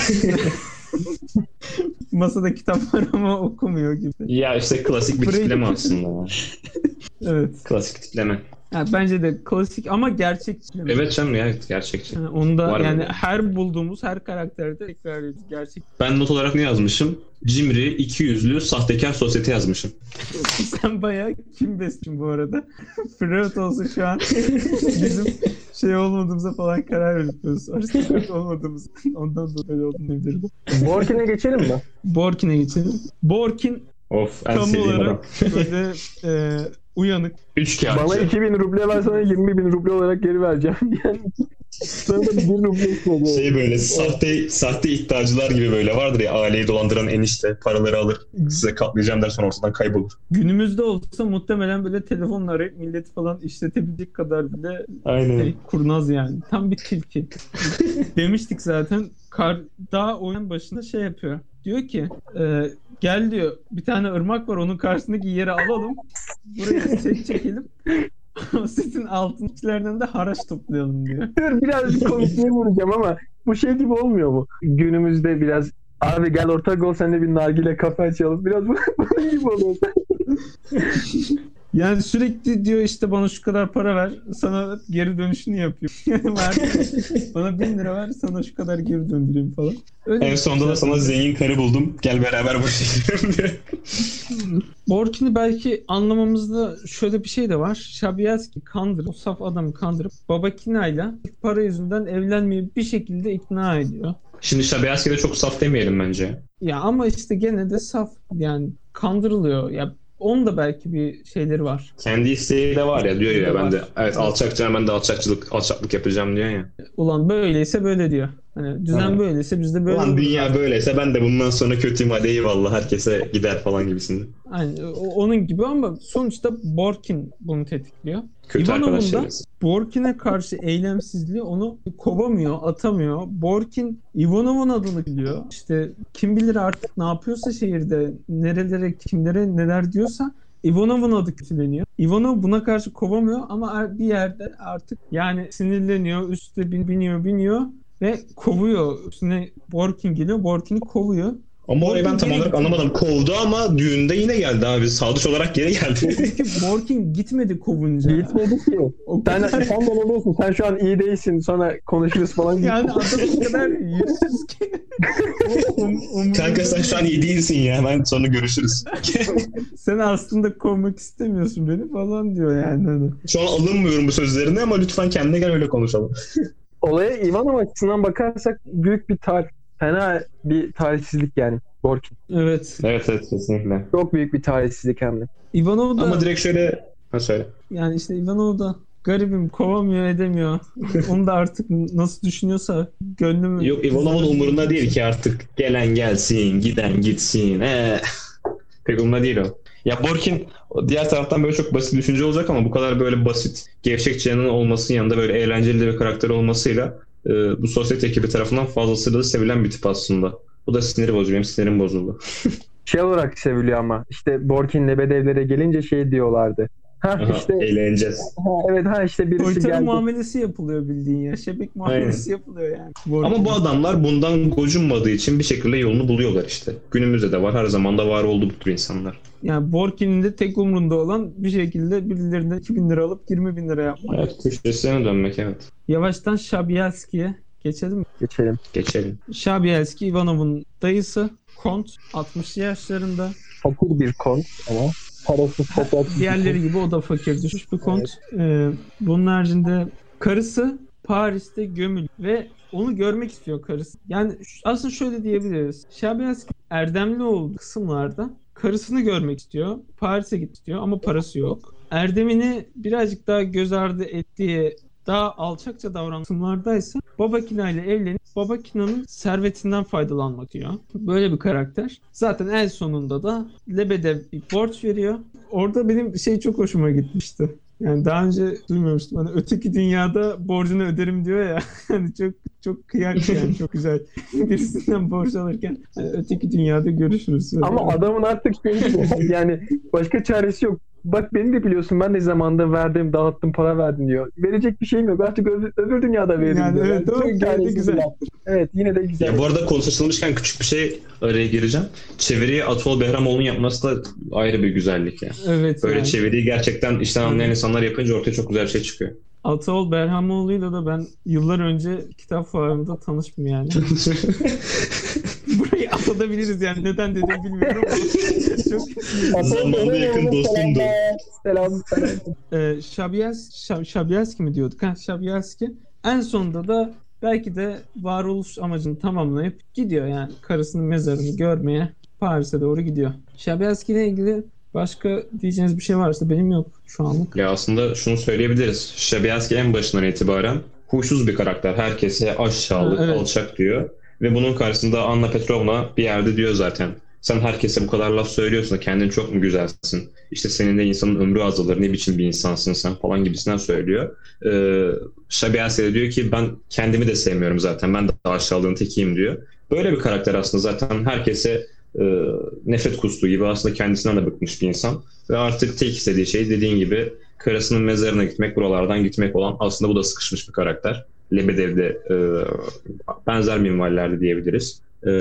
masada kitap var ama okumuyor gibi. Ya işte klasik bir tipleme aslında. Evet. Klasik tipleme. Yani bence de klasik ama gerçek tipleme. Evet canım ya, gerçekçi. Yani onu da Var yani böyle. her bulduğumuz her karakterde tekrar ediyoruz. Gerçek. Ben not olarak ne yazmışım? Cimri, ikiyüzlü, sahtekar sosyete yazmışım. Sen bayağı kim besliyorsun bu arada? Freud olsa şu an bizim şey olmadığımıza falan karar veriyoruz. Aristokrat olmadığımız. Ondan da böyle olduğunu bildirdim. Borkin'e geçelim mi? Borkin'e geçelim. Borkin Of, en tam sevdiğim adam. olarak böyle uyanık. 3 kağıtçı. Bana 2000 ruble ver, sana 20.000 ruble olarak geri vereceğim. Yani sana da 1 ruble istedi. Şey böyle sahte iddiacılar gibi böyle vardır ya, aileyi dolandıran enişte paraları alır, size katlayacağım der, sonra ortadan kaybolur. Günümüzde olsa muhtemelen böyle telefonla arayıp milleti falan işletebilecek kadar bile Aynen. kurnaz yani. Tam bir tilki. Demiştik zaten. Daha oyun başında şey yapıyor. Diyor ki gel diyor, bir tane ırmak var, onun karşısındaki yeri alalım. Buraya set çekelim. O setin altındakilerden de haraç toplayalım diyor. Dur, biraz komikliğe vuracağım ama bu şey gibi olmuyor mu? Günümüzde biraz abi gel ortak ol, sen de bir nargile kafe açalım. Biraz bunun gibi oluyor. Yani sürekli diyor işte bana şu kadar para ver, sana geri dönüşünü yapayım. Bana 1000 lira ver, sana şu kadar geri döndüreyim falan. Öyle En sonunda da sana zengin karı buldum, gel beraber bu şekilde diyor. Borkin'i belki anlamamızda şöyle bir şey de var. Shabiyatski kandırıp, o saf adamı kandırıp Babakina'yla para yüzünden evlenmeyi bir şekilde ikna ediyor. Şimdi Şabiyaski'de çok saf demeyelim bence. Ya ama işte gene de saf, yani kandırılıyor. Ya onun da belki bir şeyleri var. Kendi isteği de var ya, diyor ya, ben de Var. evet alçakça, ben de alçaklık yapacağım diyor ya. Ulan böyleyse böyle diyor. Hani düzen Evet. böyleyse biz de böyle Ulan oluruz dünya artık. böyleyse ben de bundan sonra kötüyüm, hadi eyvallah, herkese gider falan gibisinde. Yani onun gibi ama sonuçta Borkin bunu tetikliyor. Kötü Ivanov'un da arkadaşlarız. Borkin'e karşı eylemsizliği onu kovamıyor, atamıyor. Borkin Ivanov'un adını biliyor. İşte kim bilir artık ne yapıyorsa şehirde, nerelere, kimlere neler diyorsa Ivanov'un adı kötüleniyor. Ivanov buna karşı kovamıyor ama bir yerde artık yani sinirleniyor, üstte biniyor ve kovuyor. Üstüne Borkin geliyor, Borkin'i kovuyor. Ama orayı ben Borkin tam geri olarak anlamadım. Kovdu ama düğünde yine geldi abi. Sağdış olarak geri geldi. Çünkü Borkin gitmedi kovunca. Gitmedi ki. O Sen kadar... de ne diyorsun? Sen şu an iyi değilsin. Sonra konuşuruz falan. Yani adam o kadar yüzsüz ki. Kanka sen şu an iyi değilsin ya. Hemen sonra görüşürüz. Sen aslında kovmak istemiyorsun beni falan diyor yani. Hani. Şu an alınmıyorum bu sözlerine ama lütfen kendine gel, öyle konuşalım. Olaya Ivanov açısından bakarsak büyük bir fena bir tarihsizlik yani Borkin. Evet. Evet kesinlikle. Çok büyük bir tarihsizlik hem de. Ivanov da Ama direkt şöyle... Ha söyle. yani işte Ivanov da garibim, kovamıyor edemiyor. Onu da artık nasıl düşünüyorsa gönlümü... Yok, Ivanov'un umurunda değil ki artık. Gelen gelsin, giden gitsin. Pek umurunda değil o. Ya Borkin diğer taraftan böyle çok basit düşünce olacak ama bu kadar böyle basit, gevşek canının olmasının yanında böyle eğlenceli de bir karakter olmasıyla bu sosyete ekibi tarafından fazlasıyla da sevilen bir tip aslında. Bu da siniri bozuyor. Benim sinirim bozuldu. Şey olarak seviliyor ama işte Borkin'le Bedevlere gelince şey diyorlardı. İşte eğleneceğiz. Evet işte birisi Soytarı geldi. muamelesi yapılıyor bildiğin ya. Şebek muamelesi yapılıyor yani. Ama bu adamlar bundan gocunmadığı için bir şekilde yolunu buluyorlar işte. Günümüzde de var, her zaman da var oldu bu tür insanlar. Yani Borkin'in de tek umrunda olan bir şekilde birilerinden 2000 lira alıp 20.000 lira yapmak. Evet, köşesine dönmek, evet. Yavaştan Shabielski'ye geçelim mi? Geçelim. Shabielski, Ivanov'un dayısı. Kont, 60 yaşlarında. Fakir bir kont ama parasız fakat. Diğerleri gibi o da fakir düşmüş bir kont. Bunun haricinde karısı Paris'te gömülü ve onu görmek istiyor karısı. Yani aslında şöyle diyebiliriz. Shabielski erdemli olduğu kısımlarda karısını görmek istiyor. Paris'e gitmek istiyor ama parası yok. Erdemini birazcık daha göz ardı ettiği, daha alçakça davranan kısımlardaysa Babakina ile evlenip Babakina'nın servetinden faydalanmak diyor. Böyle bir karakter. Zaten en sonunda da Lebedev bir borç veriyor. Orada benim çok hoşuma gitmişti. Yani daha önce duymamıştım. Hani öteki dünyada borcunu öderim diyor ya. Hani çok çok kıyak yani, çok güzel. Birisinden borç alırken hani öteki dünyada görüşürüz. Ama adamın artık yani başka çaresi yok. Bak beni de biliyorsun, ben de zamanında verdim, dağıttım, para verdim diyor. Verecek bir şeyim yok. Artık öbür dünyada veririm yani diyor. evet, doğru. Yine de güzel. Evet, yine de güzel. Ya bu arada konusu açılmışken küçük bir şey araya gireceğim. Çeviriyi Atol Behramoğlu'nun yapması da ayrı bir güzellik yani. Evet. Böyle yani. çeviriyi gerçekten işten anlayan insanlar yapınca ortaya çok güzel bir şey çıkıyor. Atol Berhamoğlu'yla da ben yıllar önce kitap fuarında tanıştım yani. Burayı atabiliriz yani, neden dediğimi bilmiyorum ama çok Zamanında yakın dostumdu. Selam. Şabielski mi diyorduk? Şabielski. En sonunda da belki de varoluş amacını tamamlayıp gidiyor yani, karısının mezarını görmeye Paris'e doğru gidiyor. Şabielski ile ilgili başka diyeceğiniz bir şey varsa benim yok şu anlık. Ya aslında şunu söyleyebiliriz. Şabielski en başından itibaren huysuz bir karakter. Herkese aşağılık, evet. alçak diyor. Ve bunun karşısında Anna Petrovna bir yerde diyor zaten. Sen herkese bu kadar laf söylüyorsun da kendin çok mu güzelsin? İşte senin de insanın ömrü azalır, ne biçim bir insansın sen falan gibisinden söylüyor. Şabielski de diyor ki ben kendimi de sevmiyorum zaten, ben de aşağılığın tekiyim diyor. Böyle bir karakter aslında, zaten herkese nefret kustuğu gibi aslında kendisinden de bıkmış bir insan. Ve artık tek istediği şey dediğin gibi karısının mezarına gitmek, buralardan gitmek olan, aslında bu da sıkışmış bir karakter. Lebedev'de benzer minvallerde diyebiliriz.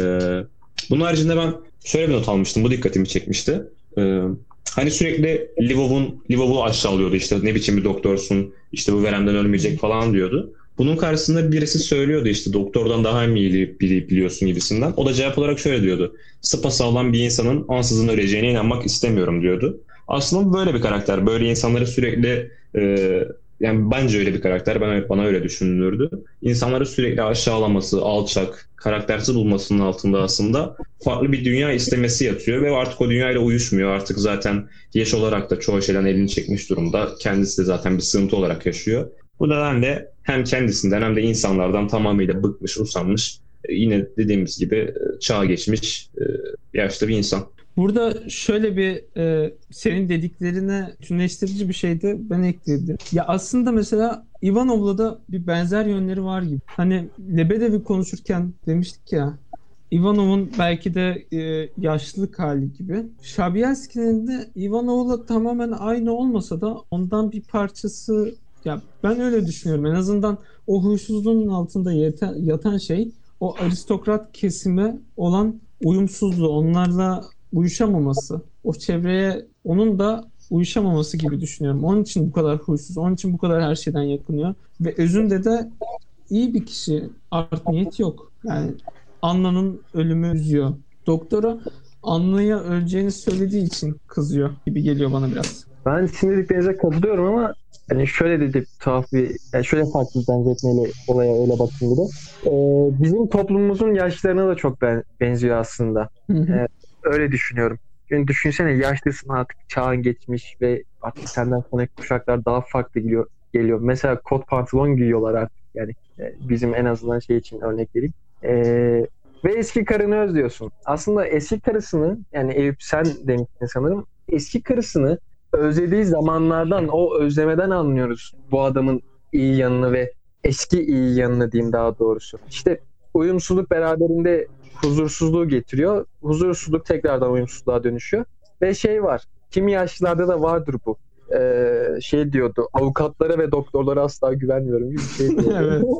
Bunun haricinde ben şöyle bir not almıştım. Bu dikkatimi çekmişti. Hani sürekli Lvov'u aşağılıyordu. İşte ne biçim bir doktorsun, işte bu veremden ölmeyecek falan diyordu. Bunun karşısında birisi söylüyordu işte doktordan daha mı iyi biliyorsun gibisinden. O da cevap olarak şöyle diyordu. Sapasağlam bir insanın ansızın öleceğine inanmak istemiyorum diyordu. Aslında böyle bir karakter. Böyle insanları sürekli yani bence öyle bir karakter. Bana öyle düşünülürdü. İnsanları sürekli aşağılaması, alçak, karaktersiz bulmasının altında aslında farklı bir dünya istemesi yatıyor ve artık o dünyayla uyuşmuyor. Artık zaten yaş olarak da çoğu şeyden elini çekmiş durumda. Kendisi de zaten bir sığıntı olarak yaşıyor. Bu nedenle hem kendisinden hem de insanlardan tamamıyla bıkmış, usanmış, yine dediğimiz gibi çağa geçmiş yaşlı bir insan. Burada şöyle bir senin dediklerine bütünleştirici bir şey de ben ekledim. Ya aslında mesela Ivanov'la da bir benzer yönleri var gibi. Hani Lebedev'i konuşurken demiştik ya, Ivanov'un belki de yaşlılık hali gibi. Şabielski'nin de Ivanov'la tamamen aynı olmasa da ondan bir parçası, ya ben öyle düşünüyorum. En azından o huysuzluğun altında yatan şey o aristokrat kesime olan uyumsuzluğu, onlarla uyuşamaması, o çevreye onun da uyuşamaması gibi düşünüyorum. Onun için bu kadar huysuz, onun için bu kadar her şeyden yakınıyor. Ve özünde de iyi bir kişi, art niyet yok. Yani Anna'nın ölümü üzüyor. Doktora Anna'ya öleceğini söylediği için kızıyor gibi geliyor bana biraz. Ben sizin dediklerinize katılıyorum ama hani şöyle de tuhaf bir, yani şöyle farklı bir benzetmeyle olaya öyle bakın bir de. Bizim toplumumuzun yaşlarına da çok benziyor aslında. Öyle düşünüyorum. Yani düşünsene, yaşlısın, artık çağın geçmiş ve artık senden sonraki kuşaklar daha farklı geliyor. Mesela kot pantolon giyiyorlar artık. Yani bizim en azından şey için örnek vereyim. Ve eski karını özlüyorsun. Aslında eski karısını, yani Eyüp sen demiştin sanırım, eski karısını özlediği zamanlardan, o özlemeden anlıyoruz bu adamın iyi yanını ve eski iyi yanını diyeyim daha doğrusu. İşte uyumsuzluk beraberinde huzursuzluğu getiriyor. Huzursuzluk tekrardan uyumsuzluğa dönüşüyor. Ve şey var, kimi yaşlılarda da vardır bu. Şey diyordu, avukatlara ve doktorlara asla güvenmiyorum gibi bir şey diyordu.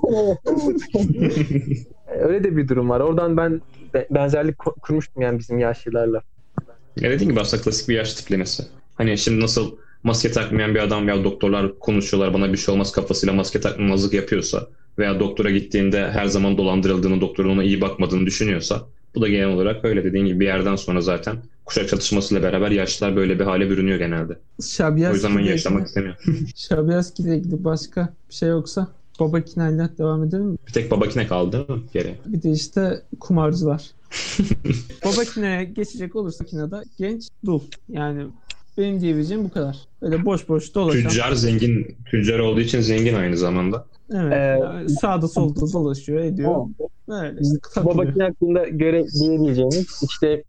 Öyle de bir durum var. Oradan ben benzerlik kurmuştum yani bizim yaşlılarla. Ya dediğim gibi aslında klasik bir yaş tiplemesi. Hani şimdi nasıl maske takmayan bir adam ya doktorlar konuşuyorlar bana bir şey olmaz kafasıyla maske takmamazlık yapıyorsa veya doktora gittiğinde her zaman dolandırıldığını, doktorun ona iyi bakmadığını düşünüyorsa, bu da genel olarak öyle. Dediğin gibi bir yerden sonra zaten kuşak çatışmasıyla beraber yaşlılar böyle bir hale bürünüyor genelde. O yüzden ben yaşlamak istemiyorum. Şabielski ile ilgili başka bir şey yoksa Babakina ile devam edelim mi? Bir tek Babakina kaldı değil mi geriye? Bir de işte kumarcılar. Babakina'ya geçecek olursa Kina'da genç dul. Yani benim diyebileceğim bu kadar. Öyle boş boş dolaşan. Tüccar zengin. Tüccar olduğu için zengin aynı zamanda. Evet. Yani sağda solda dolaşıyor ediyor. Öyle işte takılıyor. Babakina hakkında diyebileceğimiz işte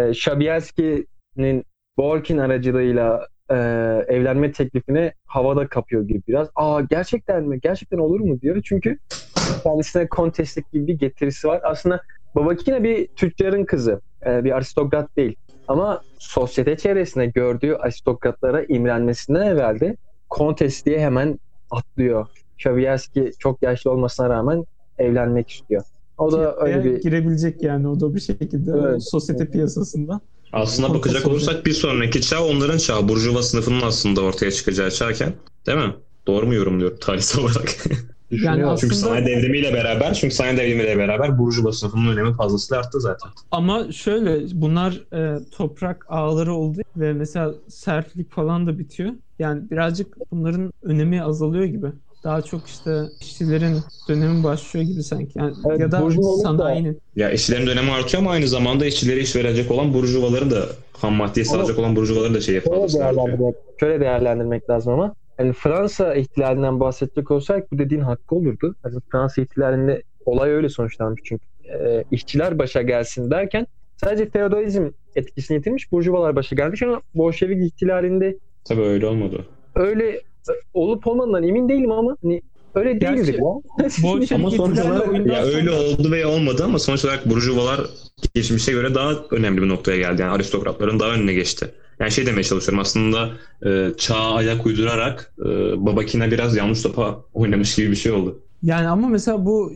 Shabierski'nin Borkin aracılığıyla evlenme teklifini havada kapıyor gibi biraz. Gerçekten mi? Gerçekten olur mu diyor. Çünkü kendisine kontestlik gibi bir getirisi var. Aslında Babakina bir tüccarın kızı. Bir aristokrat değil. Ama sosyete çevresinde gördüğü aristokratlara imrenmesinden evvel de kontest diye hemen atlıyor. Shabierski çok yaşlı olmasına rağmen evlenmek istiyor. O da öyle bir girebilecek yani o da bir şekilde evet. Sosyete piyasasında. Aslında bakacak olursak bir sonraki çağ onların çağı. Burjuva sınıfının aslında ortaya çıkacağı çağken. Değil mi? Doğru mu yorumluyorum tarihsel olarak? Yani aslında... Çünkü sanayi devrimiyle beraber Burjuva sınıfının önemi fazlasıyla arttı zaten. Ama şöyle bunlar toprak ağları oldu ve mesela serflik falan da bitiyor. Yani birazcık bunların önemi azalıyor gibi. Daha çok işte işçilerin dönemi başlıyor gibi sanki. Yani evet, ya da sanayinin. Ya işçilerin dönemi artıyor ama aynı zamanda işçilere iş verecek olan burjuvaların da ham maddeyi sağlayacak olan burjuvaların da fazlasıyla artıyor. Şöyle değerlendirmek lazım ama yani Fransa ihtilalinden bahsedecek olsak bu dediğin hakkı olurdu. Yani Fransa ihtilalinde olay öyle sonuçlanmış çünkü işçiler başa gelsin derken sadece feodalizm etkisini yitirmiş, burjuvalar başa gelmiş ama Bolşevik ihtilalinde tabii öyle olmadı. Öyle olup olmadığından emin değilim ama hani öyle değildi bu. Ama sonuç olarak ya öyle oldu veya olmadı ama sonuç olarak burjuvalar geçmişe göre daha önemli bir noktaya geldi. Yani aristokratların daha önüne geçti. Yani şey demeye çalışıyorum aslında çağa ayak uydurarak Babakina biraz yanlış topa oynamış gibi bir şey oldu. Yani ama mesela bu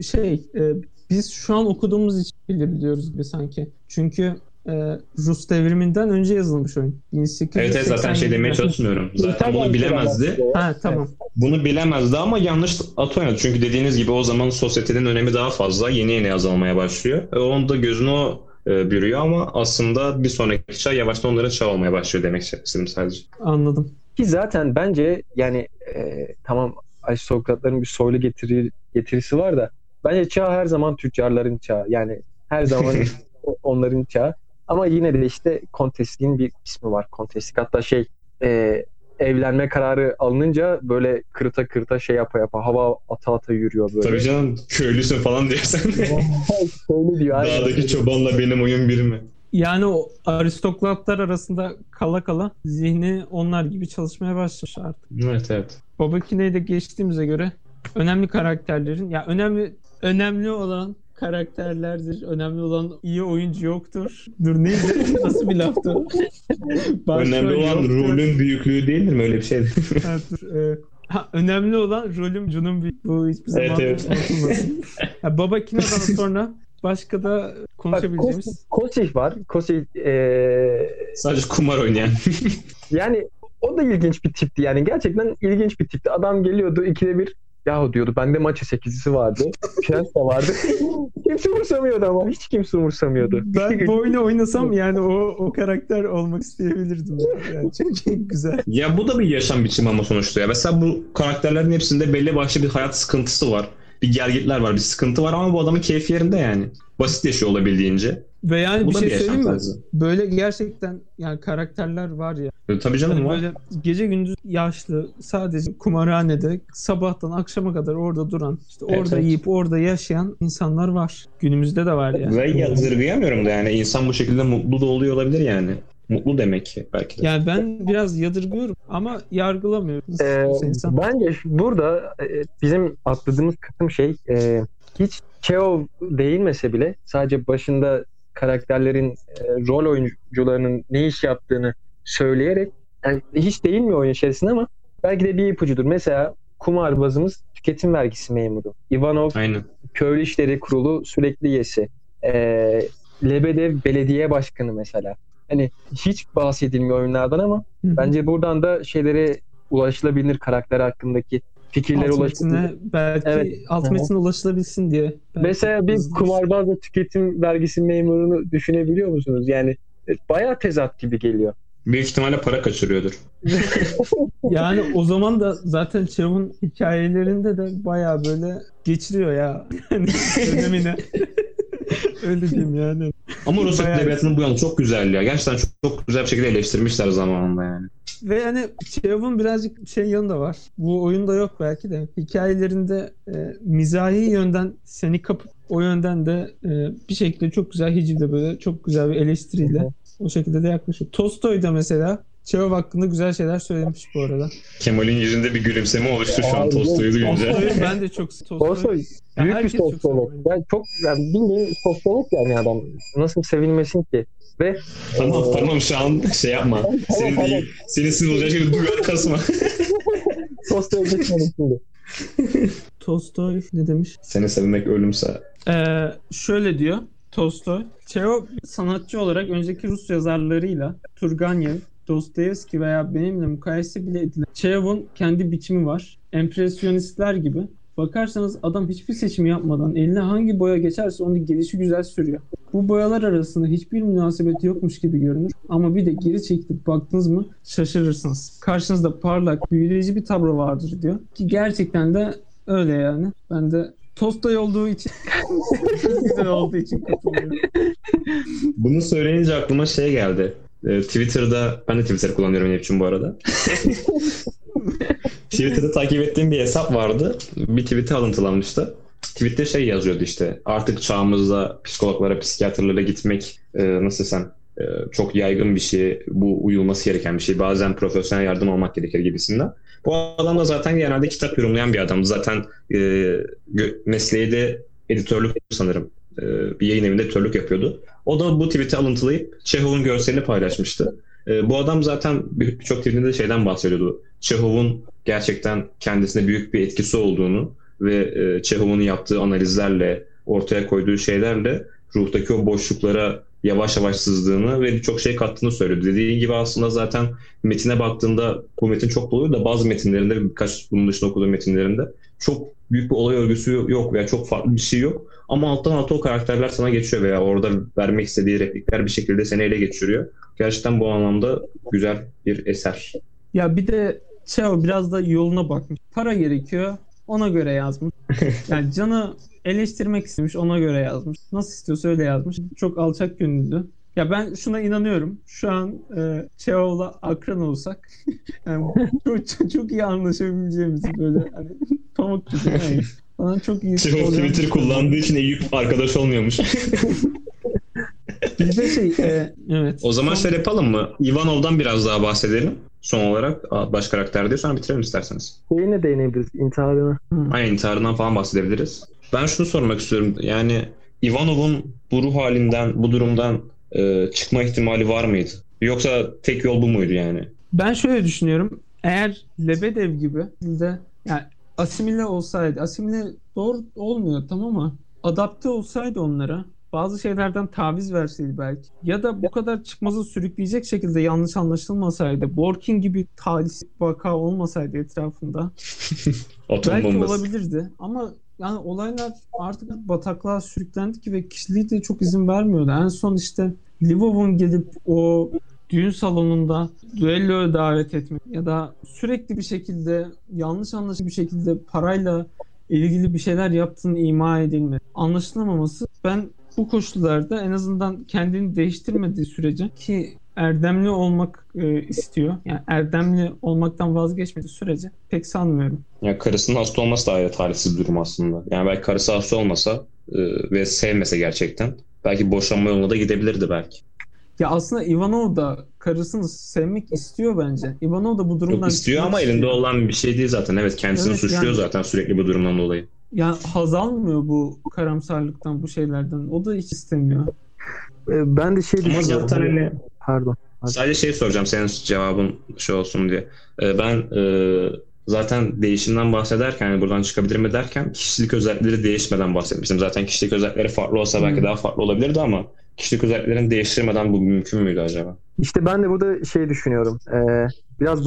biz şu an okuduğumuz için biliyoruz gibi sanki. Çünkü Rus devriminden önce yazılmış oyun. 1887'de. Evet zaten şey demeye çalışmıyorum. Zaten bunu bilemezdi. Tamam. Bunu bilemezdi ama yanlış at oynadı. Çünkü dediğiniz gibi o zaman sosyetenin önemi daha fazla. Yeni azalmaya başlıyor. Onun da gözünü o bürüyor ama aslında bir sonraki çağ yavaştan onlara çağ olmaya başlıyor demek istedim sadece. Anladım. Ki zaten bence yani tamam aristokratların bir soylu getirisi var da bence çağ her zaman tüccarların çağı. Yani her zaman onların çağı. Ama yine de işte kontestliğin bir ismi var. Kontestlik hatta evlenme kararı alınınca böyle kırıta şey yapa hava ata yürüyor böyle. Tabii canım köylüsün falan diyorsan. Öyle diyor. Dağdaki çobanla benim oyun bir mi? Yani o aristokratlar arasında kala zihni onlar gibi çalışmaya başlamış artık. Evet. Babakine'yi de geçtiğimize göre önemli karakterlerin önemli olan karakterlerdir. Önemli olan iyi oyuncu yoktur. Dur neydi? Nasıl bir laftı? Önemli olan rolün büyüklüğü değildir mi? Öyle bir şey. Önemli olan rolün büyüklüğü. Bu hiçbir zaman unutulmasın. Babakine'den sonra başka da konuşabileceğimiz. Kosih var. Kosih sadece kumar oynayan. Yani o da ilginç bir tipti. Yani gerçekten ilginç bir tipti. Adam geliyordu 2'de 1 yahu diyordu. Bende maça 8'lisi vardı. Prens de vardı. Kimse umursamıyordu ama. Hiç kimse umursamıyordu. Ben bu oyunu oynasam yani o karakter olmak isteyebilirdim. Yani çok güzel. Ya bu da bir yaşam biçimi ama sonuçta ya. Mesela bu karakterlerin hepsinde belli başlı bir hayat sıkıntısı var. Bir gelgitler var, bir sıkıntı var ama bu adamın keyfi yerinde yani. Basit yaşıyor olabildiğince. Ve yani bu bir şey söyleyeyim mi? Tarzı. Böyle gerçekten yani karakterler var ya. Tabii canım yani var. Böyle gece gündüz yaşlı sadece kumarhanede sabahtan akşama kadar orada duran, işte orada yiyip orada yaşayan insanlar var. Günümüzde de var yani. Ve yadırgayamıyorum da yani insan bu şekilde mutlu da oluyor olabilir yani. Mutlu demek ki belki de. Yani ben biraz yadırgıyorum ama yargılamıyorum. Bence burada bizim atladığımız kısım hiç Cheov değinmese bile sadece başında karakterlerin rol oyuncularının ne iş yaptığını söyleyerek yani hiç değinmiyor oyun içerisinde ama belki de bir ipucudur. Mesela kumarbazımız tüketim vergisi memuru. Ivanov köylü işleri kurulu sürekli üyesi. Lebedev belediye başkanı mesela. Hani hiç bahsedilmiyor oyunlardan ama bence buradan da şeylere ulaşılabilir karakter hakkındaki fikirlere ulaşılabilir. Belki alt metine ulaşılabilsin diye. Mesela bir kumarbazla tüketim vergisi memurunu düşünebiliyor musunuz? Yani bayağı tezat gibi geliyor. Büyük ihtimalle para kaçırıyordur. Yani o zaman da zaten Chev'un hikayelerinde de bayağı böyle geçiriyor ya. Önemine. Öyle diyeyim yani. Ama Rus Bayağı- edebiyatının bu yanı çok güzel ya. Gerçekten çok güzel bir şekilde eleştirmişler zamanında yani. Ve hani Chekhov'un birazcık şey yanı da var. Bu oyunda yok belki de. Hikayelerinde mizahi yönden seni kapıp o yönden de bir şekilde çok güzel hicivde böyle çok güzel bir eleştiriyle o şekilde de yaklaşıyor. Tolstoy da mesela Çehov hakkında güzel şeyler söylemiş bu arada. Kemal'in yüzünde bir gülümseme oluştu şu an Abi, Tolstoy'u duyunca. Tolstoy'u ben de çok Tolstoy büyük bir herkes çok sosyolog. seviyor. Yani çok yani bildiğin sosyolog yani adam. Nasıl sevilmesin ki? Ve Tamam şu an şey yapma. Seni değil. Senin sinir olacak gibi duyar kasma. Tolstoy'a gitmedim şimdi. Tolstoy ne demiş? Seni sevmek ölümse. Şöyle diyor Tolstoy. Çehov sanatçı olarak önceki Rus yazarlarıyla Turgenev, Dostoyevski veya benimle mukayese bile edilen Çehov'un kendi biçimi var. Empresyonistler gibi. Bakarsanız adam hiçbir seçimi yapmadan eline hangi boya geçerse onun gelişi güzel sürüyor. Bu boyalar arasında hiçbir münasebeti yokmuş gibi görünür ama bir de geri çekilip baktınız mı şaşırırsınız. Karşınızda parlak, büyüleyici bir tablo vardır diyor. Ki gerçekten de öyle yani. Ben de Tolstoy olduğu için güzel olduğu için katılıyorum. Bunu söyleyince aklıma şey geldi. Twitter'da, ben de Twitter kullanıyorum benim için bu arada. Twitter'da takip ettiğim bir hesap vardı. Bir tweet'e alıntılanmıştı. Tweet'te şey yazıyordu işte. Artık çağımızda psikologlara, psikiyatrlara gitmek nasıl desem çok yaygın bir şey. Bu uyulması gereken bir şey. Bazen profesyonel yardım almak gerekir gibisinden. Bu adam da zaten genelde kitap yorumlayan bir adamdı. Zaten mesleği de editörlük sanırım. Bir yayın evinde editörlük yapıyordu. O da bu tweet'i alıntılayıp Çehov'un görselini paylaşmıştı. Bu adam zaten birçok tweetinde de şeyden bahsediyordu. Çehov'un gerçekten kendisine büyük bir etkisi olduğunu ve Çehov'un yaptığı analizlerle, ortaya koyduğu şeylerle ruhtaki o boşluklara yavaş yavaş sızdığını ve birçok şey kattığını söylüyordu. Dediğin gibi aslında zaten metine baktığında bu metin çok dolu da bazı metinlerinde, birkaç bunun dışında okuduğum metinlerinde çok büyük bir olay örgüsü yok veya çok farklı bir şey yok. Ama alttan alta o karakterler sana geçiyor veya orada vermek istediği replikler bir şekilde seni ele geçiriyor. Gerçekten bu anlamda güzel bir eser. Ya bir de Çehov biraz da yoluna bakmış. Para gerekiyor, ona göre yazmış. Yani canı eleştirmek istemiş, ona göre yazmış. Nasıl istiyorsa öyle yazmış. Çok alçak gönüllü. Ya ben şuna inanıyorum. Şu an Çehov'la akran olsak yani çok iyi anlaşabileceğimizi böyle hani pamuk gibi yani. Bana çok iyi. Çehov Twitter kullandığı için Eyüp arkadaş olmuyormuş. Bir de evet. O zaman şöyle yapalım mı? Ivanov'dan biraz daha bahsedelim. Son olarak baş karakter diye sonra bitirelim isterseniz. Şeyine değinebiliriz, intiharına. Aynen intiharından falan bahsedebiliriz. Ben şunu sormak istiyorum. Yani Ivanov'un bu ruh halinden, bu durumdan çıkma ihtimali var mıydı? Yoksa tek yol bu muydu yani? Ben şöyle düşünüyorum. Eğer Lebedev gibi de yani asimile olsaydı, asimile doğru olmuyor tamam ama adapte olsaydı onlara, bazı şeylerden taviz verseydi belki ya da bu kadar çıkmazı sürükleyecek şekilde yanlış anlaşılmasaydı, Borkin gibi talihsiz vaka olmasaydı etrafında Atom belki bombası. olabilirdi ama yani olaylar artık bataklığa sürüklendi ki ve kişiliği de çok izin vermiyordu. En son işte Lvov'un gelip o düğün salonunda düelloya davet etmek ya da sürekli bir şekilde yanlış anlaşılmış bir şekilde parayla ilgili bir şeyler yaptığını ima edilmesi, anlaşılamaması ben bu koşullarda en azından kendini değiştirmediği sürece ki erdemli olmak istiyor. Yani erdemli olmaktan vazgeçmediği sürece pek sanmıyorum. Ya karısının hasta olması da ayrı talihsiz bir durum aslında. Yani belki karısı hasta olmasa ve sevmese gerçekten belki boşanma yoluna da gidebilirdi belki. Ya aslında Ivanov da karısını sevmek istiyor bence. Ivanov da bu durumdan Çok istiyor ama çıkmak elinde istiyor. olan bir şey değil zaten. Evet kendisini Evet, suçluyor yani- zaten sürekli bu durumdan dolayı. Yani haz almıyor bu karamsarlıktan, bu şeylerden. O da hiç istemiyor. Ben de şey Ama düşünüyorum. zaten hani Pardon. sadece şey soracağım senin cevabın şey olsun diye. Ben zaten değişimden bahsederken yani buradan çıkabilir mi derken kişilik özellikleri değişmeden bahsetmiştim. Zaten kişilik özellikleri farklı olsa belki daha farklı olabilirdi ama kişilik özelliklerini değiştirmeden bu mümkün müydü acaba? İşte ben de burada şey düşünüyorum. Biraz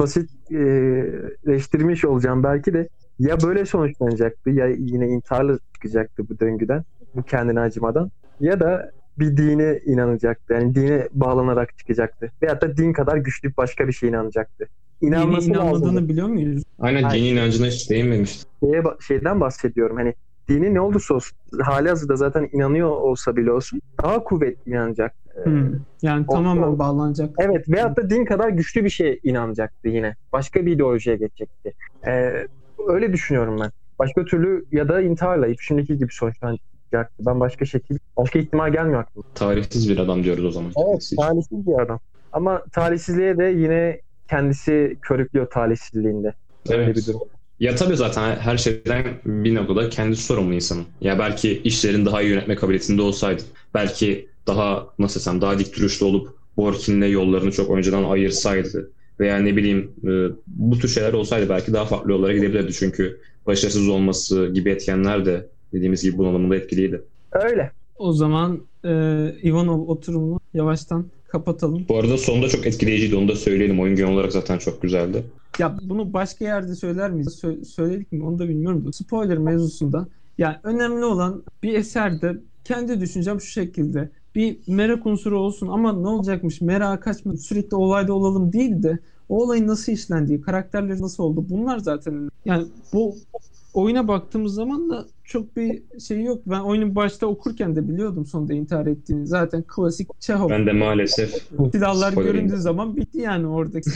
basitleştirmiş olacağım belki de. Ya böyle sonuçlanacaktı ya yine intiharla çıkacaktı bu döngüden. Bu kendine acımadan. Ya da bir dine inanacaktı. Yani dine bağlanarak çıkacaktı. Veyahut da din kadar güçlü başka bir şeye inanacaktı. Dini İnanması lazım. inanmadığını biliyor muyuz? Aynen Aynen. dini inancına hiç değinmemiştim. Şeyden bahsediyorum. Hani dini ne olursa olsun halihazırda zaten inanıyor olsa bile olsun daha kuvvetli inanacak. Yani tamamen bağlanacak. Evet, veyahut da din kadar güçlü bir şeye inanacaktı yine. Başka bir ideolojiye geçecekti. Öyle düşünüyorum ben. Başka türlü ya da intiharla şimdiki gibi sonuçlanacaktı. Ben başka ihtimal gelmiyor aklıma. Talihsiz bir adam diyoruz o zaman. Evet, talihsiz bir adam. Ama talihsizliğe de yine kendisi körüklüyor talihsizliğinde. Öyle Evet. bir durum. Ya tabii zaten her şeyden bir noktada kendisi sorumlu insanın. Ya belki işlerini daha iyi yönetme kabiliyetinde olsaydı, belki daha nasıl desem daha dik duruşlu olup Borkin'le yollarını çok önceden ayırsaydı veya ne bileyim bu tür şeyler olsaydı belki daha farklı yollara gidebilirdi. Çünkü başarısız olması gibi etkenler de dediğimiz gibi bunalımında etkiliydi. Öyle. O zaman Ivanov oturumunu yavaştan kapatalım. Bu arada sonunda çok etkileyiciydi, onu da söyleyelim. Oyun genel olarak zaten çok güzeldi. Ya bunu başka yerde söyler miyiz? Söyledik mi? Onu da bilmiyorum. Spoiler mevzusunda. Yani önemli olan bir eserde kendi düşüncem şu şekilde. Bir merak unsuru olsun ama ne olacakmış? Merak kaçma. Sürekli olayda olalım değil de o olayın nasıl işlendiği, karakterleri nasıl oldu. Bunlar zaten önemli. Yani bu oyuna baktığımız zaman da çok bir şey yok. Ben oyunun başta okurken de biliyordum sonunda intihar ettiğini. Zaten klasik Çehov. Ben de maalesef Silahlar spoiler göründüğü zaman bitti yani oradaki.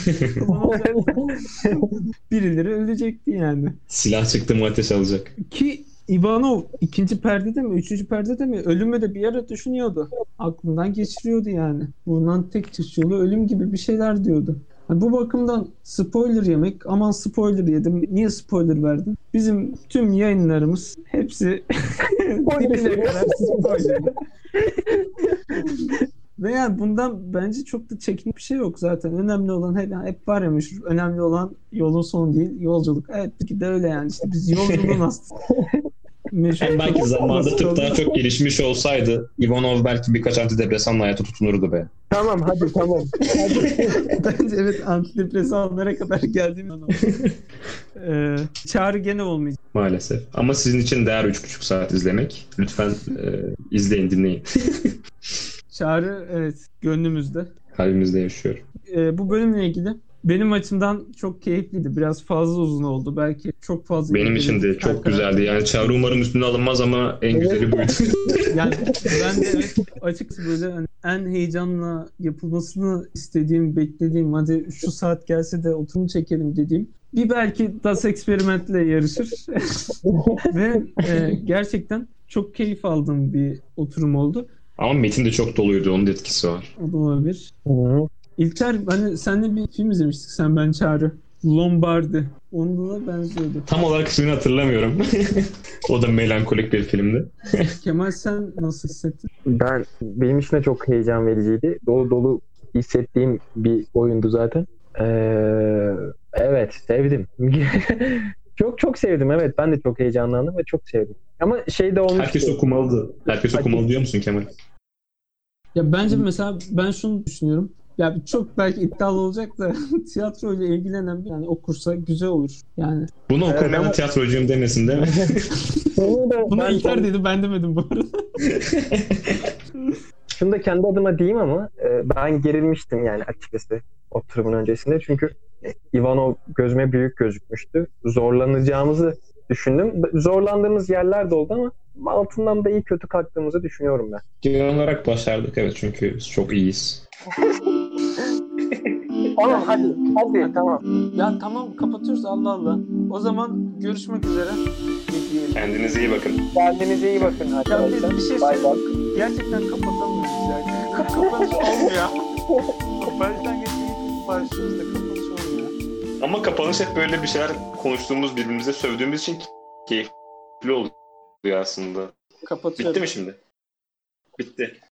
Birileri ölecekti yani. silah çıktı mı ateş alacak. Ki Ivanov ikinci perdede mi, üçüncü perdede mi ölümü de bir ara düşünüyordu. Aklından geçiriyordu yani. Bundan tek çıkış yolu ölüm gibi bir şeyler diyordu. Yani bu bakımdan spoiler yemek, aman spoiler yedim, niye spoiler verdin? Bizim tüm yayınlarımız hepsi dibine kadar spoiler. Ve yani bundan bence çok da çekinecek bir şey yok zaten. Önemli olan hep var ya meşhur. Önemli olan yolun sonu değil, yolculuk. Evet bir de öyle yani. İşte biz yolculuğun aslında. Yani belki zamanında tıp daha çok gelişmiş olsaydı Ivanov belki birkaç antidepresanla hayata tutunurdu be. Tamam hadi. Bence evet antidepresanlara kadar geldiğim an oldu. Çağrı gene olmayacak. Maalesef. Ama sizin için değer 3,5 saat izlemek. Lütfen izleyin, dinleyin. Çağrı evet gönlümüzde. Kalbimizde yaşıyor. Bu bölümle ilgili benim açımdan çok keyifliydi. Biraz fazla uzun oldu. Belki çok fazla. Benim için de çok güzeldi. Yani Çağrı umarım üstüne alınmaz ama en güzeli buydu. Yani ben de evet, açıkçası böyle hani en heyecanla yapılmasını istediğim, beklediğim, hadi şu saat gelse de oturum çekelim dediğim bir belki Das Experiment'le yarışır. Ve gerçekten çok keyif aldığım bir oturum oldu. Ama metin de çok doluydu. Onun da etkisi var. O da olabilir. İlker, hani seninle bir film izlemiştik. Sen ben Çağrı. Lombardi. Onda da benziyordu. Tam olarak ismini hatırlamıyorum. O da melankolik bir filmdi. Kemal sen nasıl hissettin? Benim için de çok heyecan vericiydi. Dolu dolu hissettiğim bir oyundu zaten. Evet sevdim. Çok sevdim, evet. Ben de çok heyecanlandım ve çok sevdim. Ama şey de olmuştu. Herkes okumalı. Herkes okumalı diyor musun Kemal? Ya bence mesela ben şunu düşünüyorum. Ya çok belki iddialı olacak da tiyatroyla ilgilenen bir yani okursa güzel olur. Yani Bunu okumayan ama- tiyatrocuyum demesin değil mi? bunu İlker dedi, ben demedim bu arada. Şunu da kendi adıma diyeyim ama ben gerilmiştim yani açıkçası oturumun öncesinde. Çünkü Ivanov gözüme büyük gözükmüştü. Zorlanacağımızı düşündüm. Zorlandığımız yerler de oldu ama altından da iyi kötü kalktığımızı düşünüyorum ben. Genel olarak başardık evet çünkü biz çok iyiyiz. Tamam hadi tamam. Ya tamam kapatıyoruz Allah Allah. O zaman görüşmek üzere. Bekleyelim. Kendinize iyi bakın. Kendinize iyi bakın Ya arkadaşlar. bir şey Bay bay. söyleyeyim. Gerçekten kapatamıyoruz ya. Kapanış olmuyor. Baştan geçtiğimiz başlıyoruz da kapanış olmuyor. Ama kapanış hep böyle bir şeyler konuştuğumuz, birbirimize sövdüğümüz için keyifli oluyor aslında. Kapatıyorum. Bitti mi şimdi? Bitti.